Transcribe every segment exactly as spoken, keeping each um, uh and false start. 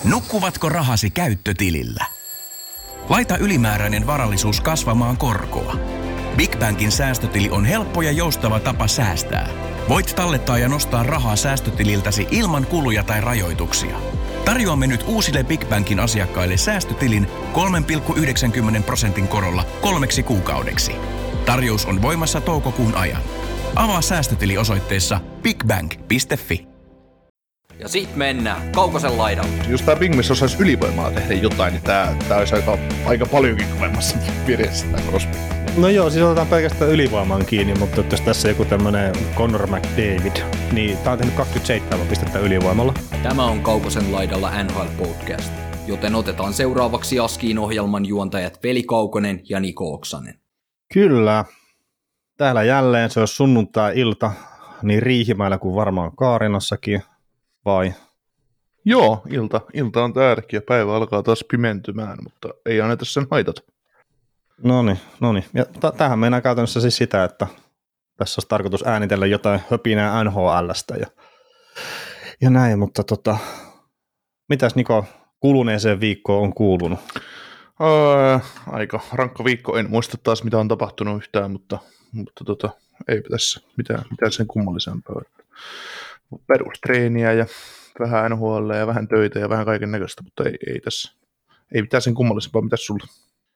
Nukkuvatko rahasi käyttötilillä? Laita ylimääräinen varallisuus kasvamaan korkoa. Big Bankin säästötili on helppo ja joustava tapa säästää. Voit tallettaa ja nostaa rahaa säästötililtäsi ilman kuluja tai rajoituksia. Tarjoamme nyt uusille Big Bankin asiakkaille säästötilin kolme pilkku yhdeksänkymmentä prosentin korolla kolmeksi kuukaudeksi. Tarjous on voimassa toukokuun ajan. Avaa säästötili osoitteessa bigbank piste fi. Ja sit mennään Kaukosen laidalle. Jos tää Bingmissä osaisi ylivoimaa tehdä jotain, niin tää, tää olisi aika, aika paljonkin kovemmassa virheessä tää Crosby. No joo, siis otetaan pelkästään ylivoimaan kiinni, mutta jos tässä joku tämmönen Connor McDavid, niin tää on tehnyt kaksikymmentäseitsemän pistettä ylivoimalla. Tämä on Kaukosen laidalla N H L Podcast, joten otetaan seuraavaksi Askiin ohjelman juontajat Veli Kaukonen ja Niko Oksanen. Kyllä. Täällä jälleen se on sunnuntai-ilta, niin Riihimäellä kuin varmaan Kaarinassakin, vai? Joo, ilta, ilta on tärkeä. Päivä alkaa taas pimentymään, mutta ei anneta sen haitata. Noniin, noniin. Ja t- tämähän meinaa käytännössä siis sitä, että tässä olisi tarkoitus äänitellä jotain höpinää N H L:stä ja, ja näin, mutta tota, mitäs Niko kuluneeseen viikkoon on kuulunut? Öö, aika rankka viikko, en muista taas mitä on tapahtunut yhtään, mutta, mutta tota, eipä tässä mitään, mitään sen kummallisempaa. Perustreeniä ja vähän N H L ja vähän töitä ja vähän kaiken näköistä, mutta ei, ei tässä, ei mitään sen kummallisempaa, mitä sulla?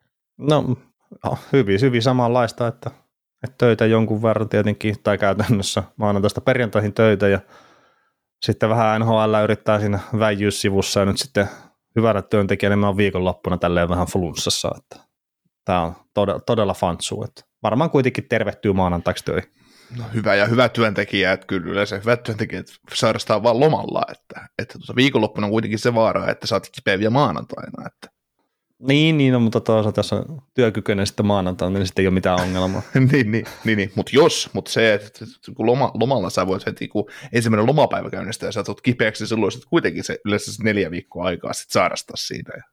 No hyvin, hyvin samanlaista, että, että töitä jonkun verran tietenkin, tai käytännössä maanantaista perjantaihin töitä ja sitten vähän N H L yrittää siinä väijyä sivussa ja nyt sitten hyvällä työntekijänä mä oon viikonloppuna tälleen vähän flunssassa, että tää on todella, todella fantsua, että varmaan kuitenkin tervehtyy maanantaiksi töihin. No hyvä ja hyvä työntekijä, että kyllä yleensä hyvät työntekijät sairastaa vaan lomalla, että, että tuota viikonloppuna on kuitenkin se vaara, että sä oot kipeä vielä maanantaina. Että. Niin, niin no, mutta toisaalta tässä on työkykyinen sitten maanantaina, niin sitten ei ole mitään ongelmaa. niin, niin, niin, niin. mutta jos, mutta se, että kun loma, lomalla sä voit heti, kun ensimmäinen lomapäivä käynnistä ja sä oot kipeäksi, niin silloin sitten kuitenkin se yleensä se neljä viikkoa aikaa sitten sairastaa siitä. Ja.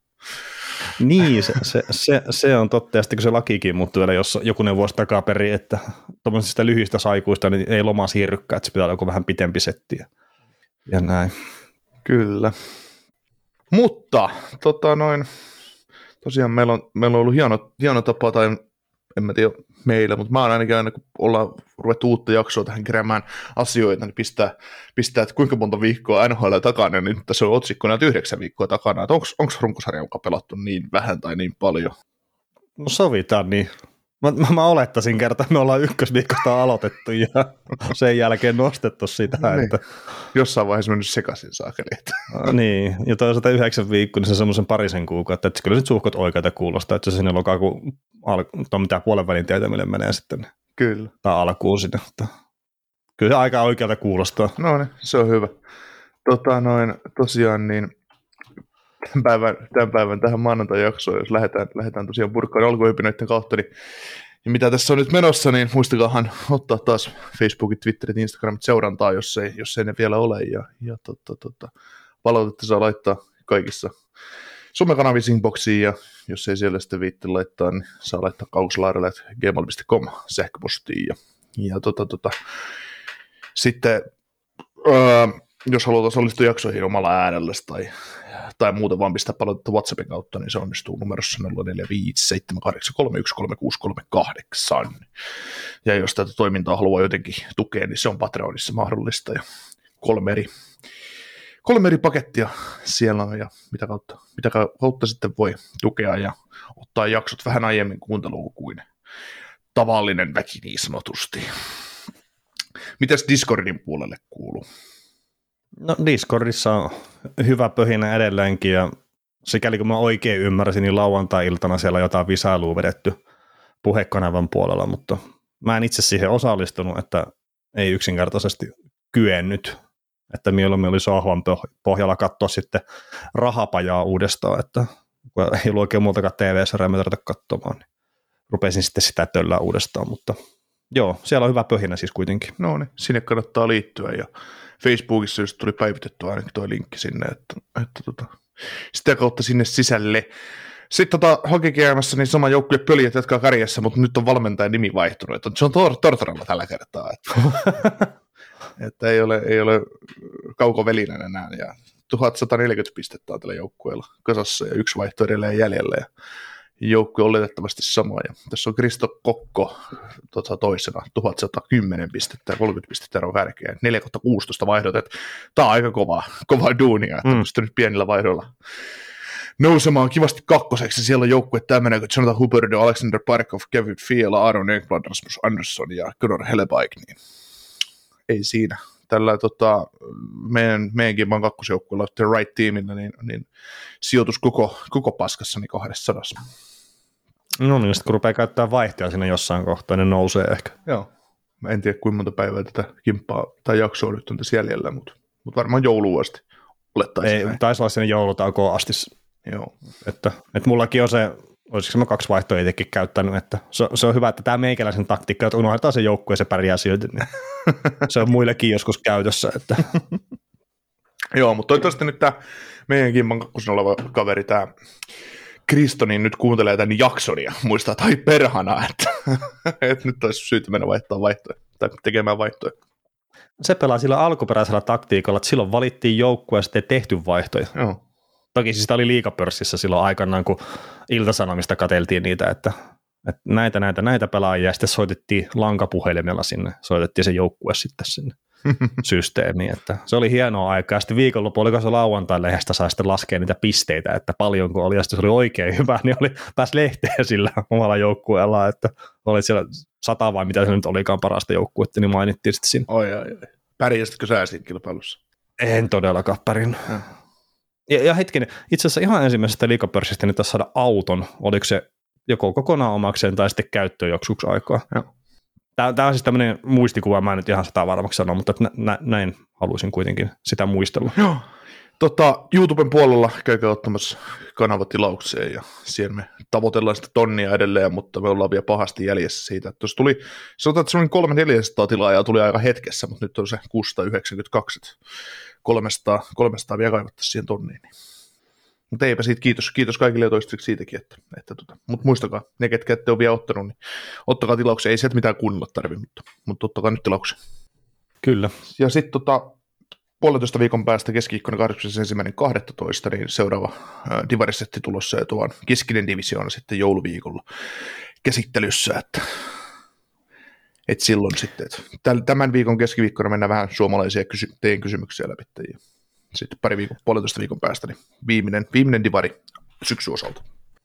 Niin, se, se, se, se on totta, ja sitten kun se lakikin muuttui vielä jos jokunen vuosi takaperin, että tuollaisista lyhyistä saikuista niin ei loma siirrykään, että se pitää olla joku vähän pitempi setti ja, ja näin. Kyllä. Mutta tota noin, tosiaan meillä on, meillä on ollut hieno, hieno tapa, tai en mä tiedä meillä, mutta mä oon ainakin aina, kun ollaan ruvettu uutta jaksoa tähän keräämään asioita, niin pistää, pistää että kuinka monta viikkoa N H L takana, niin tässä on otsikko näitä yhdeksän viikkoa takana, että onko runkosarja mukaan pelattu niin vähän tai niin paljon? No sovitaan niin. Mä, mä, mä olettaisin kertaa, että me ollaan ykkösviikosta aloitettu ja sen jälkeen nostettu sitä. niin. Että. Jossain vaiheessa mennyt sekaisin saakeli. niin, ja toisaalta yhdeksän viikkoa, niin se on semmoisen parisen kuukautta, että kyllä nyt suhkot oikeita kuulostaa, että se sinne lokakuun, al- no mitä puolen välin tietämille menee sitten. Kyllä. Tai alkuun sinne, mutta kyllä se aika oikealta kuulostaa. No niin, se on hyvä. Tota noin, tosiaan niin tämän päivän, tämän päivän tähän maanantai-jaksoon, jos lähdetään, lähdetään tosiaan purkkaan alkuhypinoiden kautta, niin ja mitä tässä on nyt menossa, niin muistakaahan ottaa taas Facebookit, Twitterit, Instagramit seurantaa, jos ei, jos ei ne vielä ole, ja, ja tota, tota, palautetta saa laittaa kaikissa somekanavissa inboxiin, ja jos ei siellä sitten viitti laittaa, niin saa laittaa kaukoslaarelle gmail piste com sähköpostiin, ja, ja tota, tota, sitten öö, jos haluat osallistua jaksoihin omalla äänellä tai, tai muuten vaan pistää palautetta WhatsAppin kautta, niin se onnistuu numerossa nolla neljä viisi seitsemän kahdeksan kolme yksi kolme kuusi kolme kahdeksan. Ja jos tätä toimintaa haluaa jotenkin tukea, niin se on Patreonissa mahdollista. Ja kolme eri, kolme eri pakettia siellä on, ja mitä kautta, mitä kautta sitten voi tukea ja ottaa jaksot vähän aiemmin kuunteluun kuin tavallinen väki niin sanotusti. Mitäs Discordin puolelle kuuluu? No Discordissa on hyvä pöhinä edelleenkin, ja sikäli kun mä oikein ymmärsin, niin lauantai-iltana siellä jotain visailua vedetty puhekanavan puolella, mutta mä en itse siihen osallistunut, että ei yksinkertaisesti kyennyt, että mieluummin oli sohvan pohjalla katsoa sitten rahapajaa uudestaan, että kun ei ollut oikein muutakaan T V-sarjaa me tarvita katsomaan, niin rupesin sitten sitä töllää uudestaan, mutta joo, siellä on hyvä pöhinä siis kuitenkin. No niin, sinne kannattaa liittyä, ja Facebookissa just tuli päivitetty ainakin tuo linkki sinne, että, että tota, sitä kautta sinne sisälle. Sitten tota, Hokikäämässä niin sama joukkue pöljät jatkaa kärjessä, mutta nyt on valmentajan nimi vaihtunut, että se on Tor- Tortorella tällä kertaa, että, että ei ole, ei ole Kauko Velinen enää, ja tuhatsataneljäkymmentä pistettä on tällä joukkueella kasassa ja yksi vaihto edelleen jäljellä ja joukkue on oletettavasti sama. Ja tässä on Kristo Kokko tota, toisena tuhatsatakymmenen pistettä ja kolmekymmentä pistettä eroa värkeä. neljä kuusitoista vaihdot, että tämä on aika kovaa, kovaa duunia, että mm. on pystynyt pienillä vaihdoilla nousemaan kivasti kakkoseksi. Siellä on joukkue tämmöinen kuin Jonathan Hubbard, Alexander Barkov, Kevin Fiala, Aaron Ekblad, Rasmus Andersson ja Gunnar Hellebuyck, niin ei siinä. Tällä tota, meidän, meidänkin vaan kakkosjoukkueella The Right Teamillä, niin, niin sijoitus koko, koko paskassa niin kaksisataa. No niin, sitten kun rupeaa käyttämään vaihtoja siinä jossain kohtaa, niin nousee ehkä. Joo. Mä en tiedä, kuinka monta päivää tätä kimppaa tai jaksoa nyt on tässä jäljellä, mutta, mutta varmaan jouluun asti olettaisiin. Ei, näin. taisi olla sinne joulutaukoon asti. Joo. Että, että mullakin on se, olisiko mä kaksi vaihtoa itsekin käyttänyt, että se, se on hyvä, että tämä meikäläisen taktiikka, että unohdetaan se joukkue ja se pärjää silti, niin se on muillekin joskus käytössä. Että. Joo, mutta toivottavasti nyt tämä meidän kimpan kakkosen oleva kaveri, tämä Kristo, niin nyt kuuntelee tämän jakson ja muistaa, tai perhana, että, että nyt olisi syytä mennä vaihtaa vaihtoja, tai tekemään vaihtoja. Se pelaa sillä alkuperäisellä taktiikalla, että silloin valittiin joukkue ja sitten ei tehty vaihtoja. Joo. Toki siis sitä oli liigapörssissä silloin aikanaan, kun Ilta-Sanomista katseltiin niitä, että, että näitä, näitä, näitä pelaajia, ja sitten soitettiin lankapuhelimella sinne, soitettiin se joukkue sitten sinne systeemiin, että se oli hienoa aikaa, ja sitten viikonloppu, oliko se lauantai-lehdestä, sai sitten laskea niitä pisteitä, että paljonko oli, ja sitten se oli oikein hyvä, niin oli, pääsi lehteen sillä omalla joukkueella, että oli siellä sata vai mitä se nyt olikaan parasta joukkuetta, niin mainittiin sitten siinä. Oi, oi, oi. Pärjäsitkö sä siinä kilpailussa? En todellakaan pärjännyt. Ja. Ja, ja hetkinen, itse asiassa ihan ensimmäisestä liigapörssistä niin taisi saada auton, oliko se joko kokonaan omakseen tai sitten käyttöön joksikin aikaa. Tämä, tämä on siis tämmöinen muistikuva, mä en nyt ihan sata varmaksi sanoa, mutta nä, näin haluaisin kuitenkin sitä muistella. Joo. Tota, YouTuben puolella käykää ottamassa kanavatilaukseen ja siellä me tavoitellaan sitä tonnia edelleen, mutta me ollaan vielä pahasti jäljessä siitä. Että tuli, sanotaan, että semmoinen kolme neljäsataa tilaajaa tuli aika hetkessä, mutta nyt on se kuusisataayhdeksänkymmentäkaksi, että kolmesataa, kolmesataa vielä kaivattaisiin siihen tonniin. Mutta eipä siitä, kiitos, kiitos kaikille jo toistaiseksi siitäkin, että, että tota, mutta muistakaa, ne ketkä ette ole vielä ottanut, niin ottakaa tilauksia, ei sieltä mitään kunnolla tarvitse, mutta, mutta ottakaa nyt tilauksia. Kyllä. Ja sitten tota, puolentoista viikon päästä keskiviikkona kahdeskymmenesensimmäinen kahdestoista niin seuraava äh, divarisetti tulossa ja tuon keskinen divisioona sitten jouluviikolla käsittelyssä, että, että silloin sitten, että tämän viikon keskiviikkona mennään vähän suomalaisia kysy- teidän kysymyksiä läpi ja sitten pari viikon, puolentoista viikon päästä niin viimeinen, viimeinen divari syksyn osalta.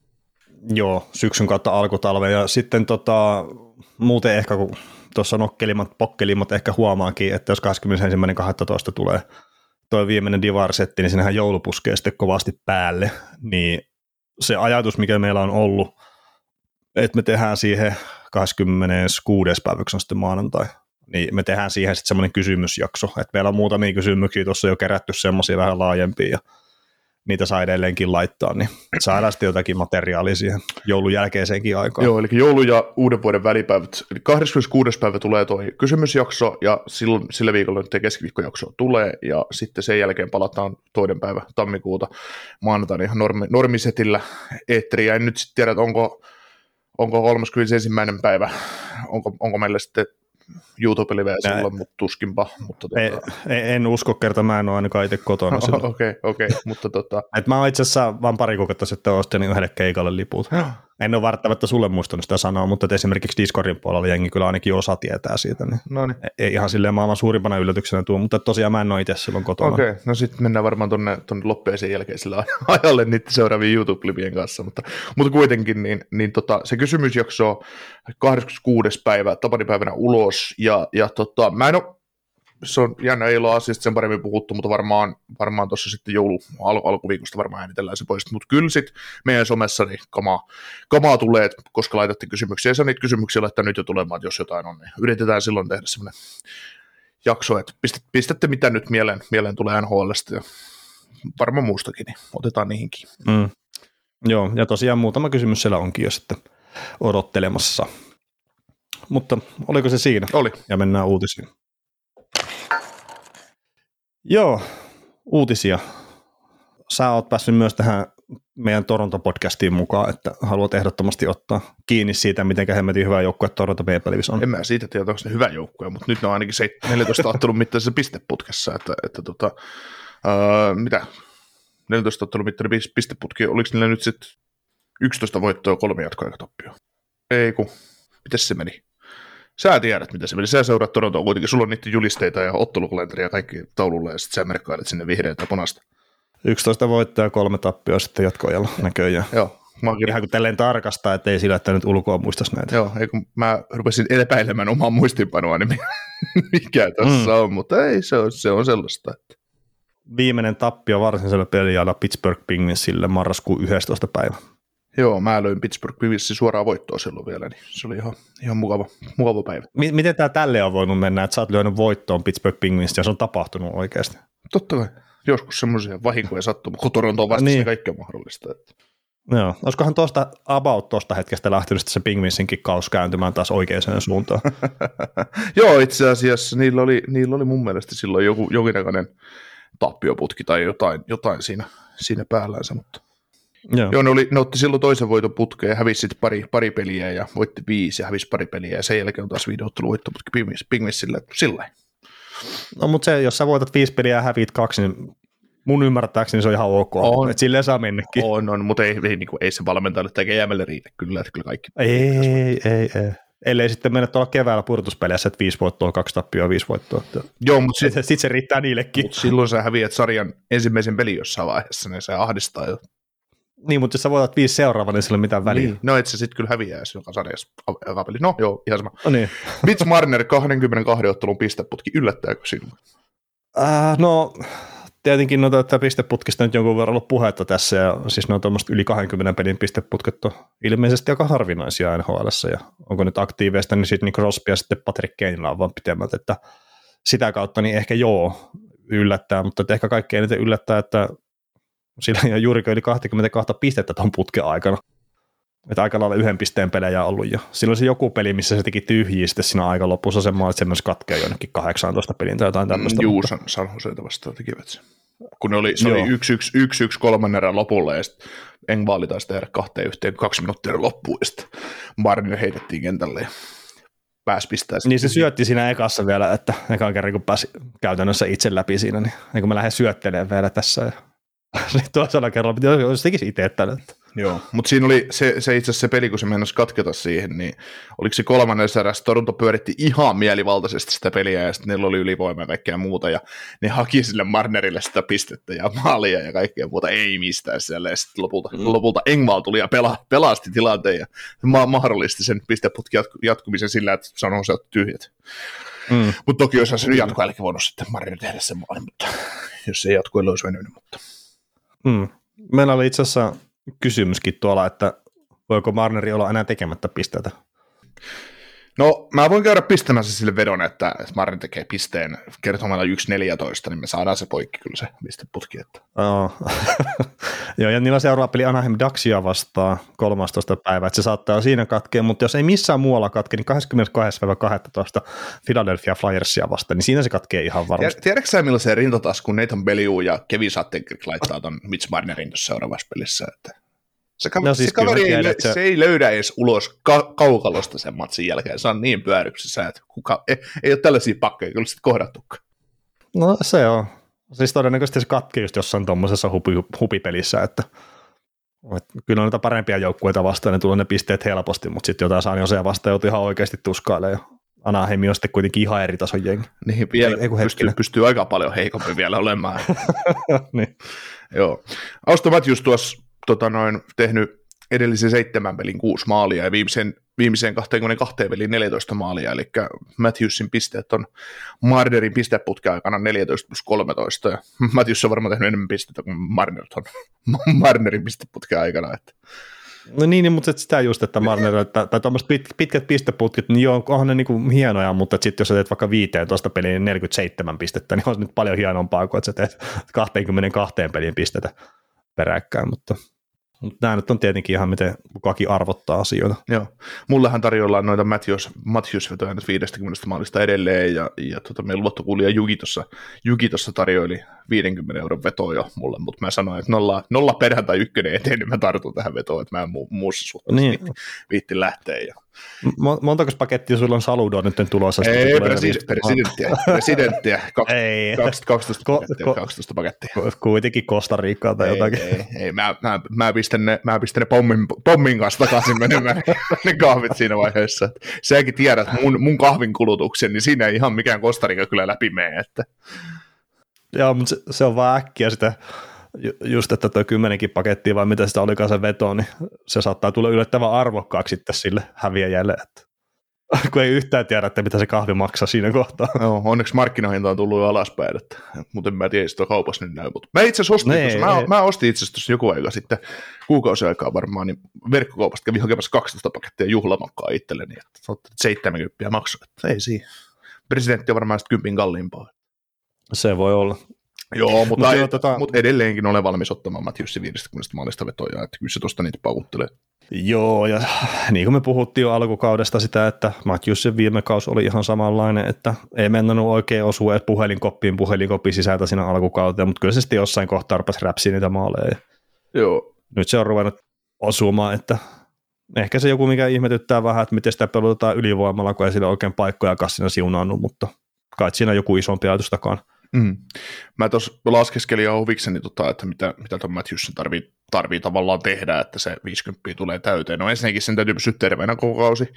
Joo, syksyn kautta alkutalven ja sitten tota, muuten ehkä kun tuossa nokkelimmat, pokkelimmat ehkä huomaakin, että jos kahdeskymmenesensimmäinen kahdestoista tulee tuo viimeinen divar-setti, niin sinnehän joulu puskee sitten kovasti päälle, niin se ajatus, mikä meillä on ollut, että me tehdään siihen kahdeskymmeneskuudes päiväksi on sitten maanantai, niin me tehdään siihen sitten semmoinen kysymysjakso, että meillä on muutamia kysymyksiä tuossa jo kerätty semmoisia vähän laajempia ja niitä saa edelleenkin laittaa, niin saadaan sitten jotakin materiaalia siihen joulun jälkeiseenkin aikaan. Joo, eli joulu ja uuden vuoden välipäivät, eli kahdeskymmeneskuudes päivä tulee tuo kysymysjakso, ja silloin, sillä viikolla nyt keskiviikkojakso tulee, ja sitten sen jälkeen palataan toinen päivä tammikuuta maanantaina ihan normi, normisetillä eetteriä. En nyt sitten tiedä, että onko, onko kolmaskymmenesensimmäinen päivä, onko, onko meillä sitten YouTube-liveä silloin, mutta tuskinpa. Mutta tuota... en, en usko, kerta mä en ole ainakaan itse kotona. Okei, okei, okay, okay, mutta tota... Et mä oon itse asiassa vaan pari kuukautta sitten ostin yhdelle keikalle liput. En ole välttämättä sulle muistanut sitä sanoa, mutta esimerkiksi Discordin puolella jengi kyllä ainakin osa tietää siitä. Niin Noniin. Ei ihan silleen maailman suurimpana yllätyksenä tuo, mutta tosiaan mä en ole itse silloin kotona. Okei, okay, no sitten mennään varmaan tuonne, tuonne loppujen jälkeisellä ajalle niiden seuraavien YouTube-klipien kanssa, mutta, mutta kuitenkin niin, niin tota, se kysymysjakso kahdeskymmeneskuudes päivä, tapanipäivänä ulos, ja, ja tota, mä en ole, se on jännä, ei ole asiasta sen paremmin puhuttu, mutta varmaan, varmaan tuossa sitten joulu al- alkuviikosta varmaan äänitellään se pois, mutta kyllä sitten meidän somessa niin kamaa, kamaa tulee, koska laitatte kysymyksiä, ja se on niitä kysymyksiä laittaa nyt jo tulemaan, että jos jotain on, niin yritetään silloin tehdä semmoinen jakso, että pistätte mitä nyt mieleen, mieleen tulee N H L:stä ja varmaan muustakin, niin otetaan niihinkin. Mm. Joo, ja tosiaan muutama kysymys siellä onkin jo sitten odottelemassa. Mutta oliko se siinä? Oli. Ja mennään uutisiin. Joo, uutisia. Sä oot päässyt myös tähän meidän Toronto-podcastiin mukaan, että haluat ehdottomasti ottaa kiinni siitä, miten hemmetin hyvä joukkue Toronto Maple Leafs on. En mä siitä tiedä, onko se hyvä joukkue, mutta nyt ne on ainakin neljätoista ottelun mittaisessa pisteputkessa, että, että tota, Öö, mitä? neljätoista ottelumittainen pisteputki, oliko niillä nyt sitten yksitoista voittoa, kolme jatkoaikatappioa? Ei kun, mites se meni? Sä tiedät, miten se meni. Sä seuraat Torontoa kuitenkin. Sulla on niitä julisteita ja ottelukalenteria ja kaikki taululle, ja sitten sä merkkailet sinne vihreätä ja punaista. yksitoista voittoa ja kolme tappioa sitten jatkoajalla näköjään. Joo. Mäkin... Ihan kun tälleen tarkastaa, ettei sillä, että nyt ulkoa muistaisi näitä. Joo, ei kun mä rupesin epäilemään omaa muistinpanoa, niin mikä tässä mm. on, mutta ei, se on, se on sellaista. Että... Viimeinen tappio varsinaisella peliajalla Pittsburgh Penguinsille marraskuun yhdestoista päivä. Joo, mä löin Pittsburgh Penguinsin suoraan voittoa silloin vielä, niin se oli ihan, ihan mukava, mukava päivä. M- miten tämä tälleen on voinut mennä, että sä oot lyönyt voittoon Pittsburgh Penguinsin ja se on tapahtunut oikeasti? Totta kai. Joskus semmoisia vahinkoja sattuu, kun Toronto on vastasi niin. Kaikkea mahdollista. Että... Joo, olisikohan tuosta about tuosta hetkestä lähtenyt se Penguinsinkin kaus kääntymään taas oikeaan suuntaan? Joo, itse asiassa niillä oli, niillä oli mun mielestä silloin joku, jokinäköinen tappioputki tai jotain, jotain siinä, siinä päällänsä, mutta Joo, Joo ne, oli, ne otti silloin toisen voiton putkeen ja hävisi sitten pari, pari peliä ja voitti viisi ja hävisi pari peliä ja sen jälkeen on taas viiden ottelun voittoputki Penguinsille, sillä No mutta se, jos sä voitat viisi peliä ja häviit kaksi, niin mun ymmärtääkseni se on ihan ok, on, että silleen saa mennäkin. On, on, mutta ei, ei, niin kuin, ei se valmentajalle tai G M:lle riitä kyllä, että kyllä kaikki. Ei, ei, ei, ei. Ellei sitten mennä tuolla keväällä pudotuspeleissä, että viisi voittoa, kaksi tappioa, viisi voittoa. Joo, mutta sitten sit se riittää niillekin. Mut silloin sä häviät sarjan ensimmäisen pelin jossain vaiheessa, niin se ahdistaa jo. Niin, mutta jos sä voitat viisi seuraava, niin sillä ei ole mitään väliä. Niin. No et se sitten kyllä häviää, jos joka sarjassa joka peli. No joo, ihan sama. No niin. Mitch Marner kaksikymmentäkaksi ottelun pisteputki, yllättääkö sinua? Äh, no... Tietenkin noita, että pisteputkista nyt jonkun verran ollut puhetta tässä, ja siis ne on tuommoista yli kaksikymmentä pelin pisteputket on ilmeisesti aika harvinaisia N H L:ssä, ja onko nyt aktiiveista, niin sitten Crosby ja sitten Patrick Kaneilla on vaan pitemmältä, että sitä kautta niin ehkä joo yllättää, mutta ehkä kaikkein eniten yllättää, että sillä ei ole juurikaan yli kaksikymmentäkaksi pistettä tuon putken aikana. Että aika lailla yhden pisteen pelejä on ollut jo. Silloin se joku peli, missä se teki tyhjiä sitten siinä aika lopussa semmoinen, että se myös katkee jonnekin kahdeksantoista pelin tai jotain tämmöistä. Juu, mutta... San Joseita vastaan tekivät se. Kun ne oli, se Joo. oli yksi yksi, yksi, yksi kolmannen erän lopulla ja sitten Engvall taisi tehdä kahteen yhteen kaksi minuuttia loppuun ja sitten Marner heitettiin kentälle ja pääsi pistää. Niin se syötti siinä ekassa vielä, että ekan kerran kun pääsi käytännössä itse läpi siinä, niin kun mä lähden syöttelemään vielä tässä ja toisella kerralla piti, jos tekisi itse tänne. Joo, mutta siinä oli se, se itse asiassa se peli, kun se mennessä katketa siihen, niin oliko se kolmannessa erässä, Toronto pyöritti ihan mielivaltaisesti sitä peliä, ja sitten niillä oli ylivoima ja kaikkea muuta, ja ne haki sille Marnerille sitä pistettä ja maalia ja kaikkea muuta, ei mistään siellä, ja sitten lopulta, mm. lopulta Engvall tuli ja pela, pelasti tilanteen, ja ma- mahdollisti sen pisteputkin jatku- jatkumisen sillä, että sanoo se tyhjät. Mm. Mutta toki olisihan se nyt jatkoajallakin voinut sitten Marner tehdä sen maalin, mutta jos se jatkoille olisi venynyt, mutta... Mm. Meillä oli itse asiassa kysymyskin tuolla, että voiko Marneri olla enää tekemättä pisteitä? No, mä voin käydä pistämässä sille vedon, että Marner tekee pisteen kertomalla yksi neljätoista, niin me saadaan se poikki kyllä se pisteputki. Että. Oh. Joo, ja niillä seuraava peli Anaheim Ducksia vastaan kolmastoista päivä, että se saattaa siinä katkea, mutta jos ei missään muualla katke, niin kahdeskymmenestoinen kaksitoista Philadelphia Flyersia vastaan, niin siinä se katkee ihan varmasti. Tiedätkö sä millaisen rintataskun Nathan Belliu ja Kevin Sattenkirk laittaa ton Mitch Marnerin tuossa seuraavassa pelissä, että se, ka- no siis se kaveri ei, lö- se... se ei löydä edes ulos ka- kaukalosta sen matsin jälkeen. Se on niin pyöryksissä, että kuka... ei, ei ole tällaisia pakkeja kyllä sitten kohdattukaan. No se on. Siis todennäköisesti se katkee just jossain tuommoisessa hupi- hupipelissä, että, että kyllä on niitä parempia joukkueita vastaan, ne tulee ne pisteet helposti, mutta sitten jotain San Josea vastaan joutuu ihan oikeasti tuskailemaan. Anaheim on sitten kuitenkin ihan eri tason jengi. Niin, vielä ei, pystyy, pystyy aika paljon heikompi vielä olemaan. Niin. Joo. Auston Matthews tuossa tota noin, tehnyt edellisen seitsemän pelin kuusi maalia ja viimeiseen, viimeiseen kaksikymmentäkaksi pelin neljätoista maalia, eli Matthewsin pisteet on Marnerin pisteputken aikana neljätoista plus kolmetoista, ja Matthews on varmaan tehnyt enemmän pisteitä kuin Marner on Marnerin pisteputken aikana. Että. No niin, mutta sitä just, että Marner, tai tuommoiset pit, pitkät pisteputket, niin joo, onhan ne niinku hienoja, mutta sitten jos sä teet vaikka viisitoista peliin neljäkymmentäseitsemän pistettä, niin on se nyt paljon hienompaa kuin, että sä teet kaksikymmentäkaksi pelin pistetä peräkkäin, mutta, mutta nämä nyt on tietenkin ihan miten kukakin arvottaa asioita. Joo, mullehan tarjoillaan noita Matthews, Matthews-vetoja nyt viisikymmentä maalista edelleen, ja, ja tota, meidän luottokuulija Juki tuossa Juki tarjoili viidenkymmenen euron veto jo mulle, mutta mä sanoin, että nolla, nolla perhän tai ykkönen eteen, niin mä tartun tähän vetoon, että mä en mu- muussa suhteessa niin. viitti, viitti lähteä. Ja... Montako pakettia sulla on Saludoa nyt tulossa? Ei, presid- presidenttiä, presidenttiä, kaksitoista pakettia, ko- kaksitoista pakettia. Kuitenkin Costa Ricaa tai ei, jotakin. Ei, ei mä, mä, mä, pistän ne, mä pistän ne pommin, pommin kanssa takaisin menemään ne kahvit siinä vaiheessa. Säkin tiedät mun, mun kahvin kulutuksen, niin siinä ei ihan mikään Costa Rica kyllä läpi mene. Että... Joo, mutta se, se on vaan äkkiä sitä, just että tuo kymmenenkin pakettia, vai mitä sitä olikaan se veto, niin se saattaa tulla yllättävän arvokkaaksi sitten sille häviäjälle, että kun ei yhtään tiedä, että mitä se kahvi maksaa siinä kohtaa. Joo, onneksi markkinahinta on tullut jo alaspäin, että, mutta en mä tiedä, että kaupassa nyt näy. Mutta mä itse asiassa ostin, tuossa, mä, mä ostin itse asiassa joku aika sitten, kuukausi aikaa varmaan, niin verkkokaupasta kävin hakemassa kaksitoista pakettia juhlamakkaa itselleni, että seitsemänkymmentä maksoi, että ei siinä. Presidentti on varmaan sitten kympin kalliimpaa. Se voi olla. Joo, mutta, Mut, tota... mutta edelleenkin olen valmis ottamaan Matthewsin viidestäkymmenestä maalista vetoja, että kyllä se tuosta niitä paukuttelee. Joo, ja niin kuin me puhuttiin jo alkukaudesta sitä, että Matthewsin viime kausi oli ihan samanlainen, että ei mennänyt oikein osua edes puhelinkoppiin, puhelinkoppiin sisältä siinä alkukauteen, mutta kyllä se sitten jossain kohtaa rupesi räpsiä niitä maaleja. Joo. Nyt se on ruvennut osumaan, että ehkä se joku, mikä ihmetyttää vähän, että miten sitä pelutetaan ylivoimalla, kun ei sillä oikein paikkoja kassina siunaannut, mutta kai siinä joku isompi ajatus takaan. Mm. Mä tuossa laskeskelin jo huvikseni, tota, että mitä, mitä tuon Matthewsin tarvii, tarvii tavallaan tehdä, että se viisikymmentä tulee täyteen. No ensinnäkin sen täytyy pysyä terveenä koko kausi.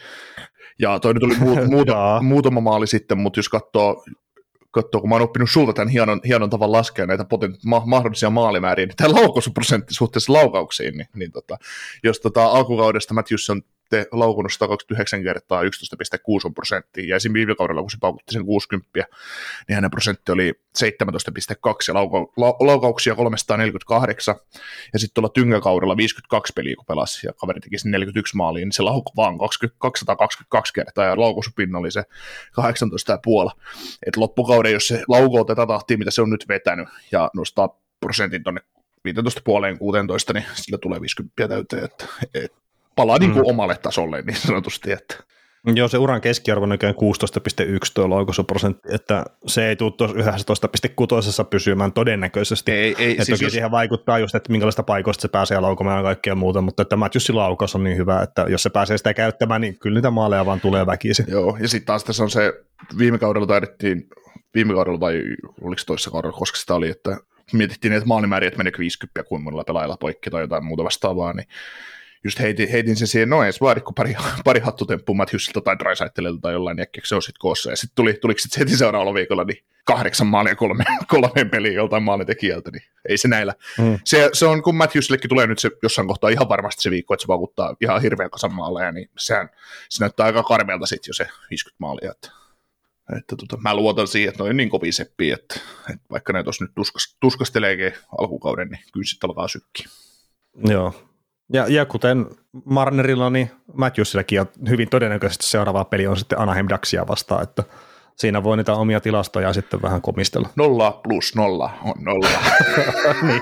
Ja toinen tuli mu- muuta, muutama maali sitten, mutta jos katsoo, katsoo, kun mä oon oppinut sulta tämän hienon, hienon tavan laskea näitä potent, ma- mahdollisia maalimääriä, niin tämä laukausprosentti suhteessa laukauksiin, niin, niin tota, jos tota, alkukaudesta Matthews on te laukunut sata kaksikymmentäyhdeksän kertaa yksitoista pilkku kuusi prosenttia, ja esimerkiksi viime kaudella, kun se paukutti sen kuusikymmentä, niin hänen prosentti oli seitsemäntoista pilkku kaksi, ja lauka- la- laukauksia kolmesataaneljäkymmentäkahdeksan, ja sitten tuolla tynkäkaudella viisikymmentäkaksi peliä, kun pelasi, ja kaveri teki sen neljäkymmentäyksi maaliin, niin se laukui vaan kaksisataakaksikymmentäkaksi kertaa, ja laukausupinna oli se kahdeksantoista pilkku viisi. Että loppukauden, jos se laukoo tätä tahtia, mitä se on nyt vetänyt, ja nostaa prosentin tuonne viisitoista pilkku viisi kuusitoista, niin sillä tulee viisikymmentä täyteen, että et, palaa niin kuin mm. omalle tasolle niin sanotusti. Että. Joo, se uran keskiarvo nykyään kuusitoista pilkku yksi tuo laukaisuprosentti, että se ei tule tuossa yksitoista pilkku kuusi pysymään todennäköisesti. Ei, ei, että siis toki jos... siihen vaikuttaa just, että minkälaista paikoista se pääsee laukomaan ja kaikkea muuta, mutta että Matthewsin laukaus on niin hyvä, että jos se pääsee sitä käyttämään, niin kyllä niitä maaleja vaan tulee väkisin. Joo, ja sitten taas tässä on se, viime kaudella taidettiin, viime kaudella vai oliko toisessa kaudella, koska sitä oli, että mietittiin, että maalimääriä, että meneekö viisikymmentä kuin monella pelaajalla poikki tai jotain muuta vastaavaa, niin just heitin, heitin sen siihen, no edes vaadi, kun pari, pari hattutemppua Matthewsilta tai Draisaitelilta tai jollain, niin se on sitten koossa. Ja sitten tuli, tuliko sitten heti seuraavalla viikolla niin kahdeksan maalia kolme, kolmeen peliin joltain maalintekijältä, niin ei se näillä. Mm. Se, se on, kun Matthewsillekin tulee nyt se jossain kohtaa ihan varmasti se viikko, että se vaikuttaa ihan hirveän kasan maaleja, niin sehän, se näyttää aika karmealta sitten jo se viisikymmentä maalia. Että, että tota, mä luotan siihen, että ne on niin kovin seppiä, että, että vaikka ne tuossa nyt tuskas, tuskasteleekin alkukauden, niin kyllä sitten alkaa sykkiä. Joo. Ja, ja kuten Marnerilla, niin Matthewsillakin on hyvin todennäköisesti seuraava peli on sitten Anaheim Ducksia vastaan, että siinä voi niitä omia tilastoja sitten vähän komistella. Nolla plus nolla on nolla. Niin.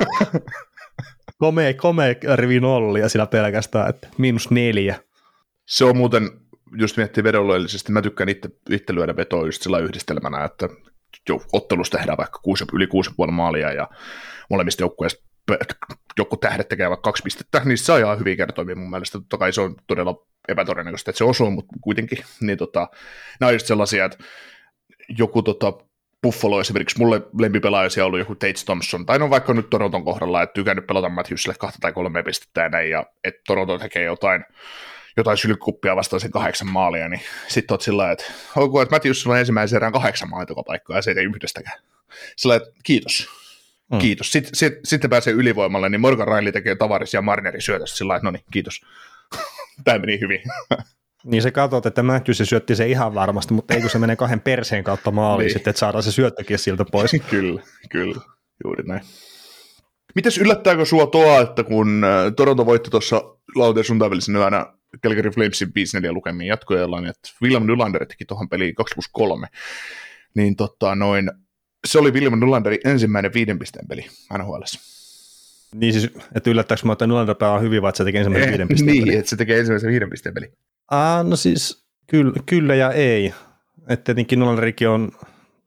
Komea, komea rivi nollia sillä pelkästään, että miinus neljä. Se on muuten, just miettii vedonluellisesti, mä tykkään itse, itse lyödä vetoa just sillä yhdistelmänä, että jo, ottelussa tehdään vaikka kuusi, yli kuusi pilkku viisi maalia ja molemmista joukkueista joku tähdet tekee vaikka kaksi pistettä, niin se on ihan hyvin kertoimia mun mielestä. Totta kai se on todella epätodennäköistä, että se osuu, mutta kuitenkin. Niin tota, nämä on just sellaisia, että joku tota, Buffalo esimerkiksi, mulle lempipelaaja on ollut joku Tate Thompson, tai no vaikka nyt Toronton kohdalla, että tykännyt pelata Matthewsille kahta tai kolme pistettä ja näin, ja että Toronto tekee jotain, jotain sylkkuppia vastaan sen kahdeksan maalia, niin sitten oot sillä että onko, että Matthewsilla on ensimmäisen erään kahdeksan maitokapaikkaa, ja se ei tee yhdestäkään. Sillä että kiitos. Mm. Kiitos. Sitten, sit, sitten pääsee ylivoimalle, niin Morgan Riley tekee Tavarisia ja Marnerin syötöstä sillä lailla, että no niin, kiitos. Tämä meni hyvin. Niin se katsot, että Matthews syötti se ihan varmasti, mutta ei kun se menee kahden perseen kautta maaliin niin. Sitten, että saadaan se syöttökin siltä pois. Kyllä, kyllä, juuri näin. Mites yllättääkö sua tuo, että kun Toronto voitti tuossa lauantai sunnuntain välisenä yönä Calgary Flamesin viisi neljä lukemiin jatkoajallaan, että William Nylander teki tuohon peliin kaksi plus kolme, niin tota noin, se oli William Nylanderin ensimmäinen viiden pisteen peli N H L:ssä. Niin siis, että yllättääkö mä, että Nylander pelaa hyvin, vai että se tekee ensimmäisen viiden pisteen niin, peli? Niin, että se tekee ensimmäisen viiden pisteen peli. Ah, no siis kyllä, kyllä ja ei. Että tietenkin Nylanderikin on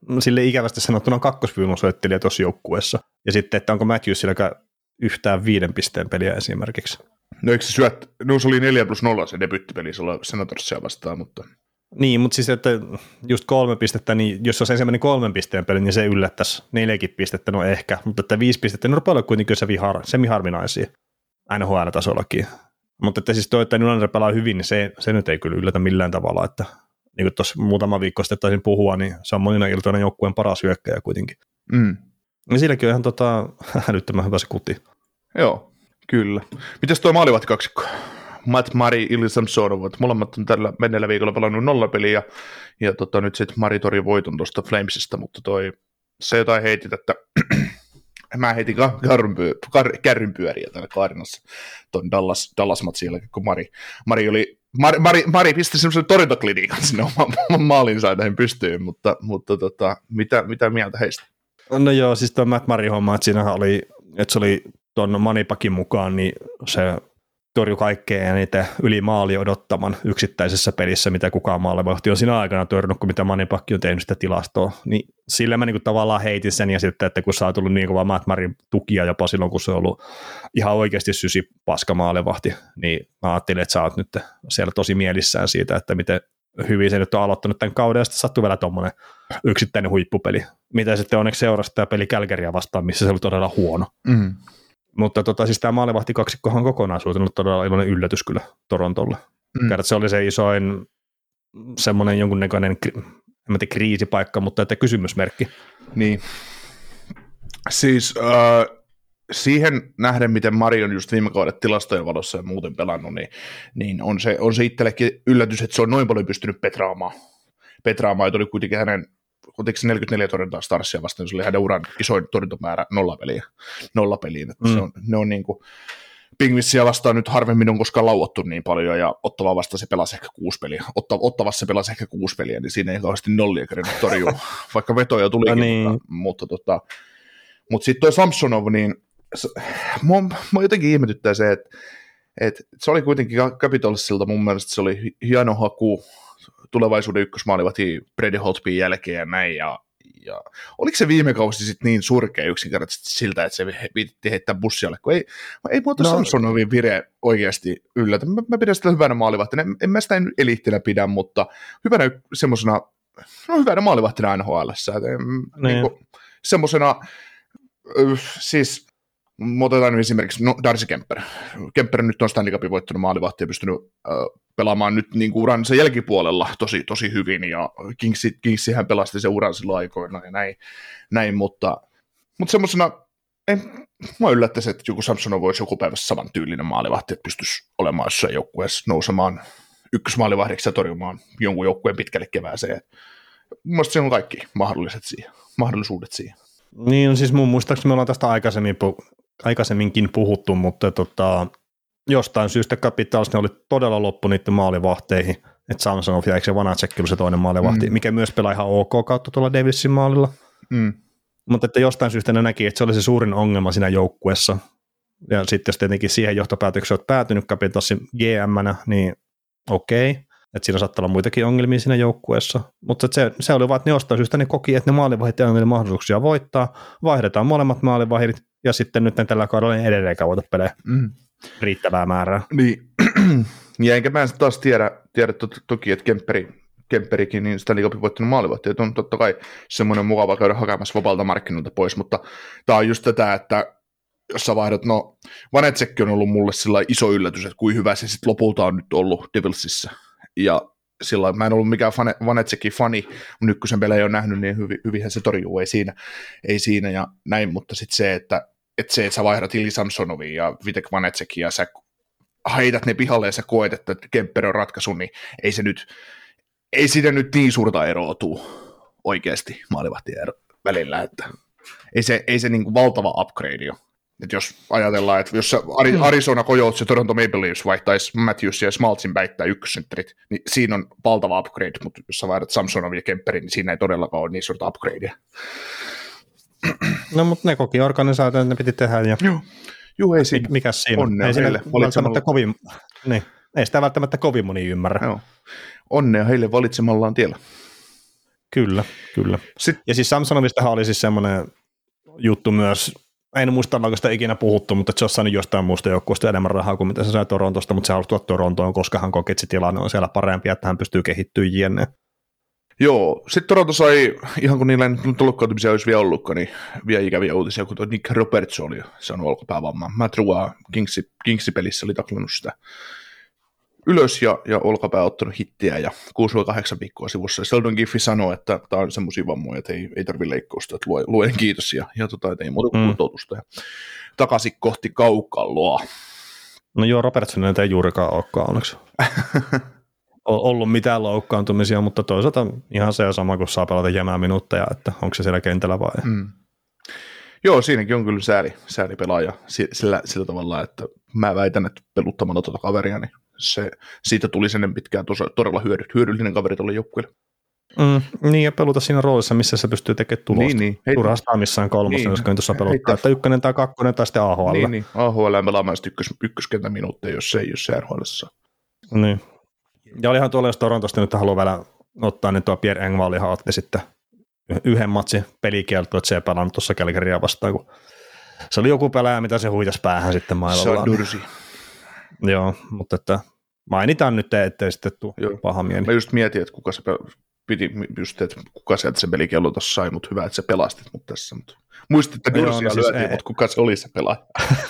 sille ikävästi sanottuna kakkosvyymasuojattelija tuossa joukkueessa. Ja sitten, että onko Matthews silläkään yhtään viiden pisteen peliä esimerkiksi. No eikö se syöt, no se oli neljä plus nolla se debyttipeli, se oli Senatorsia vastaan, mutta... Niin, mutta siis, että just kolme pistettä, niin jos olisi ensimmäinen kolmen pisteen peli, niin se yllättäisi neljäkin pistettä, no ehkä, mutta että viisi pistettä, niin rupeaa olla kuitenkin se vihar, semiharvinaisia N H L-tasollakin. Mutta että siis toi, että Nylander pelaa hyvin, niin se, se nyt ei kyllä yllätä millään tavalla, että niin kuin tuossa muutama viikko sitten taisin puhua, niin se on monina iltoina joukkueen paras hyökkäjä kuitenkin. Mm. Ja silläkin on ihan tota, älyttömän hyvä se kuti. Joo, kyllä. Mites tuo maalivahti kaksikko? Matt Murray, Ilya Samsonov, molemmat on tällä menneellä viikolla pelannut nollapeliä, ja, ja tota, nyt sitten Murray tori voiton tuosta Flamesista, mutta toi, se jotain heitit, että mä heitin kärrynpyöriä täällä Kaarinassa tuon Dallas, Dallas-matsin jälkeen, kun Murray, Murray oli, Murray, Murray, Murray pisti semmoisen torjuntaklinikan sinne oman maalin sai näihin pystyyn, mutta, mutta tota, mitä, mitä mieltä heistä? No joo, siis tuo Matt Murray homma, että siinähän oli, että se oli tuon Moneypackin mukaan, niin se torjui kaikkea ja niitä yli maali odottaman yksittäisessä pelissä, mitä kukaan maalivahti on siinä aikana torjunut, kun mitä Moneypack on tehnyt sitä tilastoa. Niin sillä mä niinku tavallaan heitin sen, ja sitten, että kun sä oot tullut niin kovaa Matt Murrayn tukia jopa silloin, kun se on ollut ihan oikeasti sysi paska maalivahti, niin mä ajattelin, että sä oot nyt siellä tosi mielissään siitä, että miten hyvin se nyt on aloittanut tämän kauden, ja sitten sattuu vielä tommonen yksittäinen huippupeli. Mitä sitten onneksi seurasi tämä peli Kälkäriä vastaan, missä se oli todella huono. Mm. Mutta tota, siis tämä maalivahti kaksikkohan kokonaisuutena ollut todella iloinen yllätys kyllä Torontolle. Mm. Se oli se isoin semmoinen jonkunnäköinen, en mä tiedä, kriisipaikka, mutta että kysymysmerkki. Niin. Siis äh, siihen nähden, miten Murray on just viime kauden tilastojen valossa ja muuten pelannut, niin, niin on, se, on se itsellekin yllätys, että se on noin paljon pystynyt petraamaan. Petraamaan, että oli kuitenkin hänen kuitenkin neljäkymmentäneljä torjuntaa Starsia vastaan, se oli hänen uran isoin torjuntamäärä nollapeliä, nollapeliin. Että mm. se on, ne on niin kuin, Pingvissiä vastaan nyt harvemmin on koskaan lauottu niin paljon, ja Ottava vastaan se pelasi ehkä kuusi peliä. Otta, Ottavassa se pelasi ehkä kuusi peliä, niin siinä ei kauheasti nollia kerinyt torjua, vaikka vetoja tulikin. No niin. Mutta, mutta, tota, mutta sitten toi Samsonov, niin se, mua, mua jotenkin ihmetyttää se, että, että se oli kuitenkin Capitalsilta mun mielestä se oli hieno haku tulevaisuuden ykkösmaalivahti Brady Holtbyn jälkeen ja näin, ja, ja oliko se viime kausi sitten niin surkea yksinkertaisesti siltä, että se viitti heittää bussialle, kun ei, ei muuta no. Samsonovin vire oikeasti yllätä. Mä, mä pidän sitä hyvänä maalivahtina, en, en mä sitä eliittinä pidä, mutta hyvänä semmosena, no hyvänä maalivahtina N H L:ssä, niin semmosena, siis otetaan nyt esimerkiksi no, Darcy Kemper. Kemper nyt on Stanley Cupin voittanut maalivahti ja pystynyt äh, pelaamaan nyt niin kuin uransa jälkipuolella tosi, tosi hyvin, ja Kingsi, Kingsihän pelasti sen uran silloin aikoina ja näin, näin mutta, mutta semmoisena, mä yllättäisin, että joku Samsonov voisi joku päivässä saman tyylinen maalivahti, että pystyisi olemaan jossain joukkueessa nousemaan ykkösmaalivahdiksi ja torjumaan jonkun joukkueen pitkälle kevääseen. Mun mielestä siinä on kaikki mahdolliset siihen, mahdollisuudet siihen. Niin, no siis mun muistaakseni me ollaan tästä aikaisemmin, aikaisemminkin puhuttu, mutta tota, jostain syystä Capitals ne oli todella loppu niiden maalivahteihin, että Samsonov ja eikö se Vanacek oli se toinen maalivahti, mm. mikä myös pelaa ihan ok kautta tuolla Davisin maalilla. Mm. Mutta että jostain syystä ne näki, että se oli se suurin ongelma siinä joukkuessa. Ja sitten jos tietenkin siihen johtopäätökseen olet päätynyt Capitalsin G M-nä, niin okei. Okay. Että siinä saattaa olla muitakin ongelmia siinä joukkueessa. Mutta se, se oli vaan, että ne jostain syystä ne koki, että ne maalivahdit ei ole mahdollisuuksia voittaa. Vaihdetaan molemmat maalivahdit ja sitten nyt tällä kaudella ei edelleenkään voita pelejä mm. riittävää määrää. Niin, ja enkä mä taas tiedä, tiedä to, toki, että Kemperi, Kemperikin, niin sitä liikaa voittanut maalivahtia. On totta kai semmoinen mukava käydä hakemassa vapaalta markkinoilta pois, mutta tämä on just tätä, että jos sä vaihdat, no Vanetsekki on ollut mulle sillä iso yllätys, että kuin hyvä se sitten lopulta on nyt ollut Devilsissä. Ja silloin mä en ollut mikään Vanetsekin fani, mun ykkösen pelejä on nähnyt, niin hyvin, hyvinhän se torjuu, ei siinä, ei siinä ja näin, mutta sitten se, että, että se, että sä vaihdat Ilya Samsonovia ja Vitek Vanetsekin ja sä heitat ne pihalle ja sä koet, että Kemper on ratkaisu, niin ei se nyt, ei siinä nyt niin suurta eroa tule oikeasti maalivahtien välillä, että ei se, ei se niin kuin valtava upgrade ole. Että jos ajatellaan, että jos Arizona Coyotes ja Toronto Maple Leafs vaihtaisi Matthews ja Schmaltzin päittää ykkössentterit, niin siinä on valtava upgrade, mutta jos sä vaihdat Samsonovia ja Kemperin, niin siinä ei todellakaan ole niin suurta upgradea. No, mutta ne koki organisaatio, että ne piti tehdä. Ja joo, joo, ei siinä. Mikäs siinä? Onnea ei heille välttämättä kovin, niin, ei sitä välttämättä kovin moni ymmärrä. Joo. Onnea heille valitsemallaan tiellä. Kyllä, kyllä. Sitten, ja siis Samsonovistahan oli siis semmoinen juttu myös, en muista, onko sitä ikinä puhuttu, mutta se on saanut jostain muusta joukkueesta enemmän rahaa kuin mitä se sai Torontosta, mutta se halusi tuoda Torontoon, koska hän koki, että se tilanne on siellä parempi, että hän pystyy kehittyä jne. joo, sitten Toronto sai, ihan kun niillä ei nyt loukkaantumisia olisi vielä ollutkaan, niin vielä ikäviä uutisia, kun tuo Nick Roberts oli saanut olkapäävammaa. Matt Rua Kingsi, Kingsi-pelissä oli taklannut sitä ylös ja, ja olkapää ottanut hittiä ja kuusi kahdeksan viikkoa sivussa. Sheldon Giffi sanoi, että tämä on semmoisia vammoja, että ei, ei tarvitse leikkausta, että luen kiitos ja, ja tota, että ei muuta kuin kuntoutusta. Ja takaisin kohti kaukaloa. No joo, Robertson ei juurikaan olekaan onneksi ollut mitään loukkaantumisia, mutta toisaalta ihan se sama, kun saa pelata jämää minuutteja, että onko se siellä kentällä vai. Mm. Joo, siinäkin on kyllä sääli, sääli pelaaja sillä, sillä tavalla, että mä väitän, että peluttamalla tuota kaveria, niin se, siitä tuli sen pitkään tos, todella hyödy, hyödyllinen kaveri tuolle joukkueelle. Mm, niin, ja peluta siinä roolissa, missä se pystyy tekemään tulosta. Niin, niin. Turhastaan missään kolmossa, niin, jos tuossa peluttaa, että ykkönen tai kakkonen tai sitten A H L. Niin, niin. A H L pelaamaan sitten ykkös, ykköskentän minuutteja, jos se ei ole se R H L:ssä. Niin. Ja olihan tuolla, jos Torontosta nyt haluaa vielä ottaa, niin tuo Pierre Engvallihan otti sitten yhden matsin pelikielto, että se ei pelannut tuossa Calgarya vastaan, kun se oli joku pelaaja, mitä se huitasi päähän sitten mailalla. Se on dursi. Joo, mutta että mainitaan nyt, ettei sitten tule paha mieli. Mä just mietin, että kuka se piti, just, että kuka sieltä se pelikello tuossa sai, mutta hyvä, että sä pelastit mut tässä. Mutta muistit, että Dursia no, siis lyötiin, ei, mutta kuka se oli se pelaaja?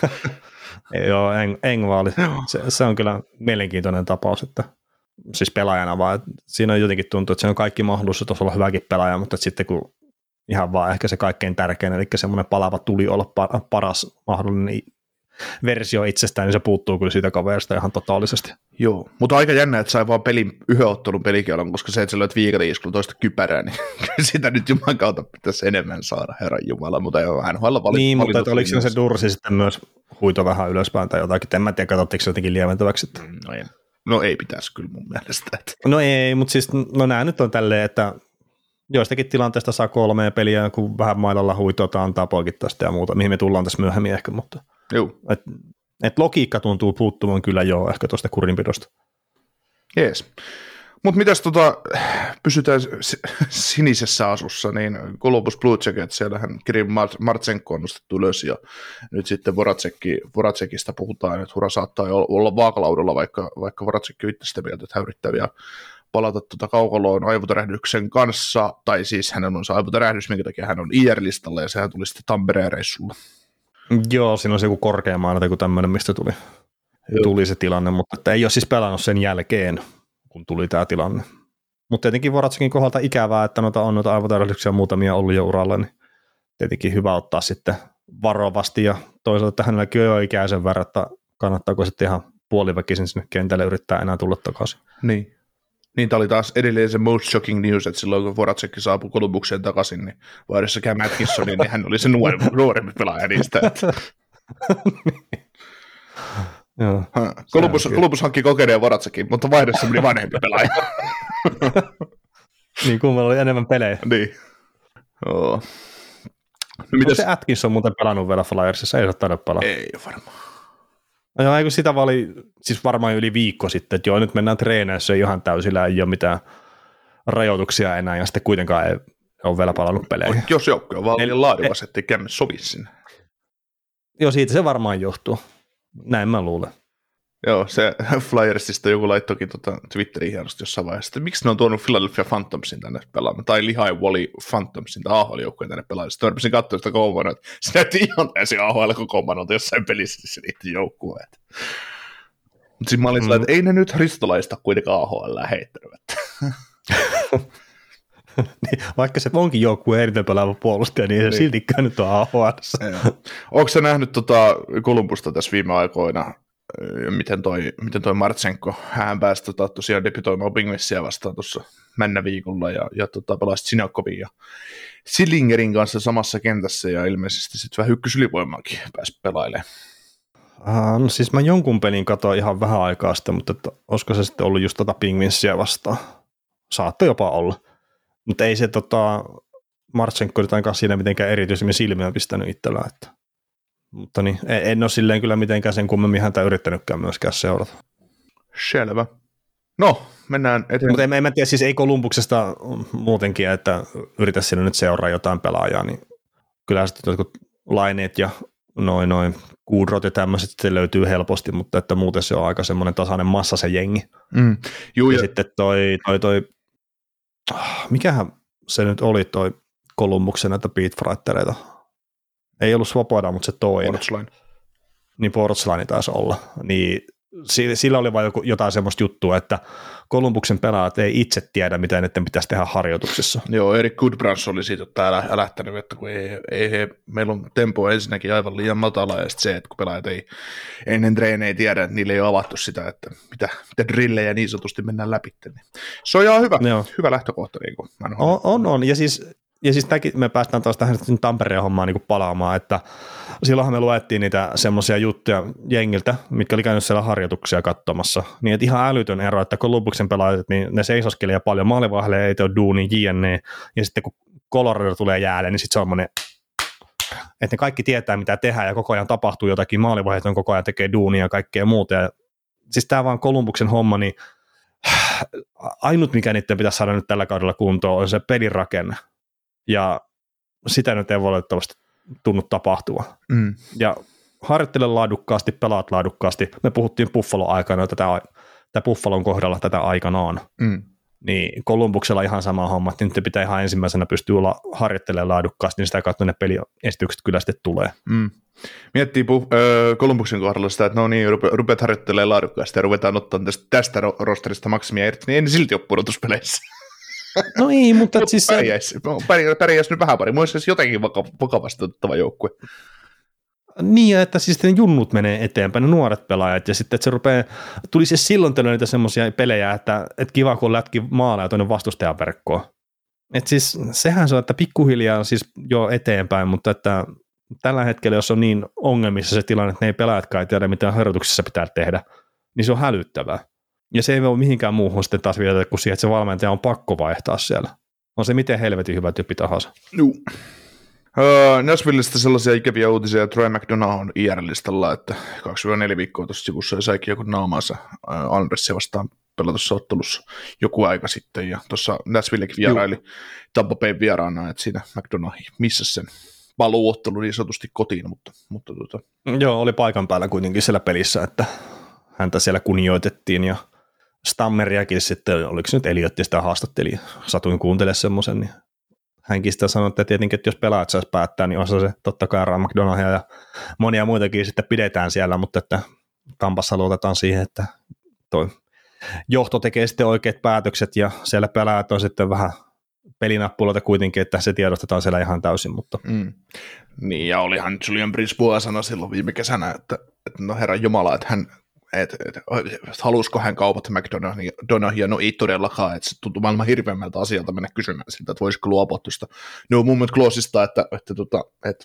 Joo, Eng, Engvall. Se, se on kyllä mielenkiintoinen tapaus, että siis pelaajana vaan, että siinä on jotenkin tuntuu, että se on kaikki mahdollisuus olla hyväkin pelaaja, mutta sitten kun ihan vaan ehkä se kaikkein tärkein, eli semmoinen palava tuli olla paras mahdollinen versio itsestään, niin se puuttuu kyllä siitä kaverista ihan totaalisesti. Joo, mutta aika jännä, että sai vaan pelin, yhden ottelun pelikielon, koska se, että sä löit viikaliiskulla toista kypärää, niin sitä nyt Jumalan kautta pitäisi enemmän saada, Herran Jumala, mutta ei ole N H L valittu. Niin, mutta että oliko se Dursi sitten myös huito vähän ylöspäin tai jotakin, en mä tiedä, katsottiinko se jotenkin lieventäväksi. No ei, no ei pitäisi kyllä mun mielestä. Että. No ei, mutta siis no nämä nyt on tälleen, että joistakin tilanteesta saa kolmea peliä, kun vähän mailalla huitotaan, antaa poikittaista ja muuta, mihin me tullaan tässä myöhemmin ehkä, mutta et, et logiikka tuntuu puuttuvan kyllä jo ehkä tuosta kurinpidosta. Jees. Mutta mitäs tota, pysytään sinisessä asussa, niin Columbus Blue Jackets, siellähän Kirill Martsenko on nostettu ylös, ja nyt sitten Voracekki, Voracekista puhutaan, että Hura saattaa olla vaakalaudalla, vaikka, vaikka Voracekki on itse sitä mieltä, että hän yrittää vielä palata tuota kaukaloon aivotärähdyksen kanssa, tai siis hänen on se aivotärähdys, minkä takia hän on I R-listalla, ja sehän tuli sitten Tampereen reissulla. Joo, siinä on se joku korkeamaana tai joku tämmöinen, mistä tuli, tuli se tilanne, mutta että ei ole siis pelannut sen jälkeen, kun tuli tämä tilanne. Mutta tietenkin Voracekkin kohdalta ikävää, että noita on noita aivotärähdyksiä muutamia ollut jo uralla, niin tietenkin hyvä ottaa sitten varovasti, ja toisaalta että hänelläkin on jo ikäisen verran, että kannattaako sitten ihan puoliväkisin sinne kentälle yrittää enää tulla takaisin. Niin. Niin tämä oli taas edelleen se most shocking news, että silloin kun Voracekki saapui Columbukseen takaisin, niin vaihdossa käy Atkinsonin, niin hän oli se nuorempi, nuorempi pelaaja niistä. Columbus, Columbus hankki kokeneen Voracekkin, mutta vaihdossa meni vanhempi pelaaja. Niin, kun meillä oli enemmän pelejä. Niin. Oh. No, mitäs? Se Atkinson muuten pelannut vielä Flyersissa, ei saa taida pelaa. Ei varmaan. No joo, eikö sitä oli siis varmaan yli viikko sitten, että joo, nyt mennään treeneissä ihan täysillä, ei ole mitään rajoituksia enää, ja sitten kuitenkaan ei ole vielä palannut peleihin. Jos joukko on vaan liian laadukas, ettei kämme sovi sinne. Joo, siitä se varmaan johtuu. Näin mä luulen. Joo, se Flyersista joku laittokin tota Twitteriin hienosti jossain vaiheessa, että miksi ne on tuonut Philadelphia Phantomsin tänne pelaamaan, tai Lehigh Valley Phantomsin, tai A H L-joukkojen tänne pelaamaan. Sitten mä katsoin sitä kokoonpanoa, että se näytti ihan täysin A H L-kokoonpanolta jossain pelissä se niiden joukkueet. Mutta siis mä olin mm. sillä, että ei ne nyt ristolaista kuitenkaan A H L heittänyt. Niin, vaikka se onkin joukkueen eniten pelaava puolustaja, niin ei se siltikään nyt ole A H L:ssä. Onko sä nähnyt tota Columbusta tässä viime aikoina? Miten toi, miten toi Martsenko, hän pääsi tota, tosiaan debytoimaan Penguinsia vastaan tuossa männäviikolla ja, ja tota, pelasi Sinakovin ja Sillingerin kanssa samassa kentässä ja ilmeisesti sitten vähän ykkösylivoimaakin pääsi pelailemaan. Uh, no siis mä jonkun pelin katsoin ihan vähän aikaa sitten, mutta että, olisiko se sitten ollut just tota Penguinsia vastaan? Saattoi jopa olla, mutta ei se tota, Martsenko jotenkaan siinä mitenkään erityisemmin silmiä pistänyt itsellään, että mutta niin, en ole silleen kyllä mitenkään sen kummemmin häntä yrittänytkään myöskään seurata. Selvä. No, mennään eteenpäin. Mutta en, en mä tiedä, siis ei Columbuksesta muutenkin, että yritä sinne nyt seuraa jotain pelaajaa, niin kyllä sitten jotkut Laineet ja noin noin Goodrot ja tämmöiset sitten löytyy helposti, mutta että muuten se on aika semmoinen tasainen massa se jengi. Mm. Juu, ja, ja sitten toi, toi, toi, mikähän se nyt oli toi Columbuksen näitä beatfightereita. Ei ollut Svoboda, mutta se toinen. Portsline. Niin Portsline taisi olla. Niin sillä oli vain jotain semmoista juttua, että Columbuksen pelaajat ei itse tiedä, mitä niiden pitäisi tehdä harjoituksissa. Joo, Erik Goodbrands oli siitä täällä lähtenyt, että kun ei, ei, ei, meillä on tempo ensinnäkin aivan liian matala, ja sitten se, että kun pelaajat ei ennen treenejä tiedä, että niille ei ole avattu sitä, että mitä, mitä drillejä niin sanotusti mennään läpi. Niin se on ihan hyvä, hyvä lähtökohta. Niin kuin on, on, on, ja siis Ja siis tämäkin me päästään taas tähän Tampereen hommaan niin palaamaan, että silloinhan me luettiin niitä semmoisia juttuja jengiltä, mitkä oli käynyt siellä harjoituksia katsomassa, niin että ihan älytön ero, että kun Columbuksen pelaajat, niin ne seisoskeli paljon maalivahdelle, ei tee duuni, jne, ja sitten kun Colorado tulee jäälle, niin sitten se on semmoinen, että ne kaikki tietää mitä tehdään ja koko ajan tapahtuu jotakin, maalivahdet on koko ajan tekee duunia ja kaikkea muuta, ja siis tämä vaan Columbuksen homma, niin ainut mikä niiden pitäisi saada nyt tällä kaudella kuntoon on se pelirakenne. Ja sitä nyt ei valitettavasti tunnu tapahtua. Mm. Ja harjoittele laadukkaasti, pelaat laadukkaasti. Me puhuttiin Buffalon aikana, tätä, tätä Buffalon kohdalla tätä aikanaan. Mm. Niin Columbuksella ihan sama homma, että nyt pitää ihan ensimmäisenä pystyä olla harjoittelemaan laadukkaasti, niin sitä kautta ne peliesitykset kyllä sitten tulee. Mm. Miettii puh- öö, Columbuksen kohdalla sitä, että no niin, rupe- rupeat harjoittelemaan laadukkaasti ja ruvetaan ottaa tästä, tästä rosterista maksimia irti, niin ei ne silti ole pudotuspeleissä. No ei, mutta Mut siis... Pärjäisi, pärjäisi nyt vähän pari. Muista jotenkin vaka- vakavasti otettava joukkue. Niin, että siis ne junnut menee eteenpäin, ne nuoret pelaajat, ja sitten että se rupeaa, tuli siis silloin tällöin niitä semmoisia pelejä, että, että kiva kun lätki maaleja tuonne vastustajan verkkoon. Että siis sehän se on, että pikkuhiljaa siis jo eteenpäin, mutta että tällä hetkellä, jos on niin ongelmissa se tilanne, että ne ei pelaajatkaan ei tiedä, mitä harjoituksissa pitää tehdä, niin se on hälyttävää. Ja se ei ole mihinkään muuhun sitten taas viedä, kuin siihen, että se valmentaja on pakko vaihtaa siellä. On se miten helvetin hyvä tyyppi tahansa. Joo. Uh, Nashvillestä sellaisia ikäviä uutisia, Troy McDonough on I R-listalla, että kaksi neljä viikkoa tuossa sivussa ja saikin joku naamaansa uh, Andressia vastaan pelatussa ottelussa joku aika sitten, ja tuossa Nashvillekin vieraili Tampa Bayn vieraana, että siinä McDonough missasi sen paluuottelu niin sanotusti kotiin, mutta, mutta tuota. Joo, oli paikan päällä kuitenkin siellä pelissä, että häntä siellä kunnioitettiin, ja Stammeriakin sitten, oliko se nyt Eliotti sitä haastatteli, satuin kuuntelemaan semmoisen, niin hänkin sitä sanoi, että tietenkin, että jos pelaajat saisi päättää, niin on se totta kai Ryan McDonoughia ja monia muitakin sitten pidetään siellä, mutta että Tampassa luotetaan siihen, että toi johto tekee sitten oikeat päätökset ja siellä pelaajat on sitten vähän pelinappuloita kuitenkin, että se tiedostetaan siellä ihan täysin. Mutta. Mm. Niin ja olihan Julian Brisbois sanoi silloin viime kesänä, että, että no herran jumala, että hän että et, et, halusiko hän kaupata McDonoughia, no ei todellakaan, että se tuntuu maailman hirveämmältä asialta mennä kysymään siltä, että voisiko luopua tuosta no mun mielestä kloosista, että, että, että, että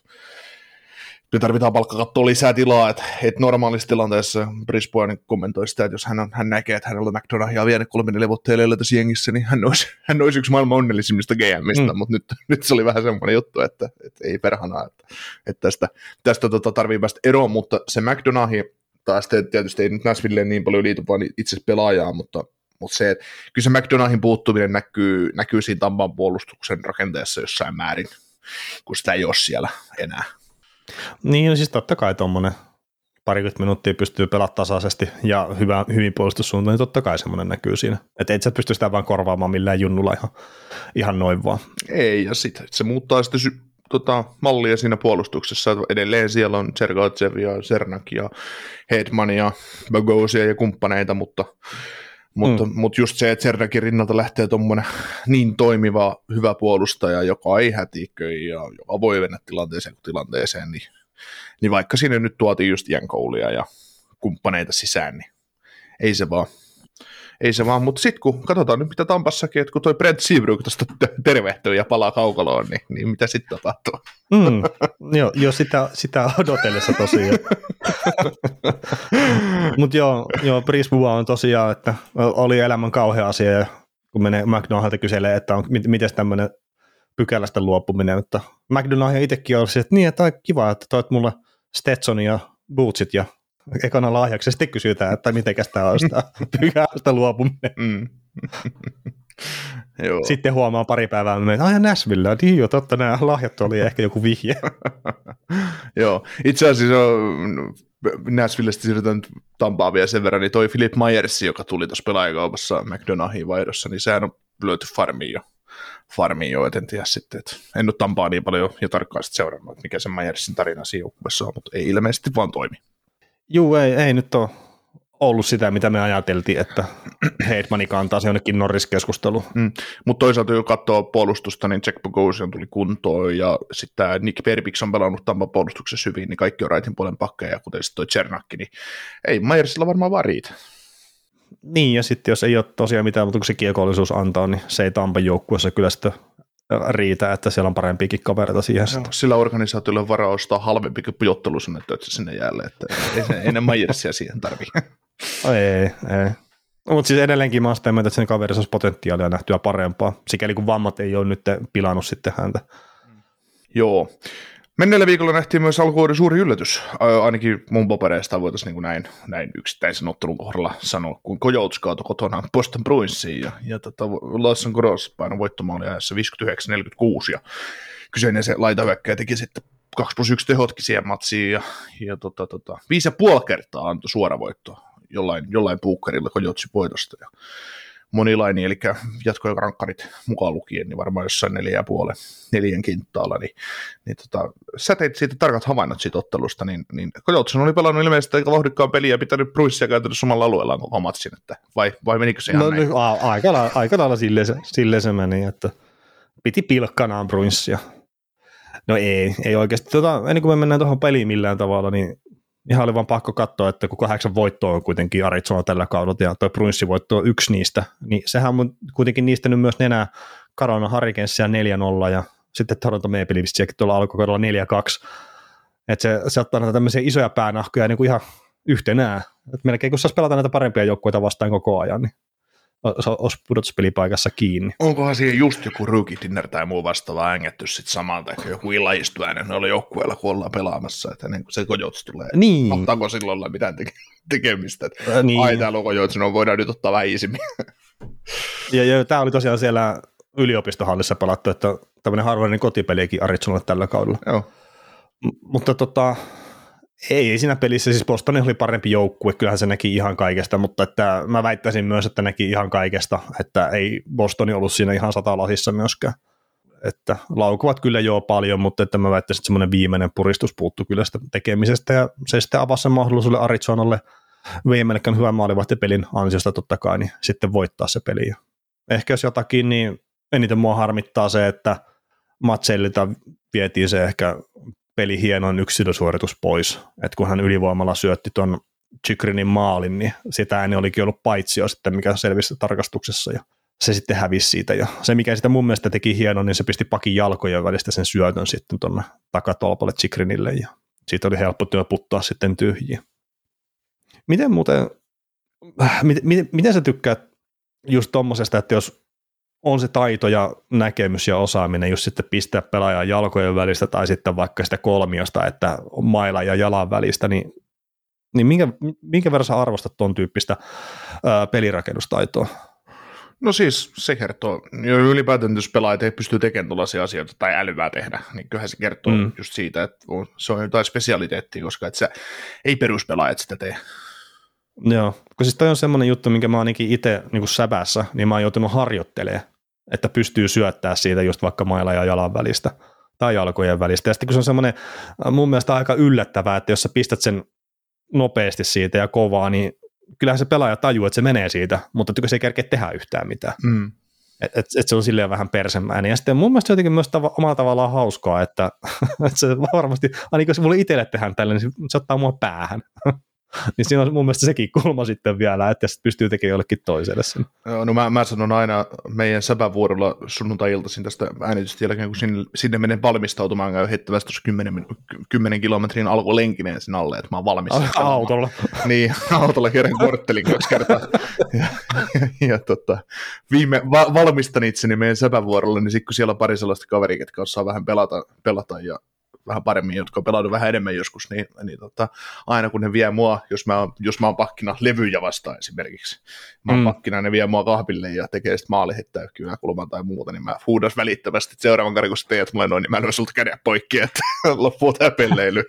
me tarvitaan palkkakattoa lisää tilaa, että, että normaalissa tilanteessa Brisbois kommentoi sitä, että jos hän, on, hän näkee, että hänellä on McDonoughia vielä kolme neljä vuotta jäljellä tässä jengissä, niin hän olisi, hän olisi yksi maailman onnellisimmista G M:istä, mm. mutta nyt, nyt se oli vähän semmoinen juttu, että, että ei perhana, että, että tästä, tästä tota, tarvii päästä eroon, mutta se McDonough taas tietysti ei nyt Nashvilleen niin paljon liity vaan itse pelaajaa, mutta, mutta se, että kyllä se McDonaghin puuttuminen näkyy, näkyy siinä Tampan puolustuksen rakenteessa jossain määrin, kun sitä ei ole siellä enää. Niin, siis totta kai tuommoinen parikymmentä minuuttia pystyy pelaamaan tasaisesti ja hyvä, hyvin puolustussuuntaan, niin totta kai semmoinen näkyy siinä. Että et sä pysty sitä vaan korvaamaan millään junnulla ihan, ihan noin vaan. Ei, ja sitten se muuttaa sitten sy- tota, mallia siinä puolustuksessa. Edelleen siellä on Sergachev ja Cernak ja Hedman ja Bogosia ja kumppaneita, mutta, mutta, mm. mutta just se, että Cernakin rinnalta lähtee tuommoinen niin toimiva, hyvä puolustaja, joka ei hätiköi ja joka voi mennä tilanteeseen kuin tilanteeseen, niin, niin vaikka sinne nyt tuotiin just Jankoulia ja kumppaneita sisään, niin ei se vaan. Ei se vaan, mutta sitten kun katsotaan nyt mitä Tampassakin, että kun toi Brent Seabrook tuosta tervehtyy ja palaa kaukaloon, niin, niin mitä sitten tapahtuu? Mm, joo, jo sitä, sitä odotellessa tosiaan. Mutta joo, joo Brisbois on tosiaan, että oli elämän kauhea asia, ja kun menee McDonaldilta kyselee, että on, miten tämmöinen pykälästä luopuminen, mutta McDonald itsekin on se, että niin, että on kiva, että toit mulle Stetsonin ja bootsit ja ekana lahjaksi ja sitten kysytään, että mitenkäs tämä on sitä pykälästä luopuminen. Mm. Joo. Sitten huomaa pari päivää, että aina Nashville, niin jo totta, nämä lahjat oli ehkä joku vihje. Joo, itse asiassa Nashvillestä siirrytään nyt Tampaa vielä sen verran, niin toi Philip Myers, joka tuli tuossa pelaajakaupassa McDonaghin vaihdossa, niin sehän on löyty farmiin jo. Farmiin jo, et en tiedä sitten, että en nyt Tampaa niin paljon jo tarkkaan sitten seurannut, että mikä se Myersin tarina siinä joukkueessa on, mutta ei ilmeisesti vaan toimi. Juu, ei, ei nyt ole ollut sitä, mitä me ajateltiin, että Heidmani kantaa se jonnekin Norris-keskusteluun. Mm. Mutta toisaalta, kun katsoo puolustusta, niin Jack Bogosian tuli kuntoon, ja sitten tämä Nick Perbix on pelannut Tampan puolustuksessa hyvin, niin kaikki on raitin puolen pakkeja, kuten sitten toi Czernakki, niin ei Myersilla varmaan vaan riitä. Niin, ja sitten jos ei ole tosiaan mitään, mutta kun se kiekollisuus antaa, niin se ei Tampan joukkueessa kyllä sitten riitä, että siellä on parempiakin kavereita siihen. Joo, sillä organisaatiolla on varaa ostaa halvempi pujottelusuunnittu, että sinne jälleen, että ei enää Myersia siihen tarvitse. Ei, ei. Mutta siis edelleenkin mä oon sitä mieltä, että sen kaverissa olisi potentiaalia nähtyä parempaa, sikäli kun vammat ei ole nyt pilannut sitten häntä. Joo. Menneellä viikolla nähtiin myös alkuvuoden suuri yllätys, ainakin mun papereista voitaisiin niin näin, näin yksittäisen ottelun kohdalla sanoa, kun Coyotes kaatoi kotona Boston Bruinsiin, ja, ja tota, Lawson Cross painoi voittomaali ajassa viisikymmentäyhdeksän neljäkymmentäkuusi, ja kyseinen se laitahyökkäjä teki sitten kaksi plus yksi tehotkin siihen matsiin, ja, ja tota, tota, viisi ja puoli kertaa antoi suoravoittoa jollain, jollain puukkarilla Coyotesin voitosta, ja monilaini, eli jatko- ja rankkarit mukaan lukien, niin varmaan jossain neljä ja puolen, neljän kinttaalla, niin, niin tota, sä teit siitä tarkat havainnot siitä ottelusta, niin, niin Coyotes oli pelannut ilmeisesti aika vauhdikkaan peliä ja pitänyt Bruinsia käytännössä omalla alueellaan koko matsin, että vai, vai menikö se ihan no, näin? A- aika, la- aika lailla silleen se, silleen se meni, että piti pilkkanaan Bruinsia. No ei, ei oikeasti. Tota, ennen kuin me mennään tuohon peliin millään tavalla, niin ihan oli vaan pakko katsoa, että kun kahdeksan voittoa on kuitenkin Arizona tällä kaudella ja tuo Bruinsin voitto on yksi niistä, niin sehän on kuitenkin niistänyt myös nenää Carolina Hurricanesia neljä nolla ja sitten Toronto Maple Leafsiäkin tuolla alkukaudella neljä kaksi. Että se, se ottaa näitä tämmöisiä isoja päänahkoja niin kuin ihan yhtenään. Et melkein kun saisi pelata näitä parempia joukkueita vastaan koko ajan, niin olisi pudotuspelipaikassa kiinni. Onkohan siihen just joku rookie dinner tai muu vastaava ängetty sitten samalta, että joku illaistuäinen noilla joukkueilla, kun ollaan pelaamassa, että ennen kuin se Coyotes tulee, niin. Ottaako silloin olla mitään teke- tekemistä, että äh, niin. ai täällä on Coyotes, no voidaan nyt ottaa vähän iisimmin. Ja, ja tämä oli tosiaan siellä yliopistohallissa pelattu, että tämmöinen Harvardin kotipeliäkin Arizonalle tällä kaudella. Joo. M- mutta tota, ei, ei siinä pelissä, siis Boston oli parempi joukkue, kyllähän se näki ihan kaikesta, mutta että mä väittäisin myös, että näki ihan kaikesta, että ei Bostoni ollut siinä ihan satalasissa myöskään. Että laukuvat kyllä joo paljon, mutta että mä väittäisin, että semmoinen viimeinen puristus puuttui kyllä sitä tekemisestä, ja se sitten avasi sen mahdollisuuden Arizonalle viimeinen hyvän maalivahtipelin ansiosta totta kai, niin sitten voittaa se peli. Ja ehkä jos jotakin, niin eniten mua harmittaa se, että Matsellilta vietiin se ehkä peli hienoin yksilösuoritus pois, että kun hän ylivoimalla syötti ton Chykrinin maalin, niin sitä ääni olikin ollut paitsio sitten, mikä selvisi tarkastuksessa, ja se sitten hävisi siitä, ja se mikä sitä mun mielestä teki hieno, niin se pisti pakin jalkojen välistä sen syötön sitten tuonne takatolpalle Chykrinille, ja siitä oli helppo työ puttaa sitten tyhjiin. Miten muuten, miten, miten, miten sä tykkäät just tommosesta, että jos on se taito ja näkemys ja osaaminen just sitten pistää pelaajan jalkojen välistä tai sitten vaikka sitä kolmiosta, että maila ja jalan välistä, niin, niin minkä, minkä verran sä arvostat ton tyyppistä ää, pelirakennustaitoa? No siis se kertoo, ylipäätään jos pelaajat ei pysty tekemään tuollaisia asioita tai älyvää tehdä, niin kyllähän se kertoo mm. just siitä, että se on jotain spesialiteettia, koska et sä, ei peruspelaajat sitä tee. Joo, kun siis toi on semmoinen juttu, minkä mä ainakin itse niin kuin säbässä, niin mä oon joutunut harjoittelemaan, että pystyy syöttää siitä just vaikka maila ja jalan välistä tai jalkojen välistä. Ja sitten kun se on semmoinen mun mielestä aika yllättävää, että jos sä pistät sen nopeasti siitä ja kovaa, niin kyllähän se pelaaja tajuu, että se menee siitä, mutta että se ei kerkeä tehdä yhtään mitään. Mm. Että et, et se on silleen vähän persemäinen. Ja sitten mun mielestä se jotenkin myös tava, omalla tavallaan hauskaa, että, että se varmasti, ainakin jos mulle itselle tehdään tälle, niin se ottaa mua päähän. Niin siinä on mun mielestä sekin kulma sitten vielä, että sitten pystyy tekemään jollekin toiselle sen. Joo, no mä, mä sanon aina meidän säpävuorolla sunnuntai-iltaisin tästä äänitystä jälkeen, kun sinne, sinne menen valmistautumaan, käy heittävästi tuossa kymmenen kilometrin alkulenkineen sinne alle, että mä oon valmis. Autolla. Niin, autolla kerran korttelin kaksi kertaa. ja, ja, ja tota, viime va, valmistan itseni meidän säpävuorolla, niin sitten kun siellä on pari sellaista kaveria, ketkä osaa vähän pelata, pelata ja vähän paremmin, jotka on pelannut vähän enemmän joskus, niin, niin tota, aina kun ne vie mua, jos mä, jos mä oon pakkina levyjä vastaan esimerkiksi, mä oon mm. pakkina, ne vie mua kahville ja tekee sitten maalihittäykkyä kulman tai muuta, niin mä huudas välittömästi, että seuraavan kerran kun sä teet mulle noin, niin mä lyön sulta käden poikki, että loppuu tää pelleily.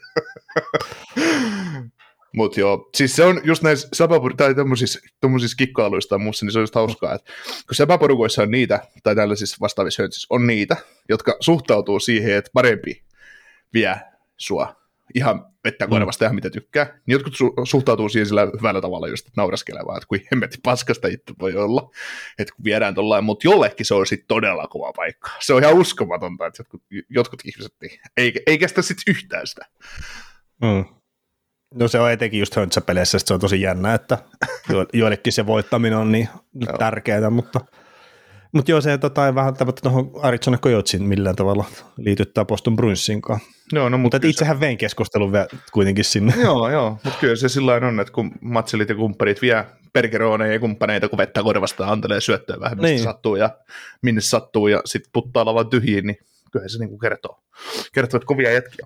Mutta joo, siis se on just näissä säpäpur- tai tommosissa, tommosissa kikkailuissa tai muussa, niin se on just hauskaa, että kun säpäporukoissa on niitä, tai tällaisissa vastaavissa hönsissä on niitä, jotka suhtautuu siihen, että parempi vie sua ihan vettä korvasta mm. ja mitä tykkää, niin jotkut su- suhtautuu siihen sillä hyvällä tavalla just nauraskelevaa, että kuin hemmetti paskasta itse voi olla, että kun viedään tollain, mutta jollekin se on sitten todella kova paikka. Se on ihan uskomatonta, että jotkut, jotkut ihmiset niin, ei, ei kestä sitten yhtään sitä. Mm. No se on etenkin just höntsäpeleissä, se on tosi jännä, että joillekin se voittaminen on niin tärkeää, mutta, mutta joo, se tota, ei välttämättä tuohon Arizona Coyotesiin millään tavalla liityttää Boston Bruinsinkaan. Joo, no, mutta itsehän vein keskustelun kuitenkin sinne. Joo, joo, mutta kyllä se sillain on, että kun Matselit ja kumppanit vie Bergeroneja ja kumppaneita, kun vettä korvasta antelee syöttöä vähän, mistä niin. sattuu ja minne sattuu ja sitten puttaa lavan tyhjiin, niin kyllä se niinku kertoo. Kertoo, että kovia jätkiä.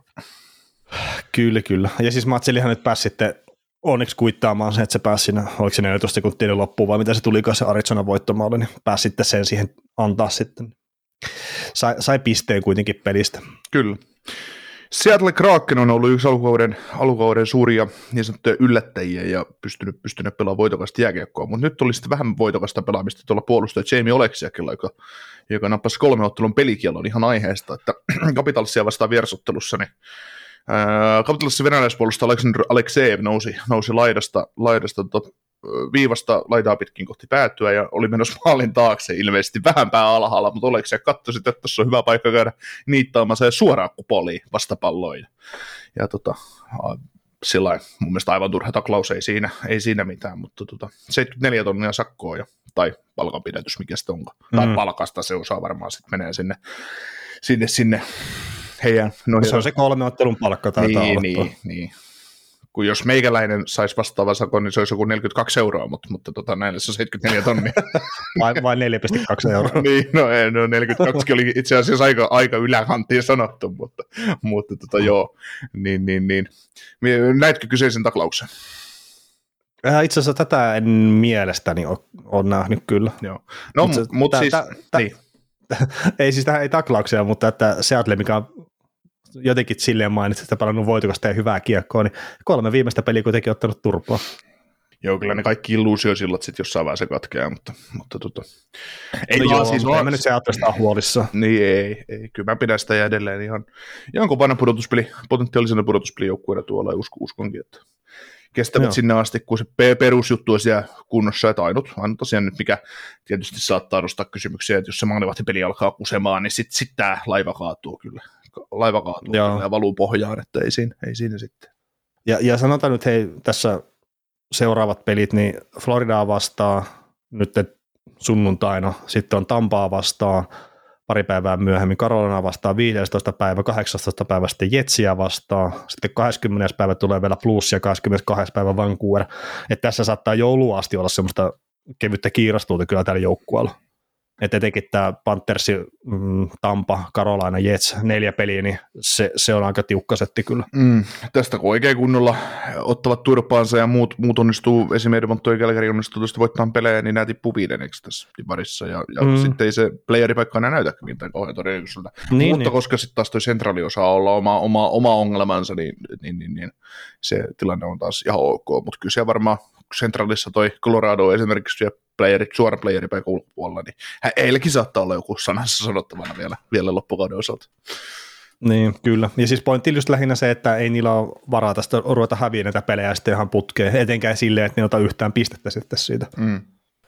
Kyllä, kyllä. Ja siis Matselihan nyt pääsi sitten onneksi kuittaamaan se, että se pääsi siinä, oliko se neljätoista sekuntia loppuun vai mitä se tulikaan se Arizona voittomaali, niin pääsi sitten sen siihen antaa sitten. Sai, sai pisteen kuitenkin pelistä. Kyllä. Seattle Kraken on ollut yksi alkukauden, alkukauden suuria niin sanottuja yllättäjiä ja pystynyt, pystynyt pelaamaan voitokasta jääkiekkoa, mutta nyt oli sitten vähän voitokasta pelaamista tuolla puolustaja Jamie Oleksiakilla, joka, joka nappasi kolme ottelun pelikielon ihan aiheesta, että Capitalsia vastaan vierasottelussa, niin Capitalsin venäläispuolustaja Alexander Alekseev nousi, nousi laidasta, laidasta tota, viivasta laitaa pitkin kohti päätyä ja oli menossa maalin taakse ilmeisesti vähän pää alhaalla, mutta Oleksiak katsoi sitten, että tuossa on hyvä paikka käydä niittaamassa ja suoraan kupoliin vastapalloin. Ja tota, sillain mun mielestä aivan turha taklaus, ei siinä, ei siinä mitään, mutta tota, seitsemänkymmentäneljä tonnia sakkoa ja, tai palkanpidätys, mikä sitten onko, mm. tai palkasta se osaa varmaan sitten menee sinne, sinne, sinne heidän. No, se on se kolme ottelun palkka taitaa niin, olla. Niin, niin. Kun jos meikäläinen saisi vastaavan sakon, niin se olisi joku neljäkymmentäkaksi euroa, mutta, mutta tota, näille se on seitsemänkymmentäneljä tonnia. Vai, vai neljä pilkku kaksi euroa. niin, no, ei, no neljäkymmentäkaksi oli itse asiassa aika, aika yläkanttiin sanottu, mutta, mutta tota, joo, niin, niin, niin. Näitkö kyseisen taklauksen? Itse asiassa tätä en mielestäni ole, ole nähnyt kyllä. Joo. No, mutta mut siis, tä, tä, niin. ei siis tähän ei taklauksia, mutta että Seattle, mikä on jotenkin silleen mainitsi, että pelannut voitokasta ja hyvää kiekkoa, niin kolme viimeistä peliä kuitenkin ottanut turpaa. Joo, kyllä ne kaikki illuusiosillat sitten jossain vaiheessa katkeaa, mutta, mutta tota, ei, no joo, siis mutta emme nyt Seattlesta huolissa. Niin ei, ei, kyllä mä pidän sitä edelleen ihan, ihan kovana pudotuspeli, potentiaalisena pudotuspelijoukkueena tuolla ja usko, uskonkin, että kestävät joo. sinne asti, kun se perusjuttu on siellä kunnossa, että ainut, ainut asia nyt, mikä tietysti saattaa nostaa kysymyksiä, että jos se maalivahtipeli alkaa kusemaan, niin sitten sit tämä laiva kaatuu kyllä. Laiva kaatuu kyllä ja valuu pohjaan, että ei siinä, ei siinä sitten. Ja, ja sanotaan nyt, hei, tässä seuraavat pelit, niin Floridaa vastaan nyt sunnuntaina, sitten on Tampaa vastaan, pari päivää myöhemmin Carolinaa vastaan viidestoista päivä, kahdeksastoista päivä sitten Jetsiä vastaan, sitten kahdeskymmenes päivä tulee vielä Blues ja kahdeskymmenestoinen päivä Vancouver, että tässä saattaa joulua asti olla semmoista kevyttä kiirastuuta kyllä tällä joukkueella. Että etenkin tämä Panthersi, mm, Tampa, Carolina, Jets, neljä peliä, niin se, se on aika tiukka setti kyllä. Mm, tästä kun oikein kunnolla ottavat turpaansa ja muut, muut onnistuu, esimerkiksi Edmonton ja Calgary onnistuu tuosta voittamaan pelejä, niin nämä tippuu viidenneksi tässä divarissa. Ja, ja mm. sitten ei se playeripaikka enää näytä mitään kauhean todennäköiseltä. Niin, Mutta niin. koska sitten taas toi sentraali osaa olla oma, oma, oma ongelmansa, niin, niin, niin, niin se tilanne on taas ihan ok. Mutta kyllä siellä varmaan sentraalissa toi Colorado esimerkiksi ja playerit, suora playeripaikan ulkopuolella, niin heilläkin saattaa olla joku sanassa sanottavana vielä, vielä loppukauden osalta. Niin, kyllä. Ja siis pointti just lähinnä se, että ei niillä ole varaa tästä ruveta häviä näitä pelejä sitten ihan putkeen, etenkään silleen, että ne ota yhtään pistettä sitten siitä. Mm.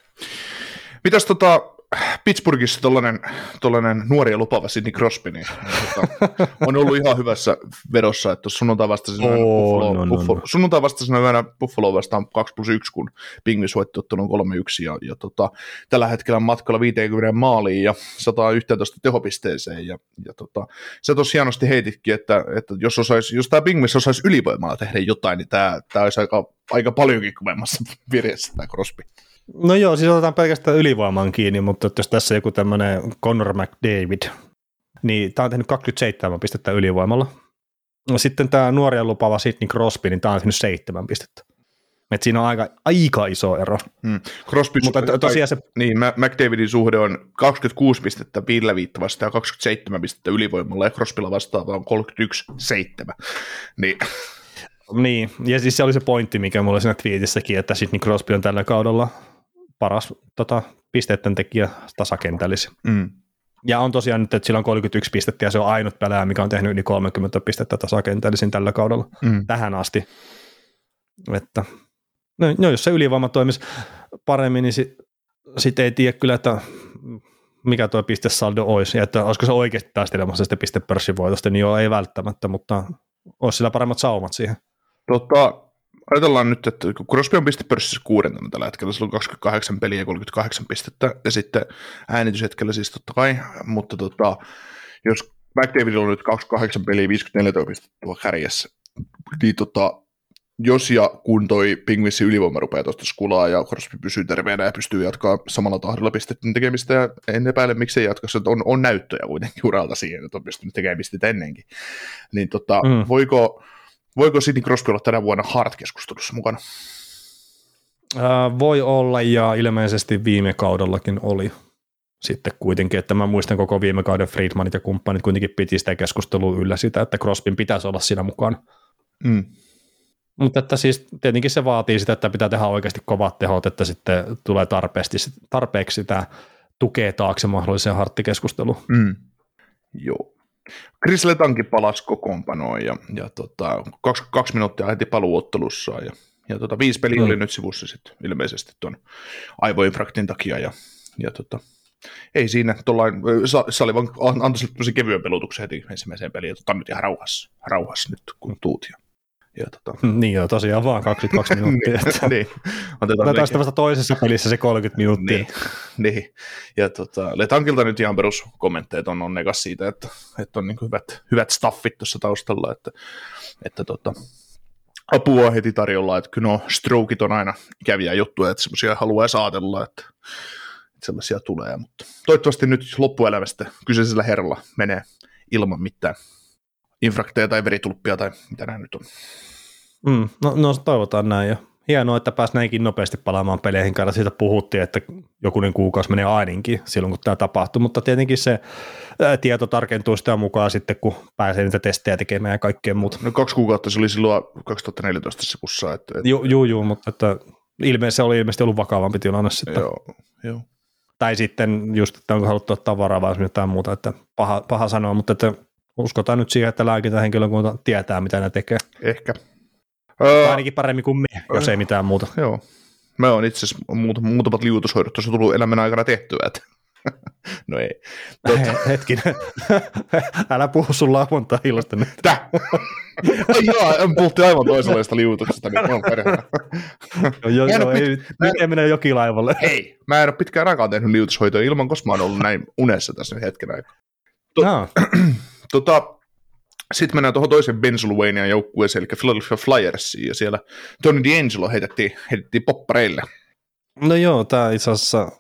Mitäs tota Pittsburghissa tollainen, tollainen nuori ja lupaava Sidney Crosby niin, tota, on ollut ihan hyvässä vedossa, että sunnuntai vastaisena oh, Buffalo, no, Buffalo, no, no. sunnuntai vastaisena yönä Buffalo vastaan kaksi plus yksi, kun Penguins voitti ottelun kolme yksi ja, ja tota, tällä hetkellä matkalla viisikymmentä maaliin ja sata yksitoista tehopisteeseen ja, ja tota, sä tuossa hienosti heititkin, että, että jos, osais, jos tämä Penguins osaisi ylivoimalla tehdä jotain, niin tämä olisi aika, aika paljonkin kovemmassa vireessä tämä Crosby. No joo, siis otetaan pelkästään ylivoimaan kiinni, mutta jos tässä joku tämmöinen Connor McDavid, niin tämä on tehnyt kaksikymmentäseitsemän pistettä ylivoimalla. No, sitten tämä nuoria lupaava Sidney Crosby, niin tämä on tehnyt seitsemän pistettä. Et siinä on aika, aika iso ero. Hmm. Crosby, mutta to, tosiaan se... Niin, McDavidin suhde on kaksikymmentäkuusi pistettä Ville Viitta vastaan ja kaksikymmentäseitsemän pistettä ylivoimalla, ja Crosbylla vastaava on kolmekymmentäyksi seitsemän. Niin. Niin, ja siis se oli se pointti, mikä mulla oli siinä twiitissäkin, että Sidney Crosby on tällä kaudella paras tota, pisteiden tekijä tasakentällisin. Mm. Ja on tosiaan nyt, että sillä on kolmekymmentäyksi pistettä, ja se on ainut pelaaja, mikä on tehnyt yli kolmekymmentä pistettä tasakentällisin tällä kaudella mm. tähän asti. Että, no, no jos se ylivoima toimisi paremmin, niin sitten sit ei tiedä kyllä, että mikä tuo pistesaldo olisi, ja että olisiko se oikeasti taistelemassa sitä pistepörssivoitosta, niin joo, ei välttämättä, mutta olisi sillä paremmat saumat siihen. Tota, ajatellaan nyt, että Crosby on pistepörssissä kuudentena tällä hetkellä, sillä on kaksikymmentäkahdeksan peliä ja kolmekymmentäkahdeksan pistettä, ja sitten äänityshetkellä siis totta kai, mutta tota, jos McDavidilla on nyt kaksikymmentäkahdeksan peliä, viisikymmentäneljä pistettä tuolla kärjessä, niin tota, jos ja kun toi Penguinsin ylivoima rupeaa tuosta skulaa ja Crosby pysyy terveenä ja pystyy jatkaa samalla tahdilla pistettä tekemistä, ja en epäile miksei jatkossa, että on, on näyttöjä kuitenkin uralta siihen, että on pystynyt tekemään pistettä ennenkin, niin tota, mm. voiko Voiko Sidney Crosby olla tänä vuonna Hart-keskustelussa mukana? Ää, voi olla, ja ilmeisesti viime kaudellakin oli sitten kuitenkin, että mä muistan koko viime kauden Friedmanit ja kumppanit kuitenkin piti sitä keskustelua yllä sitä, että Crosbyn pitäisi olla siinä mukana. Mm. Mutta että siis tietenkin se vaatii sitä, että pitää tehdä oikeasti kovat tehot, että sitten tulee tarpeeksi, tarpeeksi sitä tukea taakse mahdolliseen Hart-keskusteluun. Mm. Joo. Chris Letangkin palasi kokoonpanoon ja, ja tota, kaksi, kaksi minuuttia heti paluuottelussa ja, ja tota, viisi peliä mm. oli nyt sivussa sitten ilmeisesti tuon aivoinfraktin takia ja, ja tota, ei siinä tuollain, Sullivan antoi sille tosi kevyen pelutuksen heti ensimmäiseen peliin, että on nyt ihan rauhassa, rauhassa nyt kun tuut. Ja, ja tota. Niin joo, tosiaan vaan kaksikymmentäkaksi minuuttia. niin, otetaan sitten vasta toisessa pelissä se kolmekymmentä minuuttia. Niin, niin. Ja tota, Letankilta nyt ihan peruskommentteet on onnekas siitä, että, että on niin hyvät, hyvät staffit tuossa taustalla, että, että tota, apua heti tarjolla, että kyllä no strokeit on aina ikäviä juttuja, että semmoisia haluaa saatella, että, että sellaisia tulee, mutta toivottavasti nyt loppuelämästä kyseisellä herralla menee ilman mitään infrakteja tai veritulppia tai mitä nämä nyt on. Mm, no, no toivotaan näin, ja hienoa, että pääsi näinkin nopeasti palaamaan peleihin, kai siitä puhuttiin, että jokunen kuukausi menee ainakin silloin, kun tämä tapahtui, mutta tietenkin se ää, tieto tarkentuu sitä mukaan sitten, kun pääsee niitä testejä tekemään ja kaikkea muuta. No kaksi kuukautta se oli silloin kaksituhattaneljätoista sivussa. Että, että... Joo, joo, joo, mutta että ilmeisesti se oli ilmeisesti ollut vakavampi tilanne sitten. Joo, joo. Tai sitten just, että onko haluttu ottaa varaa vai jotain muuta, että paha, paha sanoa, mutta että uskotaan nyt siihen, että lääkintähenkilökunta tietää, mitä ne tekee. Ehkä. Uh, ainakin paremmin kuin me, jos uh, ei mitään muuta. Joo. Mä oon itse asiassa muut, muutamat liutushoidot tuossa tullut elämän aikana tehtyä. Että. No ei. Tuota... Hetkinen. Älä puhu sun lauantai-illasta nyt. Täh? Ai joo, puhuttiin aivan toisenlaista liutuksesta. Niin on joo, joo, ei, pit... nyt ei mene jokilaivalle. Hei, mä en ole pitkään aikaan tehnyt liutushoitoa ilman, koska mä oon ollut näin unessa tässä hetken aikaa. To- no. tota, Sitten mennään tuohon toisen Pennsylvanian joukkueeseen, eli Philadelphia Flyersiin, ja siellä Tony DeAngelo heitettiin, heitettiin poppareille. No joo, tämä itse asiassa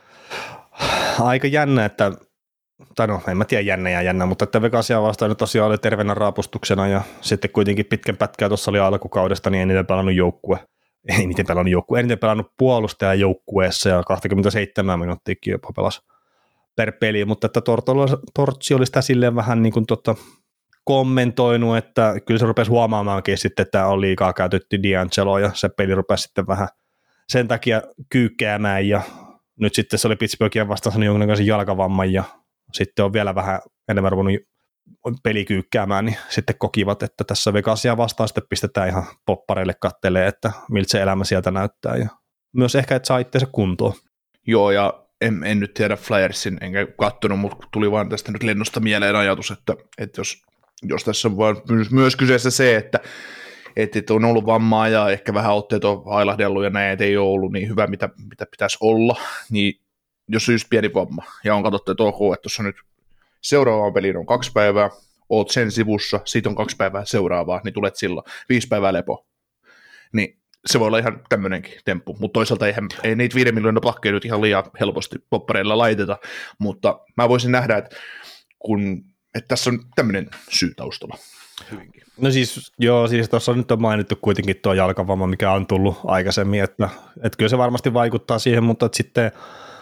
aika jännä, että, tai no en mä tiedä jännä ja jännä, mutta että Vegasia vastaan nyt tosiaan oli terveenä raapustuksena, ja sitten kuitenkin pitkän pätkää tuossa oli alkukaudesta, niin eniten pelannut joukkue, ei eniten pelannut joukkue, eniten pelannut puolustaja joukkueessa, ja kaksikymmentäseitsemän minuuttiakin jopa pelasi per peli, mutta että Tortsi oli sitä silleen vähän niin kuin tota, kommentoinut, että kyllä se rupesi huomaamaankin sitten, että on liikaa käytetty DeAngelo ja se peli rupesi sitten vähän sen takia kyykkäämään ja nyt sitten se oli Pittsburghia vastaan saanut jonkinlaisen jalkavamman ja sitten on vielä vähän enemmän ruvunut pelikyykkäämään, niin sitten kokivat, että tässä Vegasia vastaan sitten pistetään ihan poppareille kattelee, että miltä se elämä sieltä näyttää ja myös ehkä, että saa itseensä kuntoon. Joo ja En, en nyt tiedä Flyersin, enkä katsonut, mutta tuli vaan tästä nyt lennosta mieleen ajatus, että, että jos, jos tässä on vaan myös, myös kyseessä se, että, että on ollut vammaa ja ehkä vähän otteet on ailahdellut ja näin, että ei ole ollut niin hyvä, mitä, mitä pitäisi olla, niin jos on just pieni vamma ja on katsottu, että ok, että tuossa nyt seuraavaan peliin on kaksi päivää, oot sen sivussa, siitä on kaksi päivää seuraavaa, niin tulet silloin, viisi päivää lepo, niin se voi olla ihan tämmöinenkin temppu, mutta toisaalta eihän, ei niitä viiden miljoonan plakkeja nyt ihan liian helposti poppareilla laiteta, mutta mä voisin nähdä, että, kun, että tässä on tämmöinen syy taustalla. hyvinkin. No siis, joo, siis tuossa nyt on mainittu kuitenkin tuo jalkavamma, mikä on tullut aikaisemmin, että, että kyllä se varmasti vaikuttaa siihen, mutta että sitten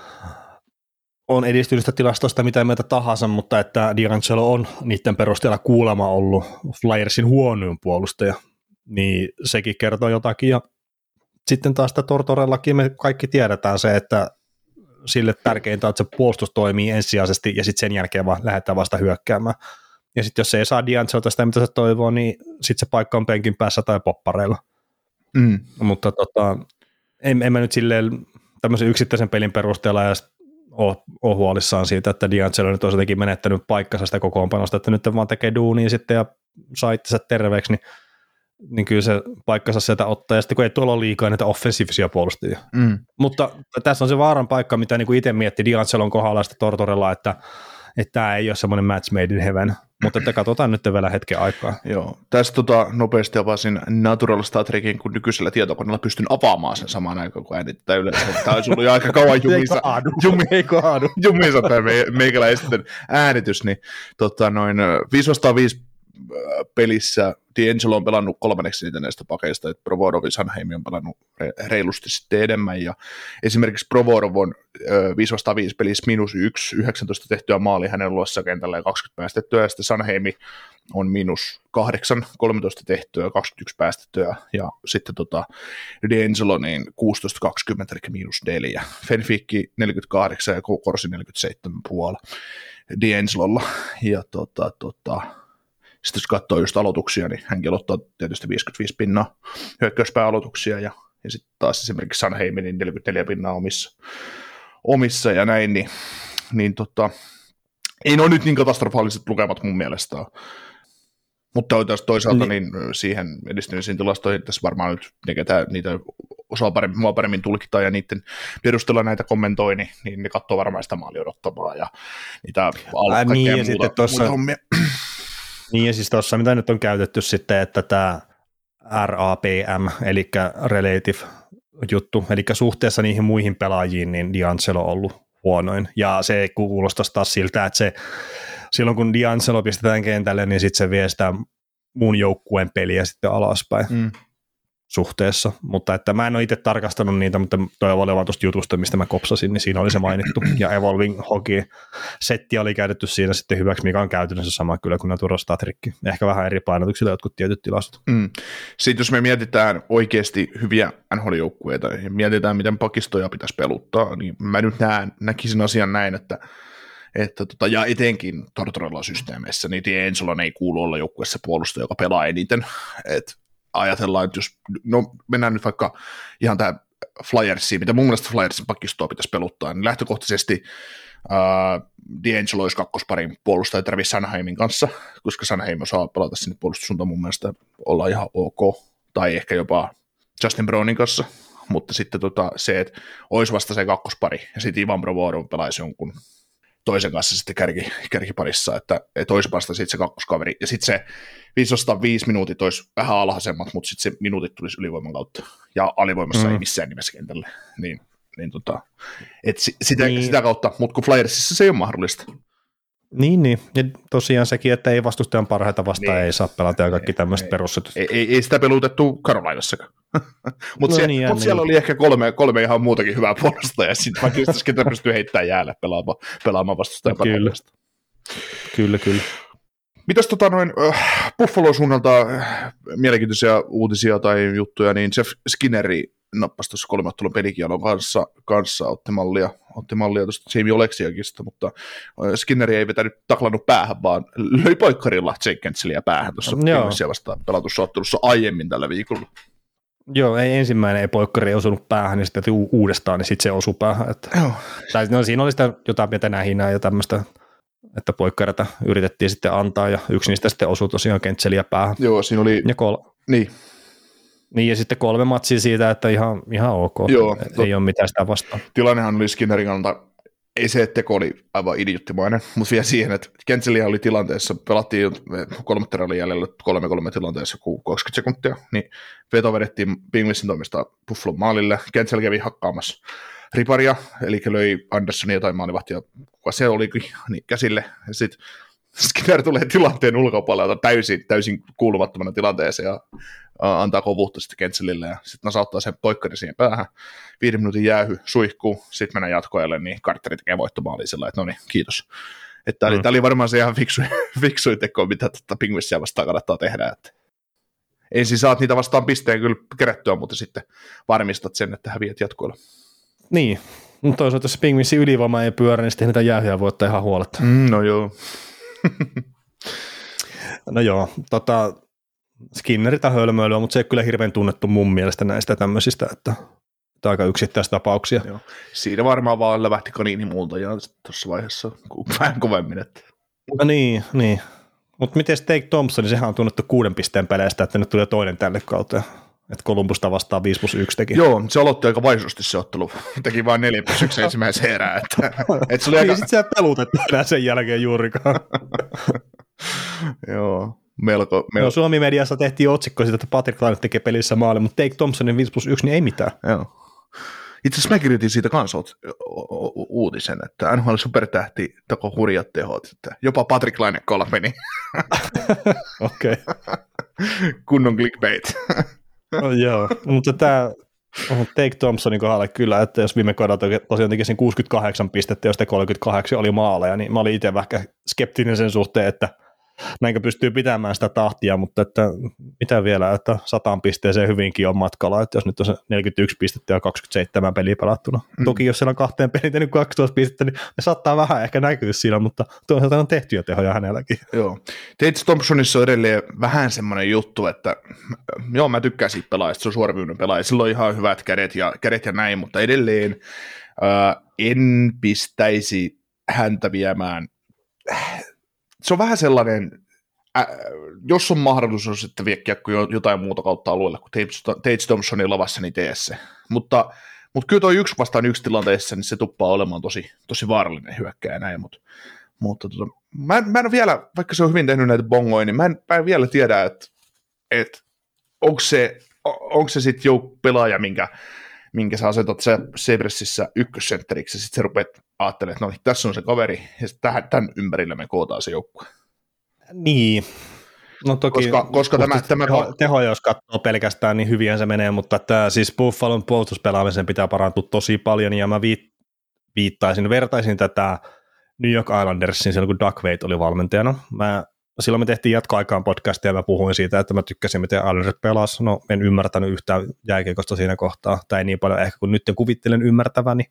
on edistynystä tilastosta mitä mieltä tahansa, mutta että D'Angelo on niiden perusteella kuulemma ollut Flyersin huonoin puolustaja, niin sekin kertoo jotakin. Ja sitten taas sitä Tortorellakin me kaikki tiedetään se, että sille tärkeintä on, että se puolustus toimii ensisijaisesti ja sitten sen jälkeen vaan lähdetään vasta hyökkäämään. Ja sitten jos se ei saa D'Angelolta sitä, mitä se toivoo, niin sitten se paikka on penkin päässä tai poppareilla. Mm. Mutta tota, en, en mä nyt silleen tämmöisen yksittäisen pelin perusteella ja ole, ole huolissaan siitä, että D'Angelo nyt on jotenkin menettänyt paikkansa sitä kokoonpanosta, että nyt vaan tekee duunia sitten ja saa itsensä terveeksi, niin, niin kyllä se paikkansa sieltä ottaa, ja sitten kun ei tuolla ole liikaa näitä offensiivisia puolustajia. Mm. Mutta tässä on se vaaran paikka, mitä niin kuin itse mietti D'Angelon kohdalla sitä Tortorella, että että tämä ei ole semmoinen match made in heaven, mutta että katsotaan nyt vielä hetken aikaa. Joo, tässä tota, nopeasti avasin Natural Star Trekin, kun nykyisellä tietokoneella pystyn avaamaan sen samaan aikaan, kun äänittää yleensä. Tämä olisi ollut jo aika kauan jumissa, jumi, jumissa tämä meikäläisten äänitys, niin tota, noin viisi vastaan viisi pelissä D'Angelo on pelannut kolmanneksi niitä näistä pakeista, että Provorov ja Sanheim on pelannut reilusti sitten enemmän, ja esimerkiksi Provorov on viisi vastaan viisi pelissä miinus yksi, yhdeksäntoista tehtyä maali hänen luossa kentällä ja kaksikymmentä päästettyä, ja sitten Sanheim on miinus kahdeksan, kolmetoista tehtyä, kaksikymmentäyksi päästettyä, ja sitten tota D'Angelo niin kuusitoista kaksikymmentä, eli miinus neljä, Fenfikki neljäkymmentäkahdeksan ja Korsi neljäkymmentäseitsemän puolella D'Angelolla, ja tota, tota sitten jos katsoo just aloituksia, niin hänkin aloittaa tietysti viisikymmentäviisi pinnaa hyökkäyspääaloituksia, ja, ja sitten taas esimerkiksi Sanheim, niin neljäkymmentäneljä pinnaa omissa, omissa ja näin, niin, niin tota, ei ne ole nyt niin katastrofaaliset lukemat mun mielestä. Mutta toisaalta niin. Niin siihen edistyneisiin tilastoihin tässä varmaan nyt ne, ketä niitä osaa paremmin, mua paremmin tulkitaan ja niiden perusteella näitä kommentoi, niin, niin ne katsoo varmaan sitä maalia odottamaa ja niitä Ää, niin, ja muuta, sitten tossa... muuta Niin ja siis tuossa, mitä nyt on käytetty sitten, että tämä R A P M, eli relative juttu, eli suhteessa niihin muihin pelaajiin, niin D'Angelo on ollut huonoin. Ja se ei kuulostaisi taas siltä, että se, silloin kun D'Angelo pistetään kentälle, niin sitten se vie sitä muun joukkueen peliä sitten alaspäin. Mm. Suhteessa, mutta että mä en ole itse tarkastanut niitä, mutta toi oli vaan tuosta jutusta, mistä mä kopsasin, niin siinä oli se mainittu, ja Evolving Hockey-setti oli käytetty siinä sitten hyväksi, mikä on käytännössä sama kyllä kuin Natural Statrikki. Ehkä vähän eri painotuksilla jotkut tietyt tilastot. Mm. Sitten jos me mietitään oikeasti hyviä N H L-joukkueita ja mietitään, miten pakistoja pitäisi peluttaa, niin mä nyt näen, näkisin asian näin, että Että tota, ja etenkin Tortorella-systeemeissä, niin D'Angelon ei kuulu olla joukkueessa puolustaja, joka pelaa eniten, että ajatellaan, että jos, no mennään nyt vaikka ihan tähän Flyersiin, mitä mun mielestä Flyersin pakistoa pitäisi peluttaa, niin lähtökohtaisesti uh, D'Angelo olisi kakkosparin puolustaja Travis Sanheimin kanssa, koska Sanheim osaa pelata sinne puolustussuuntaan mun mielestä olla ihan ok, tai ehkä jopa Justin Brownin kanssa, mutta sitten tota, se, että olisi vasta se kakkospari, ja sitten Ivan Provorov pelaisi jonkun toisen kanssa sitten kärki, kärkiparissa, että, että olisi vasta sitten se kakkoskaveri, ja sitten se viisi vastaan viisi minuutit olisi vähän alhaisemmat, mutta sitten se minuutit tulisi ylivoiman kautta, ja alivoimassa mm. ei missään nimessä kentälle, niin, niin tota, et sitä, niin. sitä kautta, mutta kun Flyersissa se ei ole mahdollista. Niin, niin, ja tosiaan sekin, että ei vastustajan parhaita vastaan niin. Ei saa pelata ja kaikki tämmöiset perussytyt. Ei, ei, ei sitä pelutettu Carolinassakaan. Mutta no siellä, niin, mut niin. siellä oli ehkä kolme, kolme ihan muutakin hyvää puolustajaa, ja sitten vaikka just ketä pystyy heittämään jäälle pelaamaan, pelaamaan vastustajan no, kyllä. kyllä, kyllä. Mitäs tota noin äh, Buffalon suunnalta äh, mielenkiintoisia uutisia tai juttuja, niin Jeff Skinneri nappasi tuossa kolmattelun pelikielon kanssa, kanssa otti mallia, otti mallia tuosta Jamie Oleksiakista, mutta äh, Skinneri ei vetänyt taklannut päähän, vaan löi poikkarilla Jake Kentseliä päähän tuossa Penguinsia vastaan pelatussa ottelussa aiemmin tällä viikolla. Joo, ei ensimmäinen ei poikkari osunut päähän, niin sitten u- uudestaan, niin sitten se osui päähän. Että, tai, no, siinä oli sitä jotain pientä nähinää ja tämmöistä, että poikkareita yritettiin sitten antaa, ja yksi niistä sitten osui tosiaan Kentseliä päähän. Joo, siinä oli... Ja kol... Niin. Niin, ja sitten kolme matsia siitä, että ihan, ihan ok. Joo, tot... Ei ole mitään sitä vastaan. Tilannehan oli Skinnerin kannalta, ei se, että teko oli aivan idioottimainen, mutta vielä siihen, että Kentseliä oli tilanteessa, pelattiin kolmatta erän jäljellä kolme kolme tilanteessa kaksikymmentä sekuntia, niin veto vedettiin Penguinsin toimesta Buffalon maalille. Kentsel kävi hakkaamassa riparia, eli löi Andersonia tai maalivahtia, kuka se olikin, niin käsille, ja sitten Skinner tulee tilanteen ulkopuolelta täysin, täysin kuulumattomana tilanteeseen ja antaa kovuutta sitten Kentselille ja sitten nasauttaa sen poikkari siihen päähän. Viiden minuutin jäähy, suihkuu, sitten mennään jatkoajalle, niin Carteri tekee voittomaaliin sillä, että no niin, kiitos. Että tämä, mm. oli, tämä oli varmaan se ihan fiksu, fiksu teko, mitä tuota Penguinsia vastaan kannattaa tehdä. Että ensin saat niitä vastaan pisteen kyllä kerättyä, mutta sitten varmistat sen, että häviät jatkoilla. Niin, mutta toisaalta jos Penguinsin ylivoima ei pyörä, niin sitten niitä jäähyjä voi ottaa ihan huoletta. Mm, no joo. No joo, tota, Skinneritä hölmöilyä, mutta se ei kyllä hirveän tunnettu mun mielestä näistä tämmöisistä, että, että aika yksittäistapauksia. Joo. Siinä varmaan vaan lävähti kaniini multa ja tuossa vaiheessa vähän kovemmin. Että. No niin, niin. Mutta miten Take Thompson, niin sehän on tunnettu kuuden pisteen peleistä, että nyt tulee toinen tälle kautta. Että Columbusta vastaan viisi plus yksi teki. Joo, se aloitti aika vaisusti se ottelu. Teki vain neljä plus yksi ensimmäisen erää. Että, et se oli aika... Niin sitten se pelutettu enää sen jälkeen juurikaan. Joo, melko... melko. No, Suomi-mediassa tehtiin otsikko siitä, että Patrick Laine tekee pelissä maali, mutta Take Thompsonin viisi plus yksi, niin ei mitään. Joo. Itse asiassa mä kirjoitin siitä kanssa uutisen, että N H L supertähti toko hurjat tehot, että jopa Patrick Laine kolla meni. Okei. Kunnon clickbait. No, joo, mutta tämä Take Thompsonin kohdalla kyllä, että jos viime kaudella tosiaan teki sen kuusikymmentäkahdeksan pistettä, josta kolmekymmentäkahdeksan oli maaleja, niin mä olin itse vähän skeptinen sen suhteen, että näinkö pystyy pitämään sitä tahtia, mutta että mitä vielä, että sataan pisteeseen hyvinkin on matkalla, että jos nyt on se neljäkymmentäyksi pistettä ja kaksikymmentäseitsemän peliä pelattuna. Mm. Toki jos siellä on kahteen peliin tehnyt kaksitoista pistettä, niin ne saattaa vähän ehkä näkyä siinä, mutta toisaalta on tehtyjä tehoja hänelläkin. Joo. Tate Thompsonissa on edelleen vähän semmoinen juttu, että joo, mä tykkään siitä pelaajasta, se on suoraviivainen pelaaja, sillä on ihan hyvät kädet ja, kädet ja näin, mutta edelleen ää, en pistäisi häntä viemään. Se on vähän sellainen, äh, jos on mahdollisuus, että vie kiekko jotain muuta kautta alueelle kuin Tate Thompsonin lavassa, niin tee se. Mutta, mutta kyllä tuo yksi vastaan yksi tilanteessa, niin se tuppaa olemaan tosi, tosi vaarallinen hyökkääjä näin. Mutta, mutta tota, mä, en, mä en vielä, vaikka se on hyvin tehnyt näitä bongoja, niin mä en, mä en vielä tiedä, että, että onko se, onko se sitten joku pelaaja, minkä, minkä sä asetat se Sabresissa ykkössentteriksi, ja sitten sä rupeat ajattelemaan, että no tässä on se kaveri, ja tämän, tämän ympärillä me kootaan se joukkue. Niin. No toki, koska, koska tämä, tämä... Teho, teho, jos katsoo pelkästään, niin hyvin se menee, mutta että siis Buffalon puolustuspelaamisen pitää parantua tosi paljon, ja mä viit, viittaisin, vertaisin tätä New York Islandersin silloin, kun Doug Weight oli valmentajana. Mä, silloin me tehtiin jatkoaikaan podcastia, ja mä puhuin siitä, että mä tykkäsin, miten Islanders pelasi. No, en ymmärtänyt yhtään jääkiekosta siinä kohtaa, tai ei niin paljon ehkä kuin nyt kuvittelen ymmärtäväni,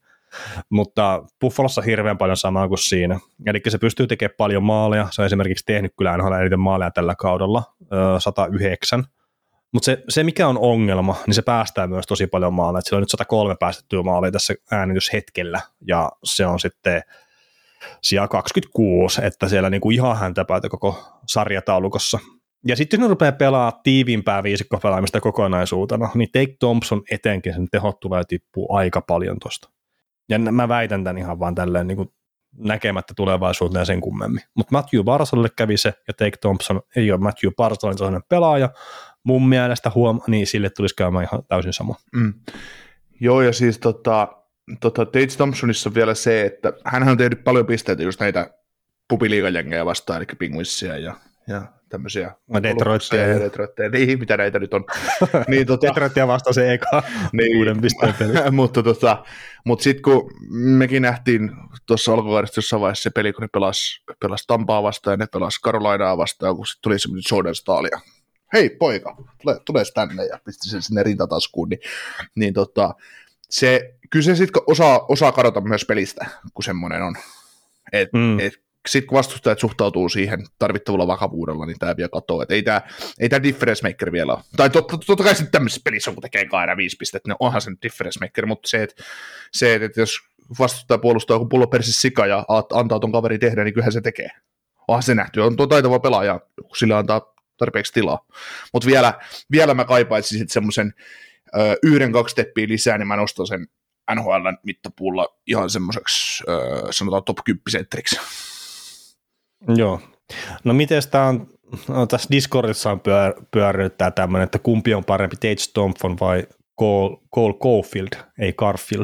mutta Buffalossa hirveän paljon samaa kuin siinä. Eli se pystyy tekemään paljon maaleja, se on esimerkiksi tehnyt kyllä N H L eniten maaleja tällä kaudella, sata yhdeksän. Mutta se, se, mikä on ongelma, niin se päästää myös tosi paljon maaleja. Sillä on nyt sata kolme päästettyä maalia tässä äänityshetkellä, ja se on sitten sija kaksikymmentäkuusi, että siellä niinku ihan häntäpäätä koko sarjataulukossa. Ja sitten jos ne rupeaa pelaamaan tiiviimpää viisikkopelaamista kokonaisuutena, niin Take Thompson etenkin sen tehot tulee tippua aika paljon tuosta. Ja mä väitän tämän ihan vaan tälleen niin kuin näkemättä tulevaisuuteen sen kummemmin. Mutta Matthew Barzalille kävi se, ja Take Thompson ei ole Matthew Barzalin sellainen pelaaja. Mun mielestä huom, niin sille tulisi käymään ihan täysin sama. Mm. Joo, ja siis tota, tota, Tate Thompsonissa on vielä se, että hän on tehnyt paljon pisteitä just näitä pupiliigajengejä vastaan, eli Penguinsia ja, ja tämmöisiä. Detroittia. Ja Detroittia, niin, mitä näitä nyt on. niin, tota, Detroittia vastaan se eka niin, kuuden pisteen peli. mutta tota, mut sitten kun mekin nähtiin tuossa alkukaudesta jossain vaiheessa se peli, kun ne pelasi, pelasi Tampaa vastaan ja ne pelasi Carolinaa vastaan, kun sitten tuli semmoinen Jordan Stahlia. Hei poika, tule, tule tänne ja pisti sen sinne rintataskuun. Niin, niin tota, se, kyllä se sitten osaa, osaa kadota myös pelistä, kun semmoinen on. Et, mm. et, sitten kun vastustajat suhtautuu siihen tarvittavalla vakavuudella, niin tämä vielä katoo, että ei tämä ei tämä difference maker vielä ole. Tai totta, totta kai sitten tämmöisessä pelissä on, kun tekee aina viisi pistettä, niin onhan se nyt difference maker, mutta se, että, se, että jos vastustaja puolustaa joku pullo persi sika ja antaa ton kaveri tehdä, niin kyllähän se tekee. Onhan se nähty, on tuo taitava pelaaja, kun sillä antaa tarpeeksi tilaa. Mutta vielä, vielä mä kaipaisin sitten semmoisen ö, yhden, kaksi steppiä lisää, niin mä nostan sen N H L:n mittapuulla ihan semmoiseksi, ö, sanotaan top kymmenen sentteriksi. Joo. No miten tämä on, no, tässä Discordissa on pyör, pyörinyt tämä tämmöinen, että kumpi on parempi, Tate Thompson vai Cole, Cole Caulfield, ei Garfield,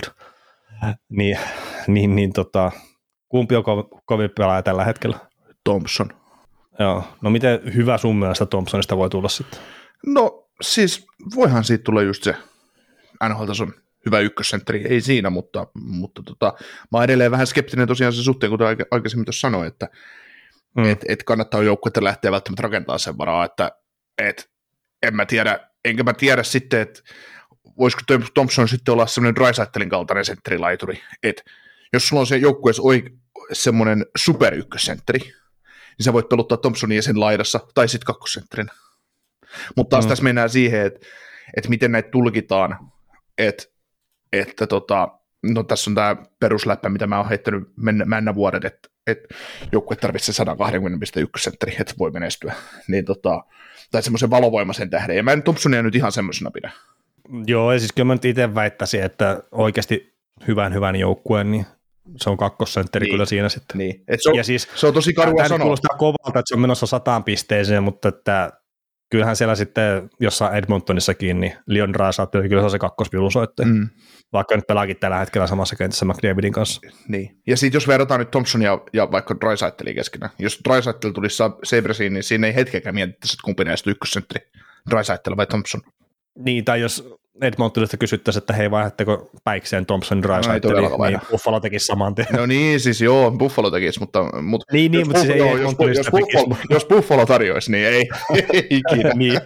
niin, niin, niin tota, kumpi on ko- kovin pelaaja tällä hetkellä? Thompson. Joo, no miten hyvä sun mielestä Thompsonista voi tulla sitten? No siis voihan siitä tulla just se N H L-tason hyvä ykkössentteri, ei siinä, mutta, mutta tota, mä oon edelleen vähän skeptinen tosiaan sen suhteen, kuten aikaisemmin tuossa sanoin, että mm. et, et kannattaa joukkuetta lähteä välttämättä rakentamaan sen varaa, että et, en mä tiedä, enkä mä tiedä sitten, että voisiko Thompson sitten olla semmoinen Draisaitlin kaltainen sentterilaituri, että jos sulla on se joukkueessa semmoinen superykkössentteri, niin sä voit peluttaa Thompsonia sen laidassa, tai sitten kakkosentterinä. Mutta taas mm. tässä mennään siihen, että, että miten näitä tulkitaan, että, että tota, no tässä on tämä perusläppä, mitä mä oon heittänyt mennä vuodet, että, että joukkue tarvitsee sata kaksikymmentä pilkku yksi sentteri, että voi menestyä, niin tota, tai semmoisen valovoimaisen tähden, ja mä en Thompsonia nyt ihan semmoisena pidä. Joo, ja siis kyllä mä nyt itse väittäisin, että oikeasti hyvän hyvän joukkueen, niin se on kakkosentteri niin. Kyllä siinä sitten. Niin. Et se, on, ja siis, se on tosi karua sanoa. Tämä kuulostaa kovalta, että se on menossa sataan pisteeseen, mutta että kyllähän siellä sitten jossain Edmontonissakin, niin Leon Draisaitl, kyllä se on se kakkospiulusoittaja, mm. vaikka nyt pelaakin tällä hetkellä samassa kentässä McDavidin kanssa. Niin, ja sitten jos verrataan nyt Thompsonia ja vaikka Draisaitlin keskenään, jos Draisaitl tulisi Sabresiin, niin siinä ei hetkeäkään mietittäisi, että kumpi näistä ykkössentteri, Draisaitl vai Thompson. Niin, tai jos Edmontonista kysyttäisiin, että hei, vaihdatteko päikseen Thompson Draisaitlin, no, niin Buffalo tekisi saman tien. No niin, siis joo, Buffalo tekisi, mutta... mutta niin, niin, mutta siis ei joo, jos, jos, Buffalo, jos Buffalo tarjoisi, niin ei, ei ikinä. niin.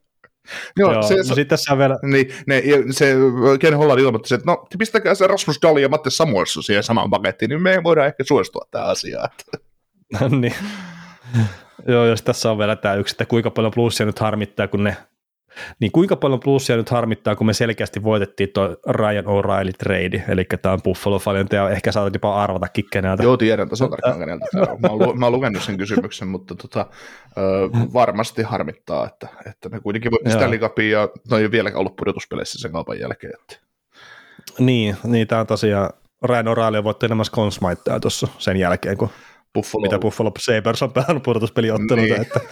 Joo, joo, se, no sitten tässä on vielä... Niin, ne, se Ken Holland ilmoitti, että no pistäkää se Rasmus Dahl ja Matti Samuelsson siihen samaan pakettiin, niin me voidaan ehkä suostua tähän asiaan. niin. Joo, jos tässä on vielä tämä yksi, että kuinka paljon plussia nyt harmittaa, kun ne Niin kuinka paljon plussia nyt harmittaa, kun me selkeästi voitettiin tuo Ryan O'Reilly trade, eli tämä on Buffalo-falinta, ja ehkä saatat jopa arvatakin keneltä. Joo, tiedän tason tarkkaan keneltä. Mä oon, mä oon lukenut sen kysymyksen, mutta tota, ö, varmasti harmittaa, että, että ne kuitenkin voitti Stanley Cupin, ja ne on jo vieläkään ollut pudotuspeleissä sen kaupan jälkeen. Että. Niin, niin tämä on tosiaan, Ryan O'Reilly on voittanut enemmän Conn Smythea tuossa sen jälkeen, kun Buffalo. Mitä Buffalo Sabres on pelannut pudotuspeliotteluita, niin. Että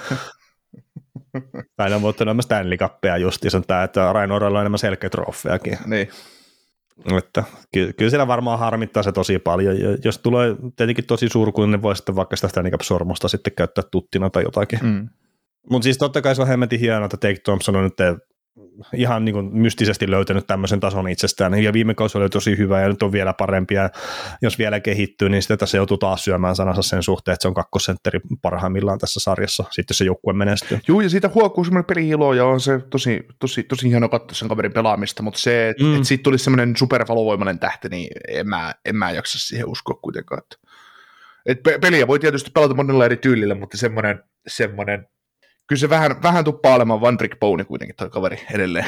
aina on voittanut enemmän Stanley Cupia justiinsa tämä, että Ryan O'Reilly on enemmän selkeä trofeakin. Niin. Että ky- kyllä siellä varmaan harmittaa se tosi paljon, ja jos tulee tietenkin tosi surkuinen, niin voi sitten vaikka sitä Stanley Cup-sormusta sitten käyttää tuttina tai jotakin. Mm. Mutta siis totta kai se on hemmetin hienoa, että Tage Thompson on nyt ihan niin kuin mystisesti löytänyt tämmöisen tason itsestään, ja viime kausi oli tosi hyvä, ja nyt on vielä parempi, ja jos vielä kehittyy, niin sitten se joutuu taas syömään sanansa sen suhteen, että se on kakkosentteri parhaimmillaan tässä sarjassa, sitten se joukkue menestyy. Joo, ja siitä huokuu semmoinen peli-ilo, ja on se tosi, tosi, tosi hieno katsoa sen kaverin pelaamista, mutta se, että mm. et siitä tulisi semmoinen supervalovoimainen tähti, niin en mä, en mä jaksa siihen uskoa kuitenkaan. Että, et peliä voi tietysti pelata monella eri tyylillä, mutta semmoinen, semmoinen kyllä se vähän, vähän tuppaa olemaan one trick pony kuitenkin toi kaveri edelleen.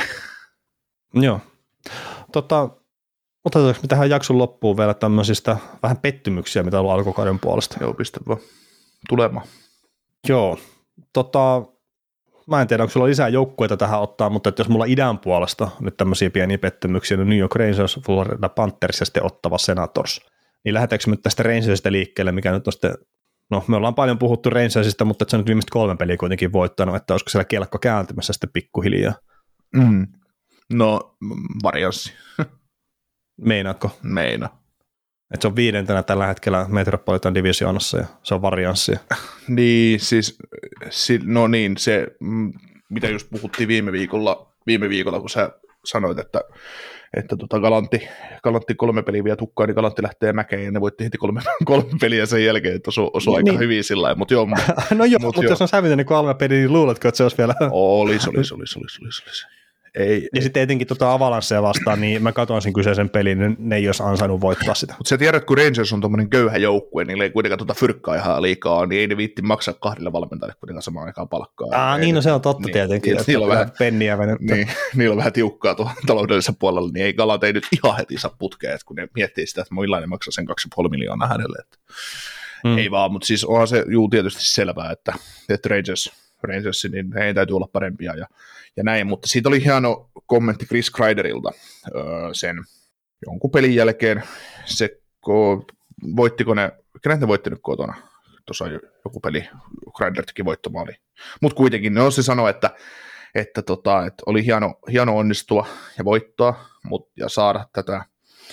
Joo. Tota, otetaanko me tähän jakson loppuun vielä tämmöisistä vähän pettymyksiä, mitä on ollut alkukauden puolesta? Joo, pistä vaan tulemaan. Joo. Tota, mä en tiedä, onko sulla lisää joukkueita tähän ottaa, mutta että jos mulla idän puolesta nyt tämmöisiä pieniä pettymyksiä, niin New York Rangers, Florida Panthers ja sitten Ottawa Senators, niin lähdetäänkö me tästä Rangersista liikkeelle, mikä nyt on sitten, no me ollaan paljon puhuttu Rangersista, mutta että se on nyt viimeiset kolme peliä kuitenkin voittanut, että olisiko siellä kelkko kääntymässä sitten pikkuhiljaa? Mm. No, varianssi. Meinaatko? Meina. Että se on viidentenä tällä hetkellä Metropolitan Divisionassa ja se on varianssia. Niin, siis, no niin, se, mitä just puhuttiin viime viikolla, viime viikolla kun sä sanoit, että, että tota Galantti, Galantti kolme peliä vielä tukkaan, niin Galantti lähtee mäkeen ja ne voitti heti kolme, kolme peliä sen jälkeen, että osu, osu aika niin. Hyvin sillä lailla, mutta joo. no joo, mutta mut jos on sävytänyt kolme peliä, niin luuletko, että se olisi vielä? Olisi, olisi, olisi, olisi, olisi, olisi. Ei, ja ei. sitten etenkin tuota Avalansseja vastaan, niin mä katsoin sen kyseisen pelin, niin ne ei olisi ansainnut voittaa sitä. Mutta sä tiedät, kun Rangers on tommonen köyhä joukkue, niin ei kuitenkaan tuota fyrkkaa ihan liikaa, niin ei ne viitti maksaa kahdelle valmentajalle kuitenkaan samaan aikaan palkkaa. Aa, niin no se on totta niin, tietenkin, että niillä on vähän penniä venettä. Niin, niillä on vähän tiukkaa tuolla taloudellisella puolella, niin ei Galat ei nyt ihan heti saa putkea, että kun ne miettii sitä, että millainen maksaa sen kaksi pilkku viisi miljoonaa hänelle. Että mm. Ei vaan, mutta siis onhan se juu tietysti selvää, että, että Rangers, Rangers, niin heidän täytyy olla parempia ja ja näin, mutta siitä oli hieno kommentti Chris Kreiderilta öö, sen jonkun pelin jälkeen, se, ko, voittiko ne, kenet ne voitti nyt kotona, tuossa on joku peli, Kreider teki voittomaali, mutta kuitenkin, no se sanoi, että, että, tota, että oli hieno, hieno onnistua ja voittaa, mut, ja saada tätä,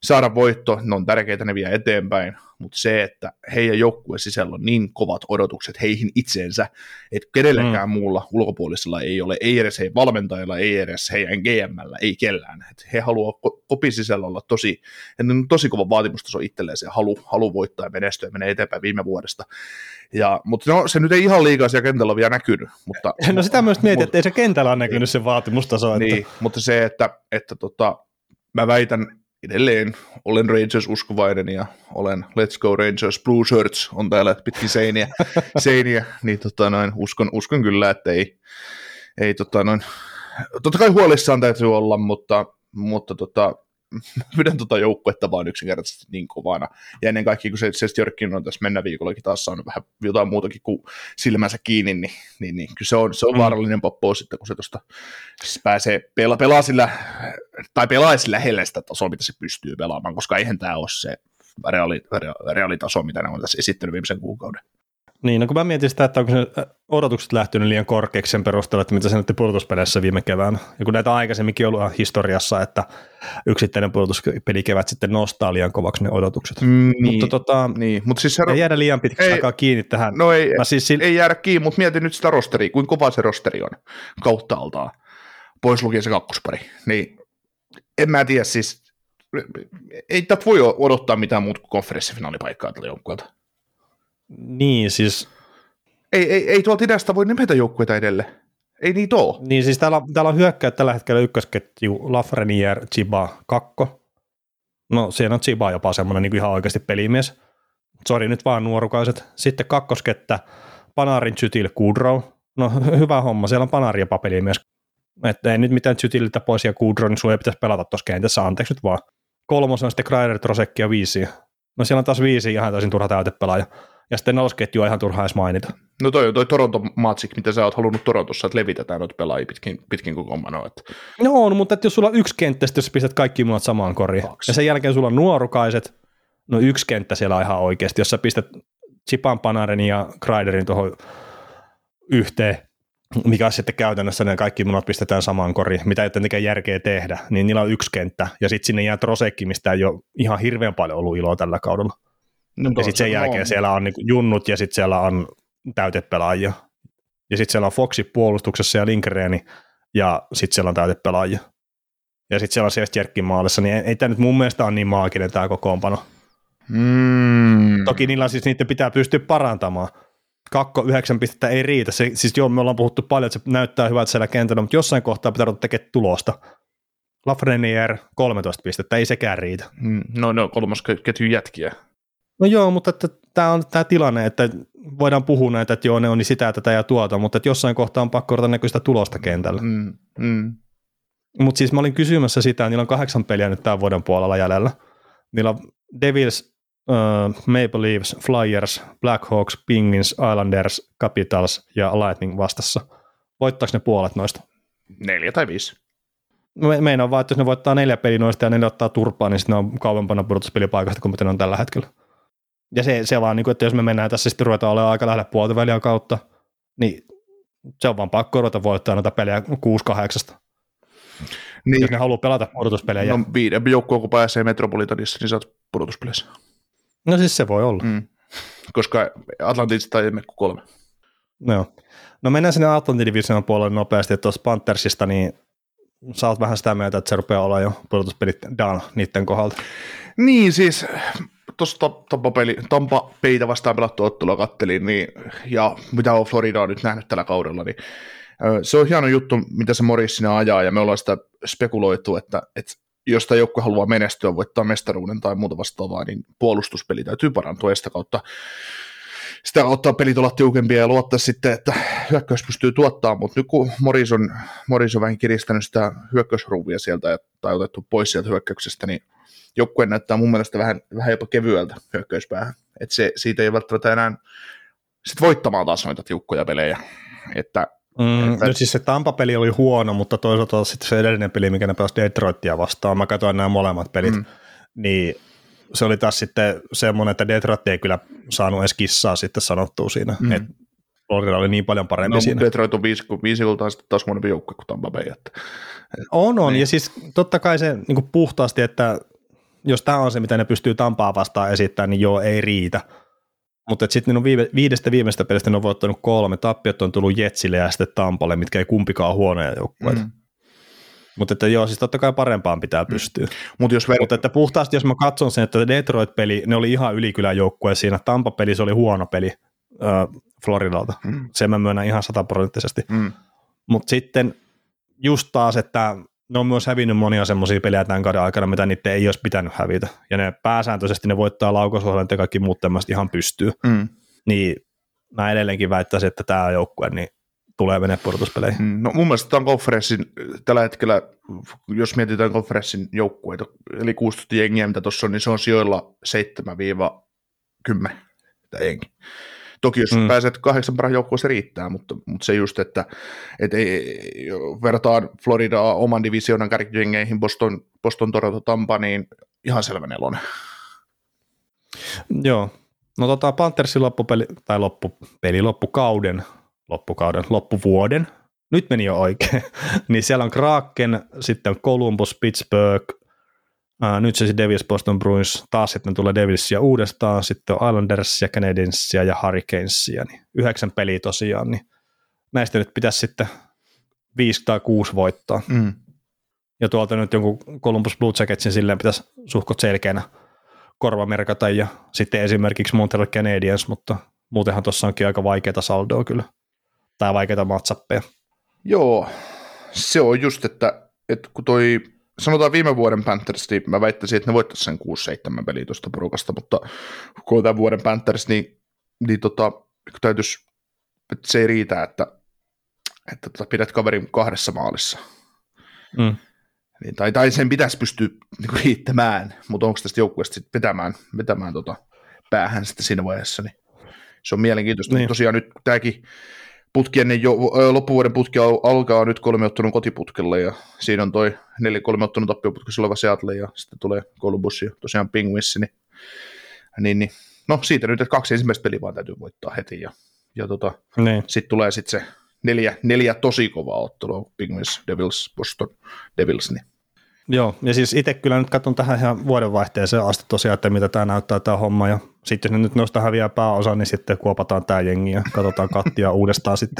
saada voitto, ne on tärkeitä, ne vie eteenpäin, mutta se, että heidän joukkueen sisällä on niin kovat odotukset heihin itseensä, että kenelläkään mm. muulla ulkopuolisella ei ole, ei edes heidän valmentajilla, ei edes heidän G M:llä, ei kellään. Et he haluaa kopin sisällä olla tosi, on tosi kova vaatimustaso itselleen, se halu, halu voittaa ja menestyä ja menee eteenpäin viime vuodesta. Ja, mutta no, se nyt ei ihan liikaa siellä kentällä ole vielä näkynyt. Mutta, no sitä myös mietin, että ei se kentällä ole näkynyt se vaatimustaso. Niin, että... mutta se, että, että tota, mä väitän edelleen, olen Rangers-uskovainen ja olen Let's Go Rangers, Blue Shirts on täällä pitkin seiniä, seiniä niin tota noin, uskon, uskon kyllä, että ei, ei tota noin, totta kai huolissaan täytyy olla, mutta, mutta tota, pidän tota joukkuetta vaan yksinkertaisesti niin kovana. Ja ennen kaikkea, kun se, se Jörkkin on tässä mennä viikollakin taas saanut vähän jotain muutakin kuin silmänsä kiinni, niin, niin, niin kyllä se on, se on vaarallinen poppo sitten, kun se tuosta pääsee pela, pelaa sillä, tai pelaisi lähellä sitä tasoa, mitä se pystyy pelaamaan, koska eihän tämä ole se reaali, reaalitaso, mitä ne on tässä esittänyt viimeisen kuukauden. Niin, no kun mä mietin sitä, että onko se odotukset lähtenyt liian korkeaksi sen perusteella, että mitä se näytti pudotuspeleissä viime keväänä. Ja kun näitä aikaisemminkin ollut historiassa, että yksittäinen pudotuspelikevät sitten nostaa liian kovaksi ne odotukset. Mm, mutta tota, niin. Mut siis ei jäädä liian pitkäksi aikaa kiinni tähän. No ei, siis sil... ei jäädä kiinni, mutta mietin nyt sitä rosteria, kuinka kova se rosteri on kauttaaltaan, pois lukien se kakkospari. Niin en mä tiedä siis, ei tätä voi odottaa mitään muuta kuin konferenssifinaalipaikkaa tällä joukkueelta. Niin, siis... Ei, ei, ei tuolta idästä voi nimetä joukkueita edelle. Ei niitä ole. Niin, siis täällä, täällä on hyökkäät tällä hetkellä ykkösketju Lafreniere, Chiba, Kakko. No, siellä on Chiba jopa semmoinen niin ihan oikeasti pelimies. Sori nyt vaan nuorukaiset. Sitten kakkoskettä Panarin, Chytil, Goodrow. No, hyvä homma. Siellä on Panari jopa pelimies. Että ei nyt mitään Chytililtä pois ja Goodrow, niin sun ei pitäisi pelata tuossa kentässä. Anteeksi nyt vaan. Kolmos on sitten Kreider, Trosekki ja viisi. No, siellä on taas viisi ihan täysin turha täytepelaaja. Ja sitten nelosketju on ihan turhaa edes mainita. No toi on toi Toronto-matsik, mitä sä oot halunnut Torontossa, että levitetään noita pelaajia pitkin, pitkin koko manoa. Että... No on, mutta että jos sulla on yksi kenttä, jos pistät kaikki munat samaan koriin, Kaksi. ja sen jälkeen sulla on nuorukaiset, no yksi kenttä siellä on ihan oikeasti, jos sä pistät Chipan, Panarin ja Kreiderin tuohon yhteen, mikä sitten käytännössä ne kaikki munat pistetään samaan koriin, mitä ei tietenkään järkeä tehdä, niin niillä on yksi kenttä, ja sitten sinne jää Trosekki, mistä ei ole ihan hirveän paljon ollut iloa tällä kaudella. No, ja sitten sen jälkeen on. Siellä on niinku junnut ja sitten siellä on täytepelaajia. Ja sitten siellä on Foxi puolustuksessa ja Lindgreni ja sitten siellä on täytepelaajia. Ja sitten siellä on Sestjärkkin maalissa, niin ei, ei tämä nyt mun mielestä ole niin maaginen tämä kokoonpano. Mm. Toki niillä siis niiden pitää pystyä parantamaan. Kakko yhdeksän pistettä ei riitä. Se, siis joo, me ollaan puhuttu paljon, että se näyttää hyvältä siellä kentällä, mutta jossain kohtaa pitää ruveta tekemään tulosta. Lafreniere kolmetoista pistettä, ei sekään riitä. Mm. No, no kolmas ketjun jätkiä. No joo, mutta tämä on tämä tilanne, että voidaan puhua näitä, että joo, ne on niin sitä, tätä ja tuota, mutta että jossain kohtaa on pakko odottaa näköistä tulosta kentällä. Mm, mm. Mutta siis mä olin kysymässä sitä, että niillä on kahdeksan peliä nyt tämän vuoden puolella jäljellä. Niillä on Devils, uh, Maple Leafs, Flyers, Blackhawks, Penguins, Islanders, Capitals ja Lightning vastassa. Voittaako ne puolet noista? Neljä tai viisi. Me, meinaan vaan, että jos ne voittaa neljä peliä noista ja ne ottaa turpaa, niin sitten ne on kauempana pudotuspelipaikasta kuin mitä ne on tällä hetkellä. Ja se, se vaan, että jos me mennään tässä sitten ruvetaan olemaan aika lähellä puolta kautta, niin se on vaan pakko ruveta voittaa noita pelejä kuusi kahdeksasta. Niin. Jos ne haluaa pelata pudotuspelejä. No viiden joukkoon, kun pääsee Metropolitanissa, niin sä oot pudotuspeleissä. No siis se voi olla. Mm. Koska Atlantista ei mene kuin kolme. No, no mennään sinne Atlantin divisionan puolelle nopeasti, että tuossa Panthersista, niin sä oot vähän sitä mieltä, että se rupeaa olla jo pudotuspelit down niiden kohdalta. Niin siis... Tuosta Tampa Peitä vastaan pelattu ottelua kattelin, niin, ja mitä on Florida on nyt nähnyt tällä kaudella, niin se on hieno juttu, mitä se Morris sinä ajaa, ja me ollaan sitä spekuloitu, että, että jos tämä joukkue haluaa menestyä, voittaa mestaruuden tai muuta vastaavaa, niin puolustuspeli täytyy parantua, ja sitä kautta, sitä kautta pelit olla tiukempia ja luottaa sitten, että hyökkäys pystyy tuottamaan, mutta nyt kun Morris on, Morris on vähän kiristänyt sitä hyökkäysruuvia sieltä, tai otettu pois sieltä hyökkäyksestä, niin joukkue näyttää mun mielestä vähän, vähän jopa kevyeltä hyökkäyspäähän. Että se, siitä ei välttämättä enää sit voittamaan taas noita tiukkoja pelejä. Että, mm, että... Nyt siis se Tampa-peli oli huono, mutta toisaalta sitten se edellinen peli, mikä ne pelasi Detroitia vastaan, mä katsoin nämä molemmat pelit, mm. niin se oli taas sitten semmoinen, että Detroit ei kyllä saanut edes kissaa sitten sanottua siinä, mm. että Florida oli niin paljon parempi no, siinä. Detroit on viisi, viisi kultaa sitten taas monempi joukkue kuin Tampa Bay. Että... On, on, niin. Ja siis totta kai se niin kuin puhtaasti, että jos tämä on se, mitä ne pystyy Tampaa vastaan esittämään, niin joo, ei riitä. Mutta sitten ne on viime, viidestä viimeistä pelistä ne on voittanut kolme, tappiot on tullut Jetsille ja sitten Tampalle, mitkä ei kumpikaan huonoja joukkueita. Mm. Mutta että joo, siis totta kai parempaan pitää pystyä. Mm. Mut jos ver- Mutta että puhtaasti, jos mä katson sen, että Detroit-peli, ne oli ihan ylikylän joukkue siinä, Tampa-peli, se oli huono peli äh, Floridalta. Mm. Sen mä myönnän ihan sataprosenttisesti. Mm. Mutta sitten just taas, että ne on myös hävinnyt monia semmoisia pelejä tämän kauden aikana, mitä niiden ei olisi pitänyt hävitä. Ja ne pääsääntöisesti ne voittaa laukausohjelmat ja kaikki muut tämmöistä ihan pystyy. Mm. Niin mä edelleenkin väittäisin, että tämä joukkue niin tulee mennä pudotuspeleihin. Mm. No mun mielestä tämä on konferenssin tällä hetkellä, jos mietitään konferenssin joukkueita, eli kuusitoista jengiä, mitä tuossa on, niin se on sijoilla seitsemän kymmenen tämä jengi. Toki jos mm. pääset kahdeksan parhaan joukkueen, se riittää, mutta, mutta se just, että et ei, verrataan Floridaa oman divisioonan kärkijengeihin, Boston, Boston, Toronto, Tampa, niin ihan selvä nelonen. Joo. No tota Panthersin loppupeli, tai loppupeli, loppukauden, loppukauden, loppuvuoden, nyt meni jo oikein, niin siellä on Kraken, sitten on Columbus, Pittsburgh, Uh, nyt se Devils, Boston Bruins, taas sitten tulee Devilsia uudestaan, sitten on Islandersia, Canadiensia ja Hurricanesia, niin yhdeksän peliä tosiaan, niin näistä nyt pitäisi sitten viisi tai kuusi voittaa. Mm. Ja tuolta nyt jonkun Columbus Blue Jacketsin silleen pitäisi suhkot selkeänä korvamerkata, ja sitten esimerkiksi Montreal Canadiens, mutta muutenhan tuossa onkin aika vaikeita saldoa kyllä, tai vaikeita matsappeja. Joo, se on just, että, että kun toi sanotaan viime vuoden Panthers, niin mä väittäisin, että ne voittaisi sen kuusi seitsemän peliä tuosta porukasta, mutta kun on tämän vuoden Panthers, niin, niin tota, täytyisi, että se ei riitä, että, että tota, pidät kaverin kahdessa maalissa. Mm. Niin, tai, tai sen pitäisi pystyä niin kuin riittämään, mutta onko tästä joukkueesta sitten vetämään, vetämään tota päähän sitten siinä vaiheessa, niin se on mielenkiintoista. Niin. Tosiaan nyt tämäkin putki ennen jo, loppuvuoden putki alkaa nyt kolmiottelun kotiputkella, ja siinä on toi neljä kolmiottelun tappioputkessa oleva Seattle, ja sitten tulee Columbus ja tosiaan Penguins, niin, niin, niin no siitä nyt, että kaksi ensimmäistä peliä vaan täytyy voittaa heti, ja, ja tota, niin. Sitten tulee sitten se neljä, neljä tosi kovaa ottelua, Penguins, Devils, Boston, Devils, niin. Joo, ja siis itse kyllä nyt katson tähän ihan vuodenvaihteeseen asti tosiaan, että mitä tämä näyttää tämä homma, ja sitten jos ne nyt noista häviää pääosa, niin sitten kuopataan tämä jengi ja katsotaan kattia uudestaan sitten.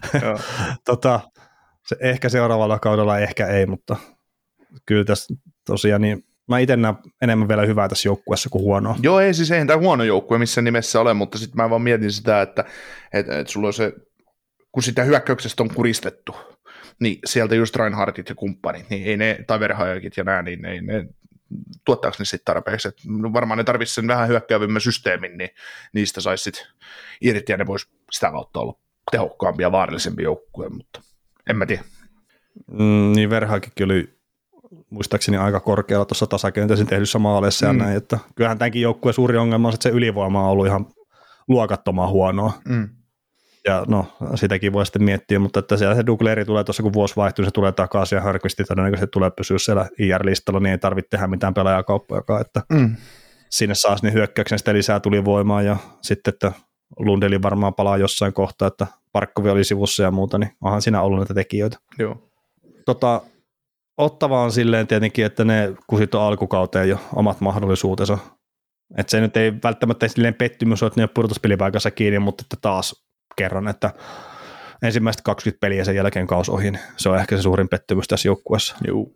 tota, se ehkä seuraavalla kaudella ehkä ei, mutta kyllä tässä tosiaan, niin mä itse näen enemmän vielä hyvää tässä joukkueessa kuin huonoa. Joo, ei siis eihän tämä huono joukkue missään nimessä ole, mutta sitten mä vaan mietin sitä, että et, et sulla on se, kun sitä hyökkäyksestä on kuristettu, niin sieltä just Reinhardtit ja kumppanit, niin ei ne, tai Verhajakit ja nää, niin ei ne, tuottaako ne sitten tarpeeksi, että varmaan ne tarvitsisi sen vähän hyökkäävimmän systeemin, niin niistä saisi sitten irti, ja ne voisi sitä kautta olla tehokkaampia ja vaarallisempia joukkueen, mutta en mä tiedä. Mm, niin Verhajakki oli muistaakseni aika korkealla tuossa tasakentäisen tehdyssä maaleissa mm. ja näin, että kyllähän tämänkin joukkueen suuri ongelma on, että se ylivoima on ollut ihan luokattoman huonoa. Mm. Ja no, sitäkin voi sitten miettiä, mutta että siellä se Dugleri tulee tuossa, kun vuosi vaihtuu, se tulee takaisin ja Harkvisti todennäköisesti tulee pysyä siellä I R-listalla, niin ei tarvitse tehdä mitään pelaajakauppojakaan, että mm. sinne saa sinne hyökkäyksen sitä lisää tulivoimaa ja sitten, että Lundeli varmaan palaa jossain kohtaa, että Parkkovi oli sivussa ja muuta, niin onhan siinä ollut näitä tekijöitä. Joo. Tota, Ottava on silleen tietenkin, että ne kusit on alkukauteen jo omat mahdollisuutensa. Että se nyt ei välttämättä silleen pettymys ole, että ne on pudotuspelipaikassa kiinni, mutta että taas kerran, että ensimmäistä kaksikymmentä peliä sen jälkeen kaus ohi, niin se on ehkä se suurin pettymys tässä joukkueessa. Joo.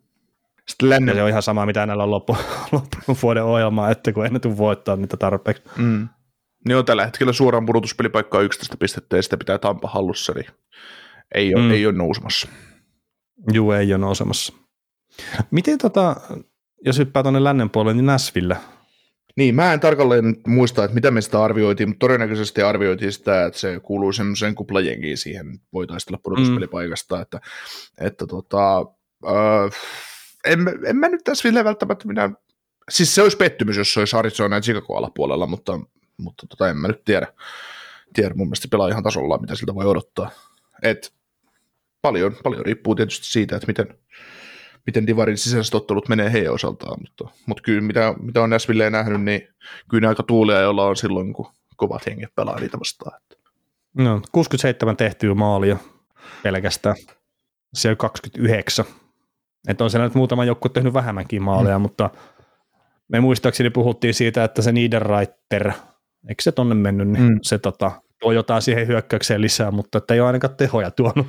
Ja se on ihan sama, mitä näillä on loppu, loppuvuoden ohjelmaa, että kun ei ne tule voittaa niitä tarpeeksi. Mm. Niin on tällä hetkellä suoraan pudotuspelipaikkaa yksitoista pistettä ja sitä pitää Tampa hallussa, niin ei ole, mm. ei ole nousemassa. Joo, ei ole nousemassa. Miten tota, jos hyppää tuonne lännen puolelle, niin Nashville? Niin, mä en tarkalleen muista, että mitä me sitä arvioitiin, mutta todennäköisesti arvioitiin sitä, että se kuuluu semmoiseen kuplajengiin siihen, voi taistella pudotuspelipaikasta, mm. että, että tota, äh, en, en mä nyt tässä vielä välttämättä minä, siis se olisi pettymys, jos se olisi Arizona ja Chicago alapuolella, mutta, mutta tota, en mä nyt tiedä, tiedä, mun mielestä pelaa ihan tasolla, mitä siltä voi odottaa, et paljon, paljon riippuu tietysti siitä, että miten miten Divarin sisäiset ottelut menee heidän osaltaan, mutta, mutta kyllä mitä, mitä on Nashvilleen nähnyt, niin kyllä ne aika tuulia, joilla on silloin, kun kovat henget pelaa niitä vastaan. No, kuusikymmentäseitsemän tehtyä maalia pelkästään, siellä kaksikymmentäyhdeksän. Että on siellä nyt muutama joukkue tehnyt vähemmänkin maaleja, mm. mutta me muistaakseni puhuttiin siitä, että se Niederreiter, eikö se tonne mennyt, niin mm. se tota, tuo jotain siihen hyökkäykseen lisää, mutta että ei ole ainakaan tehoja tuonut.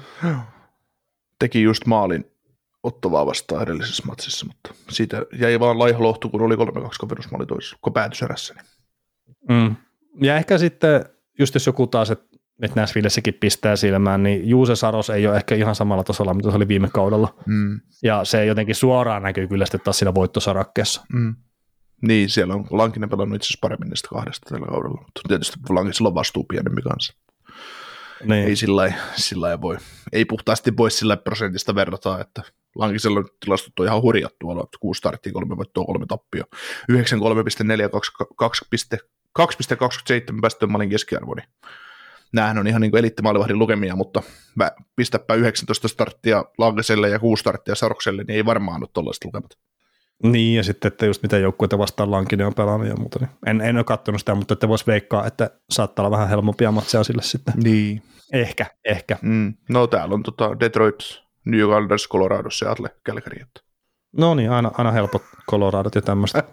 Teki just maalin Ottovaa vastaan edellisessä matsissa, mutta siitä jäi vaan laiha lohtu, kun oli kolme kaksi kaverusmaali toisessa, kun päätöserässä. Niin. Mm. Ja ehkä sitten, just jos joku taas, että et Nashvillessäkin pistää silmään, niin Juuse Saros ei ole ehkä ihan samalla tasolla, mitä se oli viime kaudella. Mm. Ja se jotenkin suoraan näkyy kyllä sitten taas siinä voittosarakkeessa. Mm. Niin, siellä on Lankinen pelannut itse asiassa paremmin näistä kahdesta tällä kaudella, mutta tietysti Lankisella on vastuu pienempi kanssa. Niin. Ei sillä lailla voi, ei puhtaasti voi sillä prosentista verrata, että Lankisella on tilastot on ihan hurjat tuolla, kuusi starttia, kolme voittoa, kolme tappia, yhdeksänkymmentäkolme pilkku neljä, kaksi pilkku kaksikymmentäseitsemän päästöön maalin keskiarvo, niin näähän on ihan niin kuin eliittimaalivahdin lukemia, mutta pistäpä yhdeksäntoista starttia Lankiselle ja kuusi starttia Sarokselle, niin ei varmaan ole tollaiset lukemat. Niin, ja sitten, että just mitä joukkueita vastaan Lankinen on pelannut ja muuta. Niin en, en ole katsonut sitä, mutta että voisi veikkaa, että saattaa olla vähän helpompia matseja sille sitten. Niin. Ehkä, ehkä. Mm. No täällä on tota Detroit, New York Islanders, Colorado, Seattle, Calgary. No niin, aina, aina helpot Coloradot ja tämmöistä.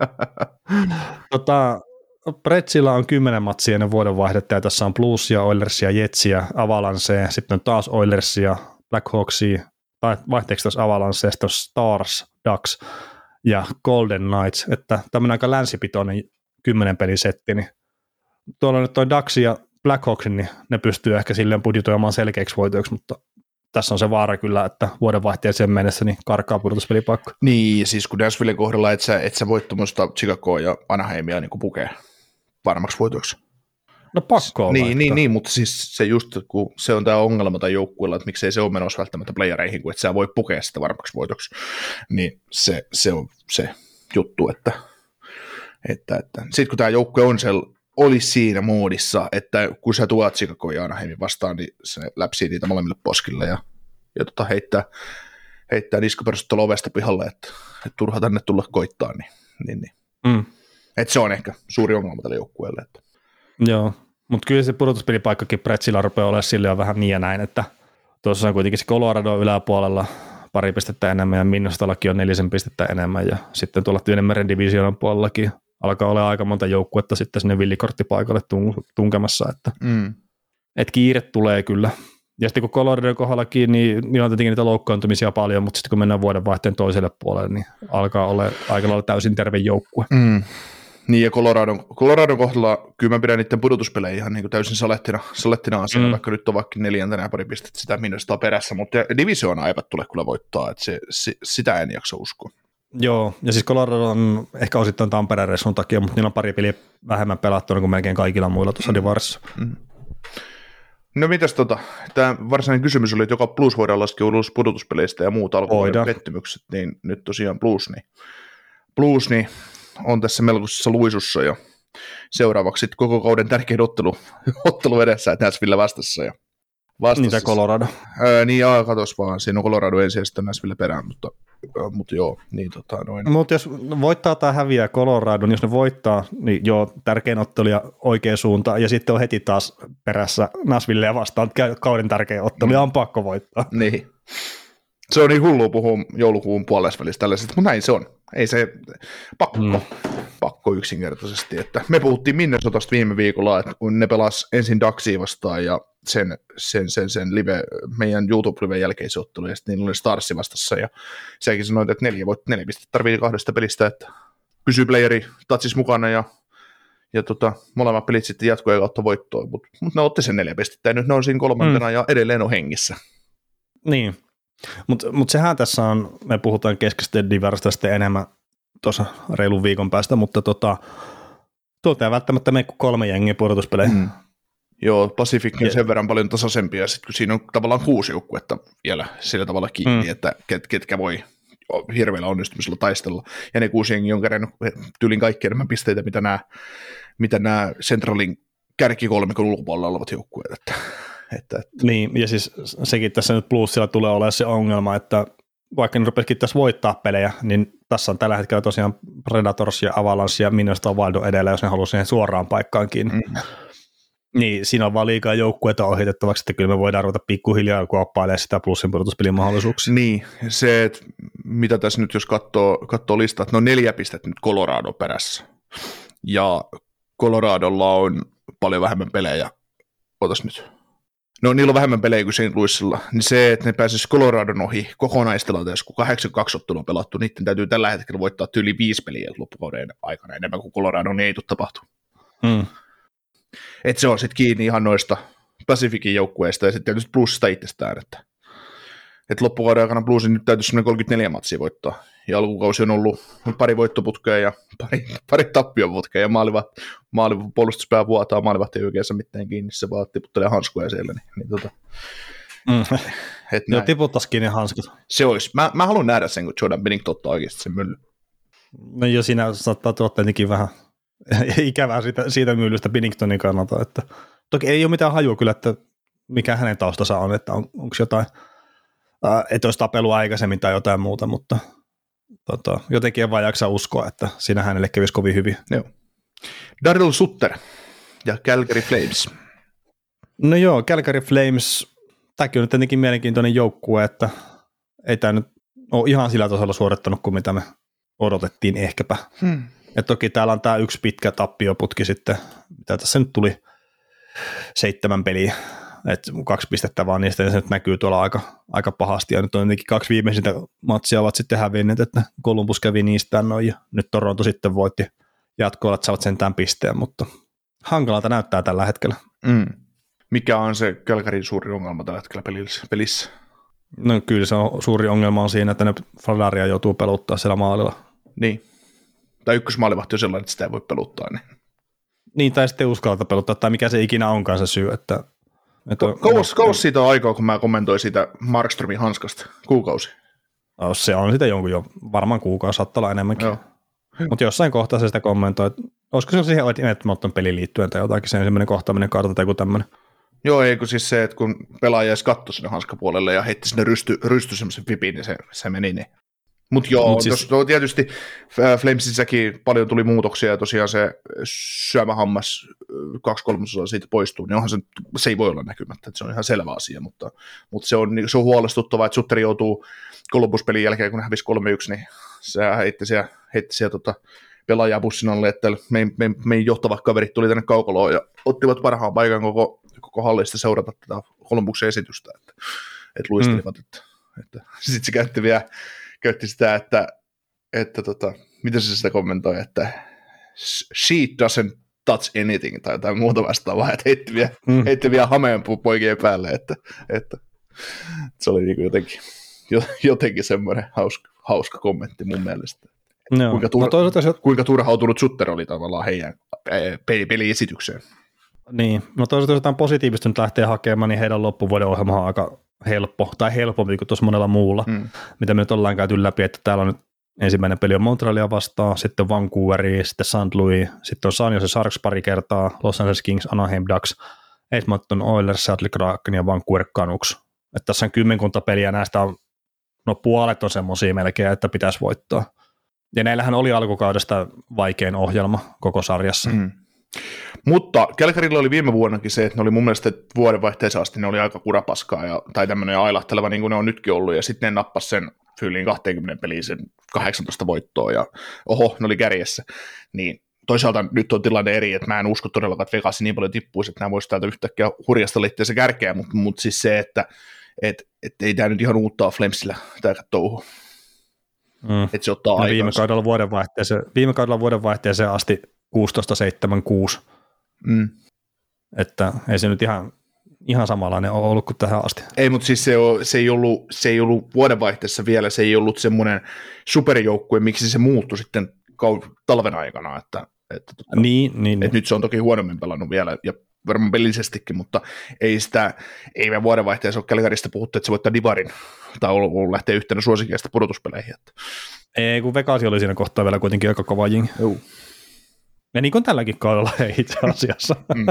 tota, Pretsillä on kymmenen matsia ennen vuodenvaihdetta, ja tässä on Bluesia, Oilersia, Jetsiä, Avalancea, sitten on taas Oilersia, Blackhawksia, tai vaihteeksi tuossa Avalancea, sitten on Stars, Ducks ja Golden Knights, että tämmöinen aika länsipitoinen kymmenen pelisetti, niin tuolla nyt toi Ducks ja Blackhawksin, niin ne pystyy ehkä silleen budjetoimaan selkeäksi voitoiksi, mutta tässä on se vaara kyllä, että vuodenvaihteeseen mennessä niin karkaa pudotuspelipaikka. Niin, siis kun Nashvillen kohdalla et sä, et sä voit tuommoista Chicagoa ja Anaheimia niin pukea varmaksi voitoiksi. No pakko on niin, niin, niin, mutta siis se just, kun se on tämä ongelma tai joukkueella, että miksei se ole menossa välttämättä playereihin, kun et sä voi pukea sitä varmaksi voitoksi, niin se, se on se juttu, että, että, että sitten kun tämä joukkue on sel, olisi siinä moodissa, että kun sä tuot Chicagoa ja Anaheimin vastaan, niin se läpsii niitä molemmille poskille ja, ja tota heittää, heittää niskaperustuttelu ovesta pihalle, että, että turha tänne tulla koittaa, niin, niin, niin. Mm. Että se on ehkä suuri ongelma tälle joukkueelle. Että. Joo, mutta kyllä se pudotuspelipaikkakin Pretsillä rupeaa olemaan silleen vähän niin ja näin, että tuossa on kuitenkin se Colorado yläpuolella pari pistettä enemmän ja Minnesotallakin on nelisen pistettä enemmän ja sitten tuolla Tyynemeren divisioonan puolellakin alkaa olla aika monta joukkuetta sitten sinne villikorttipaikalle tung- tunkemassa, että mm. et kiire tulee kyllä. Ja sitten kun Coloradon kohdallakin, niin, niin on tietenkin niitä loukkaantumisia paljon, mutta sitten kun mennään vuodenvaihteen toiselle puolelle, niin alkaa olla aika lailla täysin terve joukkue. Mm. Niin ja Coloradon, Coloradon kohdalla kyllä mä pidän niiden pudotuspelejä ihan niin kuin täysin salettina, salettina asiana, mm. vaikka nyt on vaikka neljäntenä ja pari pistettä sitä minusta perässä, mutta divisioona eivät tule kyllä voittaa, että se, se, sitä en jaksa uskoa. Joo, ja siis Colorado on ehkä osittain Tampereen reissun takia, mutta niillä on pari peliä vähemmän pelattuna kuin melkein kaikilla muilla tuossa divarissa. Mm. No mitäs tota, tämä varsinainen kysymys oli, että joka Blues voidaan laskea ulos pudotuspeleistä ja muut alkuvuoden pettymykset, niin nyt tosiaan Blues, niin, Blues niin on tässä melkoisessa luisussa ja seuraavaksi sitten koko kauden tärkein ottelu, ottelu edessä, että Nashville vastassa ja vastassa. Niitä Colorado. Ää, niin jaa, katos vaan, siinä on Colorado ensin ja sitten Nashville perään, mutta, äh, mutta joo, niin tota noin. Mutta jos voittaa tai häviää Colorado, niin jos ne voittaa, niin joo, tärkein ottelu ja oikea suunta, ja sitten on heti taas perässä Nashvillea vastaan kauden tärkein ottelu, mm. ja on pakko voittaa. Niin. Se on niin hullua puhua joulukuun puolesvälissä tällaiset, mutta näin se on. Ei se pakko, mm. pakko yksinkertaisesti. Että me puhuttiin Minnesotasta viime viikolla, että kun ne pelas ensin Ducksia vastaan ja sen, sen, sen, sen live, meidän YouTube-liven jälkeisen ottelu, ja sitten niillä oli Starsi vastassa, ja sekin sanoit, että neljä, voit, neljä pistettä tarvii kahdesta pelistä, että pysyy playeri tatsis mukana, ja, ja tota, molemmat pelit sitten jatkoja kautta voittoon, mutta mut ne otti sen neljä pistettä, ja nyt ne on siinä kolmantena, mm. ja edelleen on hengissä. Niin. Mutta mut sehän tässä on, me puhutaan keskisten diverstä sitten enemmän tuossa reilun viikon päästä, mutta tota, tuolta ei välttämättä mene kuin kolme jengiä pudotuspeleihin. Mm. Joo, Pacific on sen verran paljon tasaisempia, sitten kun siinä on tavallaan kuusi joukkuetta vielä sillä tavalla kiinni, mm. että ket, ketkä voi hirveällä onnistumisella taistella, ja ne kuusi jengiä on kerännyt tyylin kaikki enemmän pisteitä, mitä nämä, mitä nämä Centralin kärkikolmikon ulkopuolella olevat joukkueet, että Että, että. Niin, ja siis sekin tässä nyt Bluesilla tulee olemaan se ongelma, että vaikka ne rupesikin tässä voittaa pelejä, niin tässä on tällä hetkellä tosiaan Predators ja Avalanche ja Minnesota Wild edellä, jos ne haluaa siihen suoraan paikkaan kiinni. Mm. Niin, siinä on vaan liikaa joukkueita ohitettavaksi, että kyllä me voidaan ruveta pikkuhiljaa kuoppailemaan sitä plussin pudotuspelin mahdollisuuksia. Niin, se, että mitä tässä nyt jos katsoo, katsoo listaa, että ne on neljä pistettä nyt Colorado perässä. Ja Coloradolla on paljon vähemmän pelejä. Otas nyt. No niillä on vähemmän pelejä kuin Saint Louisilla. Niin se, että ne pääsisi Coloradon ohi kokonaistilanteessa, kun kahdeksankymmentäkaksi ottelua on pelattu, niiden täytyy tällä hetkellä voittaa tyyli viisi peliä loppukauden aikana enemmän kuin Coloradon ei tule tapahtua. Mm. Että se on sitten kiinni ihan noista Pacificin joukkueista ja sitten tietysti Bluesista itsestään, että, että loppukauden aikana Bluesin nyt täytyisi kolmekymmentäneljä matsia voittaa. Ja alkukausi on ollut pari voittoputkea ja pari, pari tappioputkea ja maalivat, maalivat puolustuspää vuotaa, maalivat ei oikeassa mitään kiinni, se vaan tiputtelee hanskoja siellä. Niin, niin tota, mm. Joo, tiputtaisikin ne hanskat. Se olisi. Mä, mä haluan nähdä sen, kun Jordan Binnington ottaa oikeasti sen mylly. No jo siinä saattaa tulla tietenkin vähän ikävää siitä, siitä myllystä Binningtonin kannalta. Että, toki ei ole mitään hajua kyllä, että mikä hänen taustansa on, että on, onko jotain, ää, että olisi tapelua aikaisemmin tai jotain muuta, mutta tota, jotenkin en vaan jaksa uskoa, että siinä hänelle kävisi kovin hyvin. Joo. Darryl Sutter ja Calgary Flames. No joo, Calgary Flames, tämäkin on nyt tietenkin mielenkiintoinen joukkue, että ei tämä nyt ole ihan sillä tasolla suorittanut kuin mitä me odotettiin ehkäpä. Hmm. Ja toki täällä on tämä yksi pitkä tappioputki sitten, mitä tässä nyt tuli, seitsemän peliä, että kaksi pistettä vaan niistä, ja se nyt näkyy tuolla aika, aika pahasti, ja nyt on jotenkin kaksi viimeisintä matsia ovat sitten hävinneet, että Columbus kävi niistä noin, ja nyt Toronto sitten voitti jatkoilla, että saavat sentään pisteen, mutta hankalalta näyttää tällä hetkellä. Mm. Mikä on se Calgaryn suuri ongelma tällä hetkellä pelissä? No kyllä se on, suuri ongelma on siinä, että ne Fladaria joutuu peluttaa siellä maalilla. Niin. Tai ykkösmaalivahti on sellainen, että sitä ei voi peluttaa. Niin, niin tai sitten uskallata peluttaa, tai mikä se ikinä onkaan se syy. Että, että Ka- kauas, kauas siitä on aikaa, kun mä kommentoin siitä Markströmin hanskasta. Kuukausi. No, se on sitä jonkun jo, varmaan kuukausi, saattaa olla enemmänkin. Mutta jossain kohtaa se sitä kommentoi, että olisiko se siihen Edmonton peliin liittyen tai jotakin, se on semmoinen kohtaaminen kartta tai joku tämmöinen. Joo, ei kun siis se, että kun pelaaja edes katsoi sinne hanskapuolelle ja heitti sinne rysty, rysty semmoisen vipin, niin se, se meni niin. Mutta joo, Mut siis... tos, tietysti Flamesissäkin paljon tuli muutoksia ja tosiaan se syömähammas kaksi kolmasosaa siitä poistuu, niin onhan se, se ei voi olla näkymättä, että se on ihan selvä asia, mutta, mutta se, on, se on huolestuttavaa, että Sutteri joutuu Columbus-pelin jälkeen, kun hän hävisi kolme yksi, niin se heitti siellä, heitti siellä tota, pelaajaa bussin alle, että meidän, meidän, meidän johtavat kaverit tuli tänne kaukoloon ja ottivat parhaan paikan koko, koko hallista seurata tätä Columbuksen esitystä, että, että luistelivat, mm. että, että sitten se käytti vielä käytti sitä, että, että tota, miten se sitä kommentoi, että she doesn't touch anything tai jotain muuta vastaavaa, että heitti vielä, mm. heitti vielä hameen poikien päälle, että, että se oli niin jotenkin, jotenkin semmoinen hauska, hauska kommentti mun mielestä. No, kuinka, tur- no toisaalta... kuinka turhautunut Sutter oli tavallaan heidän peliesitykseen. Niin, no toisaalta jos jotain positiivista nyt lähtee hakemaan, niin heidän loppuvuoden ohjelma on aika helppo, tai helpompi kuin tuossa monella muulla, hmm. mitä me nyt ollaan käyty läpi, että täällä on nyt ensimmäinen peli on Montrealia vastaan, sitten Vancouveri, sitten Saint Louis, sitten on San Jose Sharks pari kertaa, Los Angeles Kings, Anaheim Ducks, Edmonton Oilers, Seattle Kraken ja Vancouver Canucks. Että tässä on kymmenkunta peliä, näistä on, no puolet on semmoisia melkein, että pitäisi voittaa. Ja näillähän oli alkukaudesta vaikein ohjelma koko sarjassa. Hmm. Mutta Calgarylla oli viime vuonnakin se, että ne oli mun mielestä vuodenvaihteeseen asti ne oli aika kurapaskaa ja, tai tämmöinen ailahteleva niin kuin ne on nytkin ollut ja sitten ne nappasi sen fyyliin kaksikymmentä peliin sen kahdeksantoista voittoa ja oho, ne oli kärjessä. Niin toisaalta nyt on tilanne eri, että mä en usko todellakaan, että Vegas niin paljon tippuisi, että nämä voisi täältä yhtäkkiä hurjasta liitteessä kärkeä, mutta, mutta siis se, että et, et ei tämä nyt ihan uuttaa Flamesillä tämä touhu. Mm. Että se ottaa no aikansa. Viime kaudella vuodenvaihteeseen, viime kaudella vuodenvaihteeseen asti kuusitoista seitsemän kuusi. Mm. Että ei se nyt ihan, ihan samanlainen ole ollut kuin tähän asti. Ei, mutta siis se, on, se, ei ollut, se ei ollut vuodenvaihteessa vielä, se ei ollut semmoinen superjoukkue, miksi se muuttui sitten talven aikana, että, että, tota, niin, niin, että nyt se on toki huonommin pelannut vielä, ja varmaan pelillisestikin, mutta ei sitä, ei me vuodenvaihteessa ole Calgarysta puhuttu, että se voittaa Divarin, tai ollut, ollut lähteä yhtenä suosikeista pudotuspeleihin. Että. Ei, kun Vegas oli siinä kohtaa vielä kuitenkin aika kova jengi. Joo. Ja niin kuin tälläkin kaudella ei itse asiassa. Mm.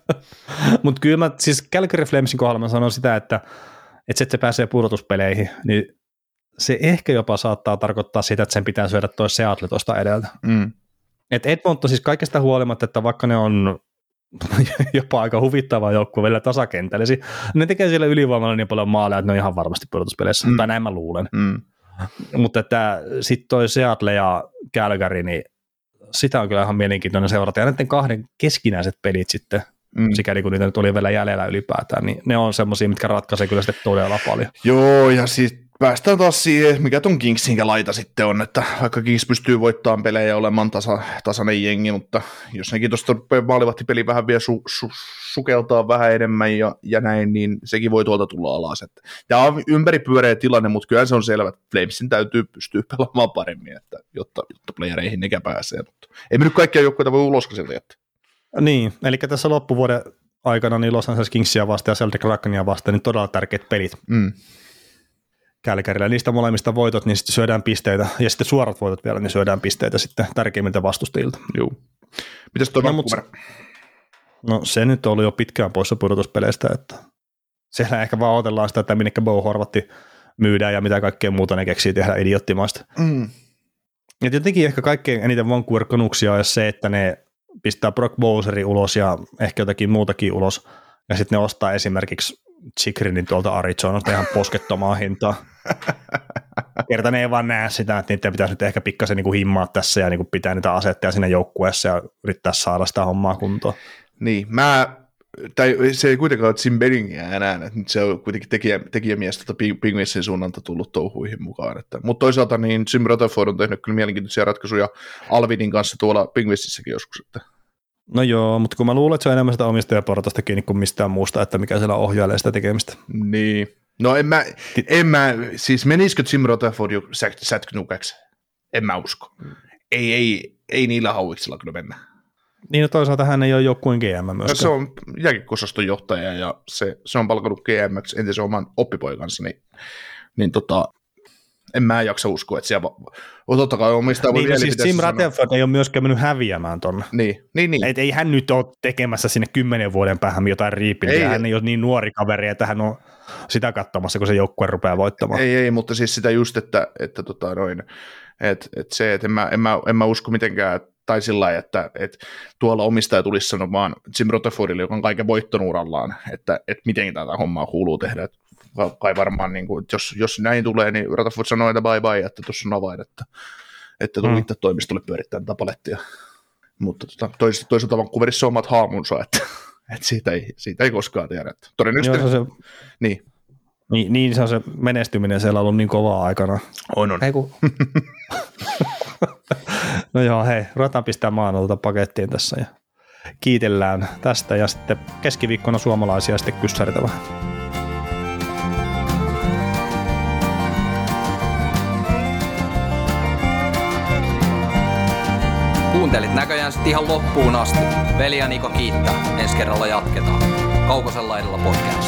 Mutta kyllä mä, siis Calgary Flamesin kohdalla mä sanon sitä, että, että se, että se pääsee pudotuspeleihin, niin se ehkä jopa saattaa tarkoittaa sitä, että sen pitää syödä toi Seattle tuosta edeltä. Mm. Että Edmonton siis kaikesta huolimatta, että vaikka ne on jopa aika huvittavaa joukkue vielä tasakentällä. Ne tekee siellä ylivoimalla niin paljon maaleja, että ne on ihan varmasti pudotuspeleissä, mm. tai näin mä luulen. Mm. Mutta että sitten toi Seattle ja Calgary, niin sitä on kyllä ihan mielenkiintoinen seurata. Ja näiden kahden keskinäiset pelit sitten, mm. sikäli kun niitä nyt oli vielä jäljellä ylipäätään, niin ne on semmoisia, mitkä ratkaisee kyllä sitten todella paljon. Joo, ja siis päästään taas siihen, mikä ton Kingsin laita sitten on, että vaikka Kings pystyy voittamaan pelejä ja olemaan tasa, tasainen jengi, mutta jos nekin tuosta maalivahtipeli vähän vielä su, su, sukeltaa vähän enemmän ja, ja näin, niin sekin voi tuolta tulla alas. Tämä on ympäripyöreä tilanne, mutta kyllä se on selvä, että Flamesin täytyy pystyä pelaamaan paremmin, että, jotta, jotta playereihin nekä pääsee. Mutta ei me nyt kaikkia joukkoita voi ulos sieltä jättää. Niin, eli tässä loppuvuoden aikana niin Los Angeles Kingsia vastaan ja Celtic Krakenia vastaan, niin todella tärkeät pelit. Mm. Kälkärillä. Niistä molemmista voitot, niin sitten syödään pisteitä, ja sitten suorat voitot vielä, niin syödään pisteitä sitten tärkeimmiltä vastustajilta. Joo. Mitäs tuo no, Vancouver? No se nyt oli jo pitkään poissa pudotuspeleistä, että siellä ehkä vaan odotellaan sitä, että minnekä Bo Horvatti myydään ja mitä kaikkea muuta ne keksii tehdä idioottimaista. Mm. Ja jotenkin ehkä kaikkein eniten Vancouver Canucksia on se, että ne pistää Brock Bowserin ulos ja ehkä jotakin muutakin ulos, ja sitten ne ostaa esimerkiksi Chikrinin tuolta Arizonasta ihan poskettomaan hintaa. Kerta ne ei vaan näe sitä, että niiden pitäisi nyt ehkä pikkasen niin kuin himmaa tässä ja niin kuin pitää niitä asetteja siinä joukkueessa ja yrittää saada sitä hommaa kuntoon. Niin, mä, tai se ei kuitenkaan ole Jim Benningia enää, että nyt se on kuitenkin tekijä, tekijämies tuota Penguinsin suunnalta tullut touhuihin mukaan. Mutta toisaalta niin Jim Rutherford on tehnyt kyllä mielenkiintoisia ratkaisuja Alvidin kanssa tuolla Penguinsissäkin joskus, että no joo, mutta kun mä luulen, että se on enemmän sitä omistajaportaista kiinni kuin mistään muusta, että mikä siellä ohjailee sitä tekemistä. Niin. No en mä, en mä siis menisikö Jim Rutherford jo sätknukäksi? En mä usko. Ei, ei, ei niillä hauiksilla kyllä mennä. Niin no toisaalta hän ei ole joukkueen G M myöskään. No se on jääkiekko-osaston johtaja ja se, se on palkannut G M:ksi entisen oman oppipoikansa, niin, niin tota, en mä jaksa uskoa, että siellä on totta kai omistaa. Niin, no siis Jim Rutherford ei ole myöskään mennyt häviämään tuonne. Niin, niin, niin. Et ei hän nyt ole tekemässä sinne kymmenen vuoden päähän jotain riippiä. Hän ei ole niin nuori kaveri, että hän on sitä katsomassa, kun se joukkue rupeaa voittamaan. Ei, ei, mutta siis sitä just, että, että, tota noin, että, että se, että en mä, en mä, en mä usko mitenkään, tai sillä lailla, että, että tuolla omistaja tulisi sanomaan Jim Rutherfordille, joka on kaiken voittonut urallaan, että, että miten tätä hommaa kuuluu tehdä. Kai varmaan, niin kuin, jos, jos näin tulee, niin Rutherford sanoo, että bye bye, että tuossa on avain, että, että tuli mm. itse toimistolle pyörittämään tätä palettia. Mutta tota, tois, toisaalta Vancouverissa on omat haamunsa, että, että siitä, ei, siitä ei koskaan tiedä. Todennäköisesti. Joo, se on se, niin. Niin, niin se on se menestyminen siellä ollut niin kovaa aikana. On, on. Hei, kun... No joo, hei, ruvetaan pistää maanalta pakettiin tässä ja kiitellään tästä ja sitten keskiviikkona suomalaisia sitten kyssäritä vähän. Kuuntelit näköjään sitten ihan loppuun asti. Veli ja Niko kiittää. Ensi kerralla jatketaan. Kaukosella edellä podcast.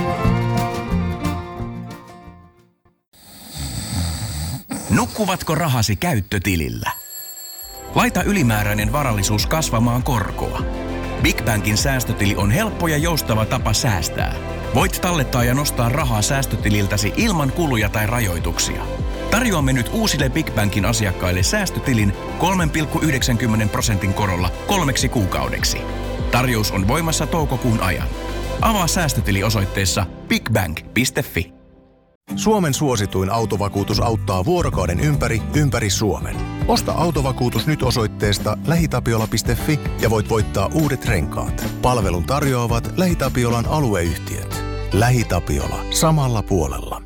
Nukkuvatko rahasi käyttötilillä? Laita ylimääräinen varallisuus kasvamaan korkoa. Big Bankin säästötili on helppo ja joustava tapa säästää. Voit tallettaa ja nostaa rahaa säästötililtäsi ilman kuluja tai rajoituksia. Tarjoamme nyt uusille Big Bankin asiakkaille säästötilin kolme pilkku yhdeksänkymmentä prosentin korolla kolmeksi kuukaudeksi. Tarjous on voimassa toukokuun ajan. Avaa säästötili osoitteessa bigbank piste fi. Suomen suosituin autovakuutus auttaa vuorokauden ympäri, ympäri Suomen. Osta autovakuutus nyt osoitteesta lähitapiola piste fi ja voit voittaa uudet renkaat. Palvelun tarjoavat LähiTapiolan alueyhtiöt. LähiTapiola. Samalla puolella.